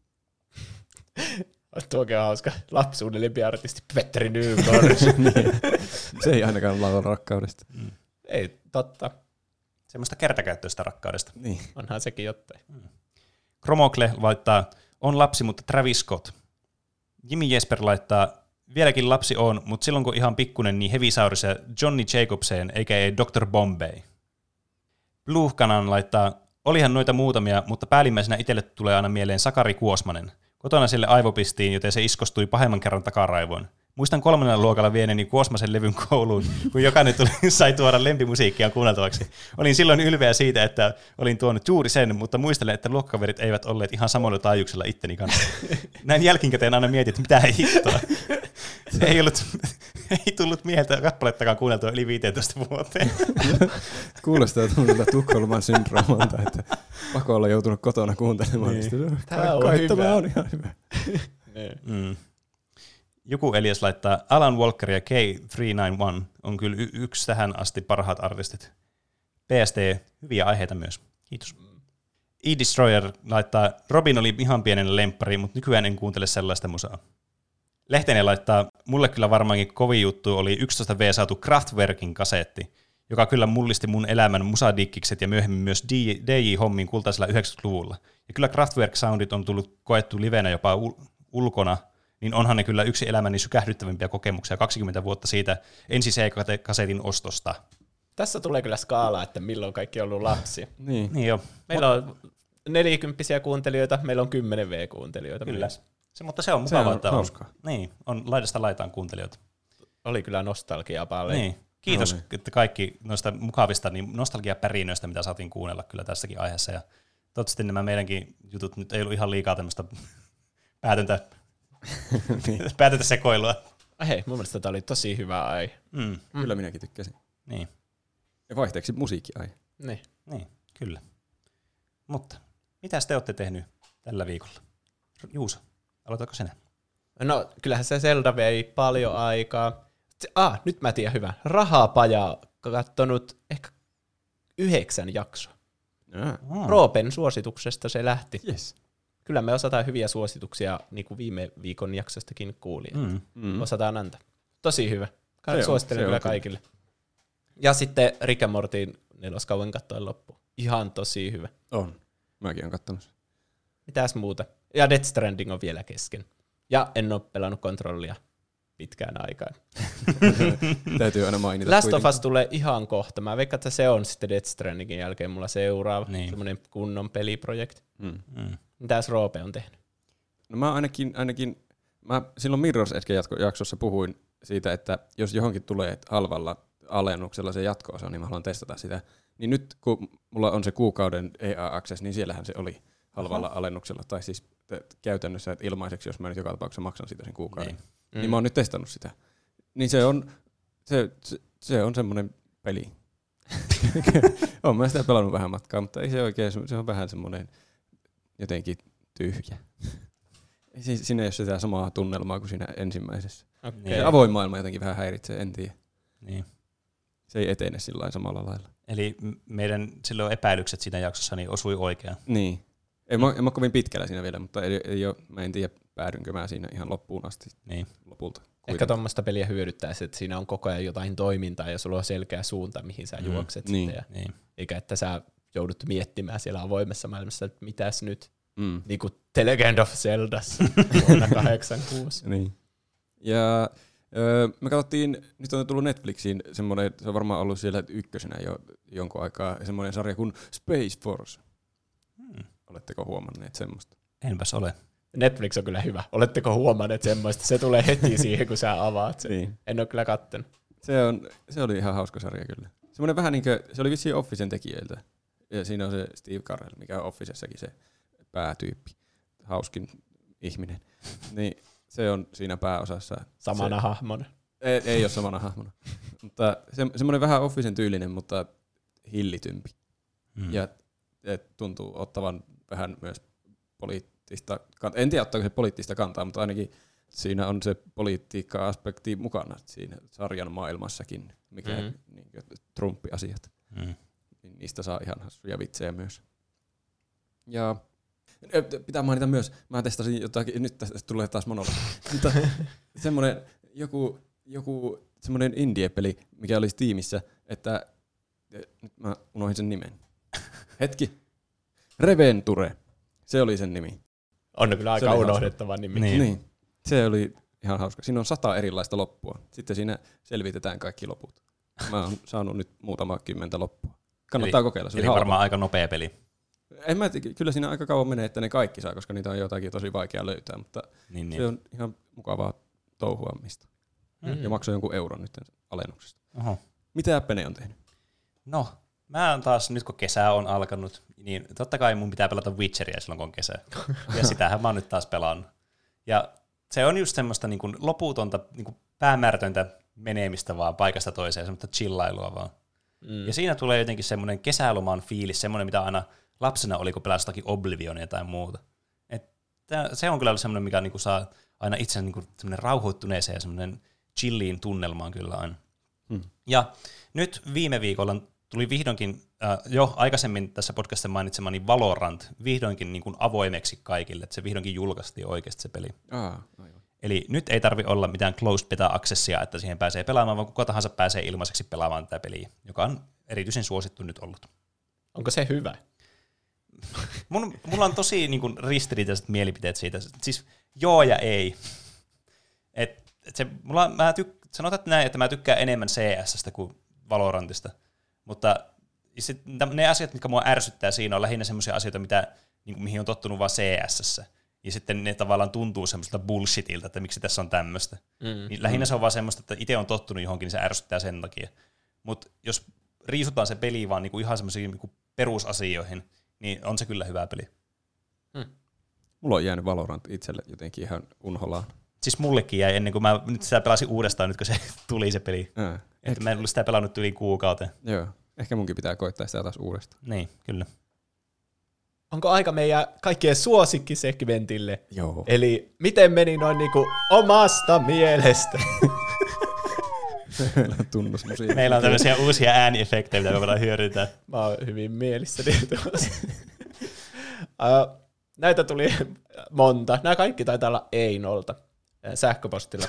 Tuokin on hauska. Lapsuuden lempiartisti Petteri Nygård. Niin. Se ei ainakaan laula rakkaudesta. Ei, totta. Semmoista kertakäyttöistä rakkaudesta. Niin. Onhan sekin jotain. Kromokle laittaa, on lapsi, mutta Travis Scott. Jimmy Jesper laittaa, vieläkin lapsi on, mutta silloin kun ihan pikkunen, niin Heavisaurus ja Johnny Jacobsen, eikä doktor Bombay. Blue Canan laittaa, olihan noita muutamia, mutta päällimmäisenä itselle tulee aina mieleen Sakari Kuosmanen. Kotona sille aivopistiin, joten se iskostui pahemman kerran takaraivoon. Muistan kolmannella luokalla vieneni Kuosmasen levyn kouluun, kun jokainen tuli, sai tuoda lempimusiikkia kuunneltavaksi. Olin silloin ylpeä siitä, että olin tuonut juuri sen, mutta muistelen, että luokkakaverit eivät olleet ihan samoilla taajuuksilla itteni kanssa. Näin jälkikäteen aina mietin, että mitä hittoa. Ei, ollut, ei tullut mieltä kappalettakaan kuunneltua yli viisitoista vuoteen. Kuulostaa tunnelta Tukholman syndroomalta, että pakko olla joutunut kotona kuuntelemaan. Niin. Tää on Kai hyvä. tämä on ihan hyvä. Niin. Mm. Joku Elias laittaa, Alan Walker ja K kolmesataayhdeksänkymmentäyksi on kyllä y- yksi tähän asti parhaat artistit. P S T, hyviä aiheita myös. Kiitos. E-Destroyer laittaa, Robin oli ihan pienen lemppari, mutta nykyään en kuuntele sellaista musaa. Lehtinen laittaa, mulle kyllä varmaankin kovin juttu oli yksitoista vuotta saatu Kraftwerkin kasetti, joka kyllä mullisti mun elämän musadikkikset ja myöhemmin myös D J-hommin kultaisella yhdeksänkymmentäluvulla. Ja kyllä Kraftwerk-soundit on tullut koettu livenä jopa ul- ulkona, niin onhan ne kyllä yksi elämäni sykähdyttävimpiä kokemuksia kaksikymmentä vuotta siitä ensi C-kasetin ostosta. Tässä tulee kyllä skaala, että milloin kaikki on ollut lapsia. Niin. Niin jo. Meillä on nelikymppisiä kuuntelijoita, meillä on kymmenen V-kuuntelijoita. Kyllä. Myös. Se, mutta se on mukavaa, Se on että on, hauskaa. niin, on laidasta laitaan kuuntelijoita. Oli kyllä nostalgiaa paljon. Niin. Kiitos, Oli. että kaikki noista mukavista niin nostalgiapärinöistä, mitä saatiin kuunnella kyllä tässäkin aiheessa. Ja toivottavasti nämä meidänkin jutut nyt ei ollut ihan liikaa tämmöistä päätöntä, päätöntä sekoilua. Hei, mun mielestä tämä oli tosi hyvä aihe. Mm. Mm. Kyllä minäkin tykkäsin. Niin. Ja vaihteeksi musiikkiaihe. Niin. Niin, kyllä. Mutta mitäs te olette tehnyt tällä viikolla? Juuso, aloitatko sinä? No, kyllähän se Zelda vei paljon aikaa. Se, ah, nyt mä tiedän hyvän. Rahapaja kattonut ehkä yhdeksän jaksoa. Ah. Roopen suosituksesta se lähti. Yes. Kyllä me osataan hyviä suosituksia, niin kuin viime viikon jaksostakin kuuli. Mm. Mm. Osataan antaa. Tosi hyvä. Se on- Suosittelen se on kyllä kyllä. kaikille. Ja sitten Rick and Mortyn neloskauden kattoen loppu. Ihan tosi hyvä. On. Mäkin olen kattonut sen. Mitäs muuta? Ja Death Stranding on vielä kesken. Ja en ole pelannut kontrollia pitkään aikaan. Täytyy aina mainita. Last of kuitenkin. Us tulee ihan kohta. Mä veikkaan, että se on sitten Death Strandingin jälkeen mulla seuraava. Niin. Semmoinen kunnon peliprojekti. Mm. Mm. Mitäs Roope on tehnyt? No mä ainakin, ainakin mä silloin Mirror's Edge jaksossa puhuin siitä, että jos johonkin tulee halvalla alennuksella se jatko-osa, niin mä haluan testata sitä. Niin nyt kun mulla on se kuukauden E A Access, niin siellähän se oli halvalla Aha. alennuksella. Tai siis t- käytännössä että ilmaiseksi, jos mä nyt joka tapauksessa maksan siitä sen kuukauden. Niin. Niin. niin mä oon nyt testannut sitä. Niin se on, se, se, se on semmoinen peli. Oon mä sitä pelannut vähän matkaa, mutta ei se oikein, se on vähän semmoinen jotenkin tyhjä. Ei si- Siinä ei ole sitä samaa tunnelmaa kuin siinä ensimmäisessä. Okay. Niin. Se avoin maailma jotenkin vähän häiritsee, en tiedä. Niin. Se ei etene sillä lailla samalla lailla. Eli m- meidän silloin epäilykset siinä jaksossa niin osui oikeaan. Niin. Ei mä, en mä kovin pitkällä siinä vielä, mutta ei, ei ole, mä en tiedä päädynkö mä siinä ihan loppuun asti Niin. lopulta. Ehkä tuommoista peliä hyödyttäisi, että siinä on koko ajan jotain toimintaa ja sulla on selkeä suunta, mihin sä Mm, juokset. niin. Sitten, ja, Niin. eikä että sä joudut miettimään siellä avoimessa maailmassa, että mitäs nyt. Mm. Niin kuin The Legend of Zeldassa vuonna kahdeksankymmentäkuusi. Niin. Ja öö, me katsottiin, nyt on tullut Netflixiin semmoinen, se on varmaan ollut siellä ykkösenä jo jonkun aikaa, semmoinen sarja kuin Space Force. Hmm. Oletteko huomanneet semmoista? Enpäs ole. Netflix on kyllä hyvä. Oletteko huomanneet semmoista? Se tulee heti siihen, kun sä avaat sen. Niin. En ole kyllä kattonut. Se, on, se oli ihan hauska sarja kyllä. Semmoinen vähän niin kuin, se oli vissiin Officen tekijöiltä. Ja siinä on se Steve Carell, mikä on Officessakin se päätyyppi, hauskin ihminen. Niin se on siinä pääosassa. Samana se, hahmona. Ei, ei ole samana hahmona. Mutta se, semmoinen vähän Officen tyylinen, mutta hillitympi. Mm. Ja et tuntuu ottavan vähän myös poliittista kantaa. En tiedä, ottaako se poliittista kantaa, mutta ainakin siinä on se politiikka-aspekti mukana siinä sarjan maailmassakin, mikä Mm-hmm. niin, Trump-asiat. Mm. Niin niistä saa ihan hassuja vitsejä myös. Ja pitää mainita myös, mä testasin jotakin, nyt tästä tulee taas monologi, mutta semmoinen joku, joku semmoinen indie-peli, mikä oli Steamissa, että nyt mä unohdin sen nimen. Hetki. Reventure. Se oli sen nimi. On kyllä aika oli unohdettava nimi. Niin. Niin. Se oli ihan hauska. Siinä on sata erilaista loppua. Sitten siinä selvitetään kaikki loput. Mä oon saanut nyt muutama kymmentä loppua. Kannattaa eli, kokeilla. Se oli eli halpa. varmaan aika nopea peli. En mä, kyllä siinä aika kauan menee, että ne kaikki saa, koska niitä on jotakin tosi vaikea löytää, mutta Niin, se niin. on ihan mukavaa touhuamista. Mm. Ja maksoi jonkun euron nyt alennuksesta. Oho. Mitä Pene on tehnyt? No, mä oon taas, nyt kun kesä on alkanut, niin totta kai mun pitää pelata Witcheria silloin, kun on kesä. Ja sitähän mä oon nyt taas pelannut. Ja se on just semmoista niin kuin loputonta, niin kuin päämäärätöntä menemistä vaan paikasta toiseen, semmoista chillailua vaan. Mm. Ja siinä tulee jotenkin semmoinen kesäloman fiilis, semmoinen, mitä aina lapsena oli, kun pelasi jotakin Oblivionia tai muuta. Et tää, se on kyllä ollut semmoinen, mikä niinku saa aina itse niinku semmoinen rauhoittuneeseen ja semmoinen chilliin tunnelmaan kyllä aina. Hmm. Ja nyt viime viikolla tuli vihdoinkin, äh, jo aikaisemmin tässä podcastissa mainitsemani Valorant, vihdoinkin niin kuin avoimeksi kaikille, että se vihdoinkin julkaistiin oikeasti se peli. Aa, aivan. Eli nyt ei tarvi olla mitään closed beta-accessia, että siihen pääsee pelaamaan, vaan kuka tahansa pääsee ilmaiseksi pelaamaan tätä peliä, joka on erityisen suosittu nyt ollut. Onko se hyvä? Mun, mulla on tosi niin kuin, ristiriitaiset mielipiteet siitä. Siis joo ja ei. Et, et se, mulla, mä tyk, sanotaan että näin, että mä tykkään enemmän C S:stä kuin Valorantista, mutta sit, ne asiat, mitkä mua ärsyttää siinä, on lähinnä semmoisia asioita, mitä, niin kuin, mihin on tottunut vaan C S:ssä. Ja sitten ne tavallaan tuntuu semmoiselta bullshitilta, että miksi tässä on tämmöistä. Mm, niin lähinnä mm. se on vaan semmoista, että itse on tottunut johonkin, niin se ärsyttää sen takia. Mutta jos riisutaan se peli vaan niinku ihan semmoisiin niinku perusasioihin, niin on se kyllä hyvä peli. Mm. Mulla on jäänyt Valorant itselle jotenkin ihan unholaan. Siis mullekin jäi ennen kuin mä nyt sitä pelasin uudestaan, nyt kun se tuli se peli. Ää, että mä en ollut sitä pelannut yli kuukauteen. Joo, ehkä munkin pitää koittaa sitä taas uudestaan. Niin, kyllä. Onko aika meidän kaikkien suosikkisegmentille? Joo. Eli miten meni noin niinku omasta mielestä? Meillä on tunnusmusiikki. Meillä on tämmöisiä uusia ääniefektejä, mitä me voidaan hyödyntää. Mä oon hyvin mielissäni tuossa. uh, näitä tuli monta. Nämä kaikki taitaa olla Einolta sähköpostilla.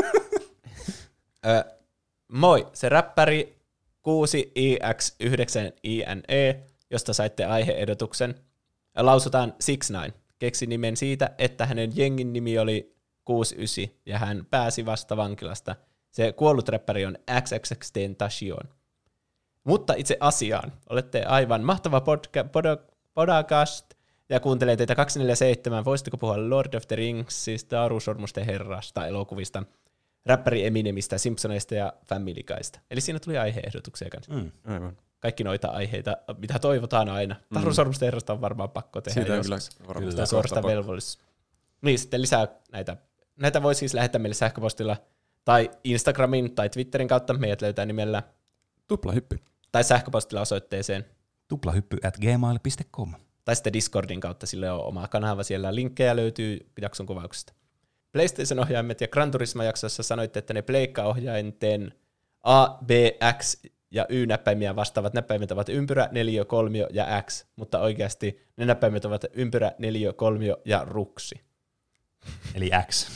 uh, moi, se räppäri kuusi i x yhdeksän i n e, josta saitte aihe-ehdotuksen. Lausutaan six nine. Keksi nimen siitä, että hänen jengin nimi oli kuusi yhdeksän ja hän pääsi vasta vankilasta. Se kuollut räppäri on X X X Tentacion. Mutta itse asiaan. Olette aivan mahtava podca- pod- podcast ja kuuntelen teitä kaksikymmentäseitsemän. Voisitteko puhua Lord of the Ringsista, Taarusormusten herrasta, elokuvista, räppäri Eminemistä, Simpsoneista ja Family Guysta. Eli siinä tuli aihe-ehdotuksia kanssa. Mm, aivan. Kaikki noita aiheita, mitä toivotaan aina. Mm. Taarusormusten herrasta on varmaan pakko tehdä siitä joskus. Kyllä, varmasti Sitä suorasta velvollisuus. Niin, sitten lisää näitä. Näitä voi siis lähettää meille sähköpostilla tai Instagramin tai Twitterin kautta. Meidät löytää nimellä Tuplahyppy. Tai sähköpostilla osoitteeseen tuplahyppy at gmail dot com. Tai sitten Discordin kautta, sille on oma kanava siellä. Linkkejä löytyy jakson kuvauksesta. PlayStation-ohjaimet ja Gran Turismo-jaksossa sanoitte, että ne pleikkaohjainten A, B, X ja Y-näppäimiä vastaavat näppäimet ovat ympyrä, neliö, kolmio ja X, mutta oikeasti ne näppäimet ovat ympyrä, neliö, kolmio ja ruksi. Eli X.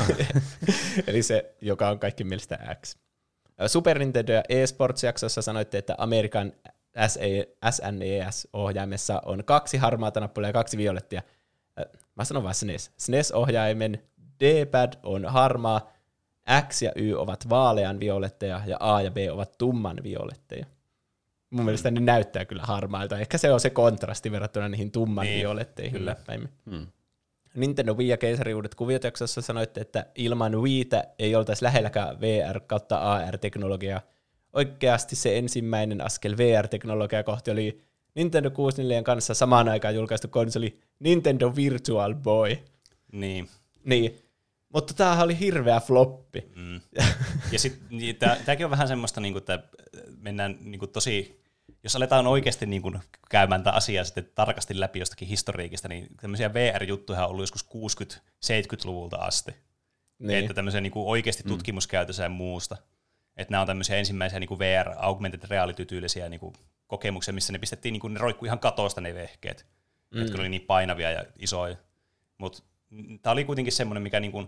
Eli se, joka on kaikki mielestä X. Super Nintendo ja eSports-jaksossa sanoitte, että Amerikan S N E S-ohjaimessa on kaksi harmaata nappulaa ja kaksi violettia. Mä sanon vaan S N E S. S N E S-ohjaimen D-pad on harmaa, X ja Y ovat vaalean violetteja ja A ja B ovat tumman violetteja. Mun mielestä ne näyttää kyllä harmailta. Ehkä se on se kontrasti verrattuna niihin tumman niin, violetteihin. Kyllä. Hmm. Nintendo Wii ja keisariuudet kuviojaksossa sanoitte, että ilman Wiitä ei oltaisi lähelläkään V R kautta A R-teknologiaa. Oikeasti se ensimmäinen askel V R-teknologiaa kohti oli Nintendo kuusikymmentäneljä kanssa samaan aikaan julkaistu konsoli Nintendo Virtual Boy. Niin. Niin. Mutta tämähän oli hirveä floppi. Mm. Ja sitten niin, tämäkin on vähän semmoista, niin kuin, että mennään niin kuin, tosi, jos aletaan oikeasti niin kuin, käymään tätä asiaa sitten tarkasti läpi jostakin historiikista, niin tämmöisiä V R-juttuja on ollut joskus kuusikymmentä-seitsemänkymmentäluvulta asti. Niin. Että tämmöisiä niin kuin, oikeasti tutkimuskäytössä ja muusta. Että nämä on tämmöisiä ensimmäisiä niin kuin V R augmented reality-tyylisiä niin kuin, kokemuksia, missä ne pistettiin, niin kuin, ne roikkui ihan katosta ne vehkeet, mm. jotka oli niin painavia ja isoja. Mutta tämä oli kuitenkin semmoinen, mikä niin kuin,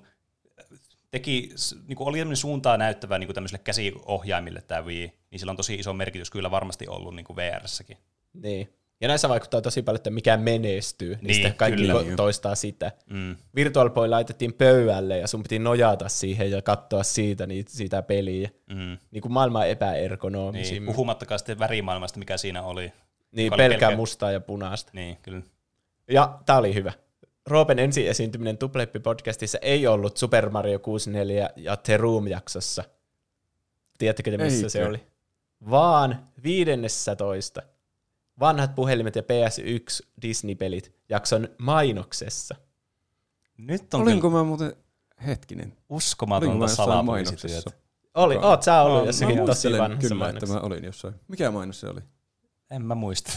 teki, niin kuin oli suuntaa näyttävää niin kuin tämmöisille käsiohjaimille tämä Wii, niin sillä on tosi iso merkitys kyllä varmasti ollut niin kuin V R:ssäkin. Niin. Ja näissä vaikuttaa tosi paljon, että mikä menestyy, niin, niin sitten kaikki kyllä. toistaa sitä. Mm. Virtual Boy laitettiin pöydälle ja sun piti nojata siihen ja katsoa siitä niin, sitä peliä. Mm. Niin kuin maailman epäergonomisin. Niin, puhumattakaan sitten värimaailmasta, mikä siinä oli. Niin, pelkkää pelkä... mustaa ja punaista. Niin, kyllä. Ja tää oli hyvä. Roopen ensi esiintyminen Tuplahyppy-podcastissa ei ollut Super Mario kuusikymmentäneljä ja The Room-jaksossa. Tiedättekö te, missä Eikö? se oli? Vaan viidennessä-toista. Vanhat puhelimet ja P S yksi Disney-pelit jakson mainoksessa. Nyt on Olinko kyllä... mä muuten hetkinen? Uskomatonta salapoliisityötä. Oli, oot sä ollut jossakin mä tosi vanhassa kyllä, mainoksessa. Että mä olin jossain. Mikä mainos se oli? En mä muista.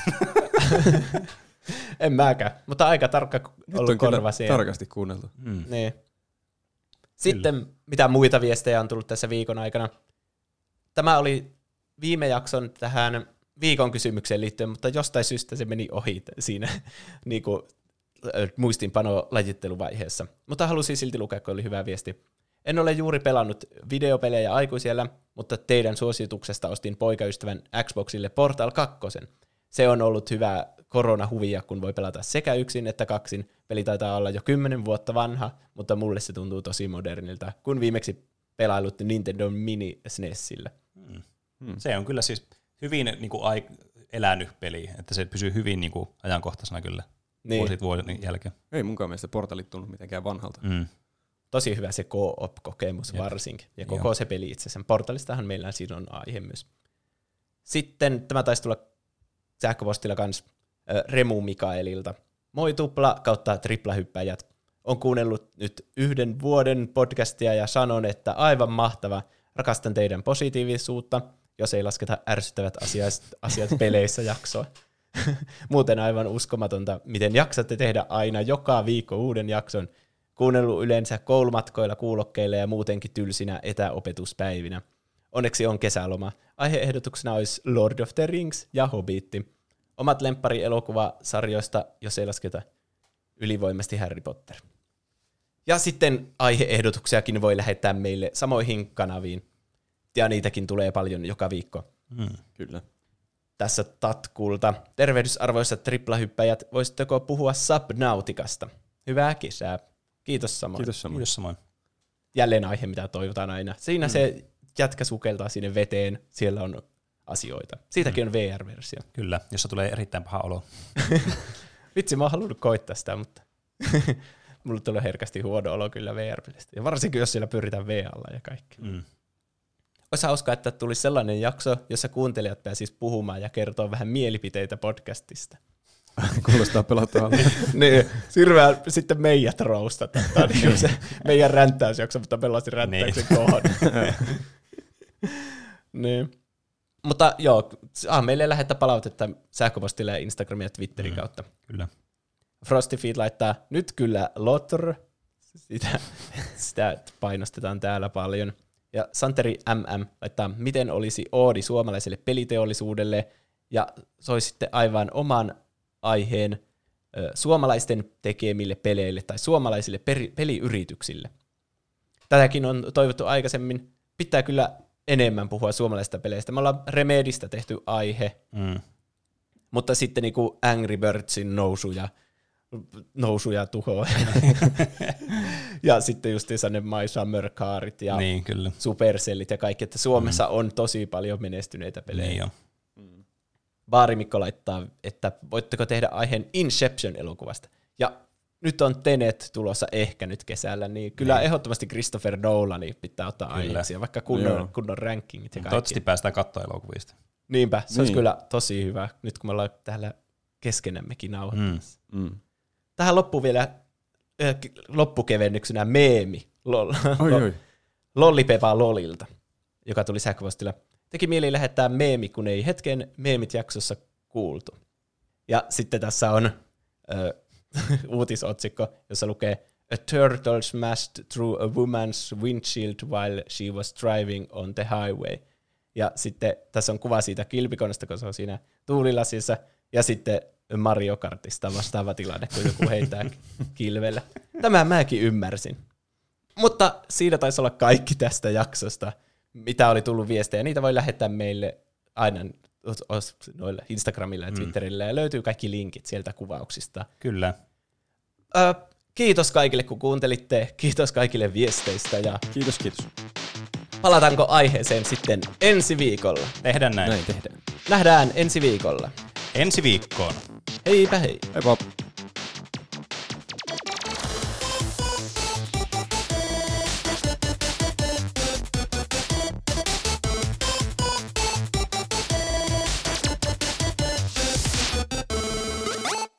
En mäkään, mutta aika tarkka Nyt ollut korva siellä. Tarkasti kuunneltu. Mm. Niin. Sitten kyllä. Mitä muita viestejä on tullut tässä viikon aikana. Tämä oli viime jakson tähän viikon kysymykseen liittyen, mutta jostain syystä se meni ohi siinä niin kuin muistiinpano lajitteluvaiheessa. Mutta halusin silti lukea, kun oli hyvä viesti. En ole juuri pelannut videopelejä aikuisiellä, mutta teidän suosituksesta ostin poikaystävän Xboxille Portal kaksi. Se on ollut hyvä koronahuvia, kun voi pelata sekä yksin että kaksin. Peli taitaa olla jo kymmenen vuotta vanha, mutta mulle se tuntuu tosi modernilta, kun viimeksi pelailut Nintendo Mini S N E Sillä. Hmm. Hmm. Se on kyllä siis hyvin niin kuin, ai- elänyt peli, että se pysyy hyvin niin kuin, ajankohtaisena kyllä niin. vuosit vuoden jälkeen. Ei munkaan mielestä Portalit tunnu mitenkään vanhalta. Mm. Tosi hyvä se co-op-kokemus Jep. varsinkin, ja koko Joo. se peli itse sen. Portalistahan meillä siinä on aihe myös. Sitten tämä taisi tulla sähköpostilla kans äh, Remu Mikaelilta. Moi tupla kautta triplahyppäjät. On kuunnellut nyt yhden vuoden podcastia ja sanon, että aivan mahtava. Rakastan teidän positiivisuutta, jos ei lasketa ärsyttävät asiat, asiat peleissä jaksoa. Muuten aivan uskomatonta, miten jaksatte tehdä aina joka viikko uuden jakson. Kuunnellut yleensä koulumatkoilla, kuulokkeilla ja muutenkin tylsinä etäopetuspäivinä. Onneksi on kesäloma. Aiheehdotuksena olisi Lord of the Rings ja Hobbitti. Omat lempparielokuvasarjoista, jos ei lasketa ylivoimasti Harry Potter. Ja sitten aiheehdotuksiakin voi lähettää meille samoihin kanaviin. Ja niitäkin tulee paljon joka viikko. Mm. Kyllä. Tässä Tatkulta. Tervehdysarvoisat triplahyppäjät, voisitteko puhua Subnauticasta? Hyvää kesää. Kiitos samoin. Kiitos samoin. Kiitos samoin. Jälleen aihe, mitä toivotaan aina. Siinä mm. se jätkä sukeltaa sinne veteen, siellä on asioita. Siitäkin mm. on V R-versio. Kyllä, jossa tulee erittäin paha olo. Vitsi, mä oon halunnut koittaa sitä, mutta mulle tulee herkästi huono olo kyllä V R-pelistä. Ja varsinkin, jos siellä pyritään V R:llä ja kaikki. Mm. Olisi hauskaa, että tulisi sellainen jakso, jossa kuuntelijat pääsis puhumaan ja kertoo vähän mielipiteitä podcastista. Kuulostaa pelottavalta. Niin, Sirveä sitten meidät roustataan. Tämä on niin se meidän ränttäysjakso, mutta pelasin ränttäyksen niin. kohon. Niin. Mutta joo, ah, meille lähettää palautetta sähköpostilla ja Instagramin ja Twitterin mm, kautta. Kyllä. Frostyfeed laittaa, nyt kyllä Lotr, sitä, sitä painostetaan täällä paljon. Ja Santeri M M laittaa, miten olisi oodi suomalaiselle peliteollisuudelle, ja se olisi sitten aivan oman aiheen ö, suomalaisten tekemille peleille tai suomalaisille peri- peliyrityksille. Tätäkin on toivottu aikaisemmin. Pitää kyllä enemmän puhua suomalaisista peleistä. Me ollaan Remedistä tehty aihe, mm. mutta sitten niinku Angry Birdsin nousuja, nousuja tuhoa. Ja sitten justiinsa ne My Summer Carit ja niin, kyllä. Supercellit ja kaikki, että Suomessa mm. on tosi paljon menestyneitä pelejä. Niin jo. Baarimikko laittaa, että voitteko tehdä aiheen Inception-elokuvasta. Ja nyt on Tenet tulossa ehkä nyt kesällä, niin kyllä niin. ehdottomasti Christopher Nolani pitää ottaa aiheeksi, vaikka kunnon, kunnon rankingit ja kaikki. Toivottavasti päästään katsoa elokuvista. Niinpä, se niin. olisi kyllä tosi hyvä, nyt kun me ollaan täällä keskenämmekin nauhoittamassa. Mm. Mm. Tähän loppuu vielä äh, loppukevennyksenä meemi. Lol. Oi, oi. Lollipepa Lolilta, joka tuli sähköpostilla. Teki mieli lähettää meemi, kun ei hetken meemit jaksossa kuultu. Ja sitten tässä on äh, uutisotsikko, jossa lukee A turtle smashed through a woman's windshield while she was driving on the highway. Ja sitten tässä on kuva siitä kilpikonesta, kun se on siinä tuulilasissa. Ja sitten Mario Kartista vastaava tilanne, kun joku heittää kilvellä. Tämän mäkin ymmärsin. Mutta siinä taisi olla kaikki tästä jaksosta, mitä oli tullut viestejä. Niitä voi lähettää meille aina noilla Instagramilla ja Twitterillä, ja löytyy kaikki linkit sieltä kuvauksista. Kyllä. Ö, kiitos kaikille, kun kuuntelitte. Kiitos kaikille viesteistä. Ja Kiitos, kiitos. palataanko aiheeseen sitten ensi viikolla? Tehdään näin. Näin tehdään. Nähdään ensi viikolla. Ensi viikkoon. Heipä hei. Heippa.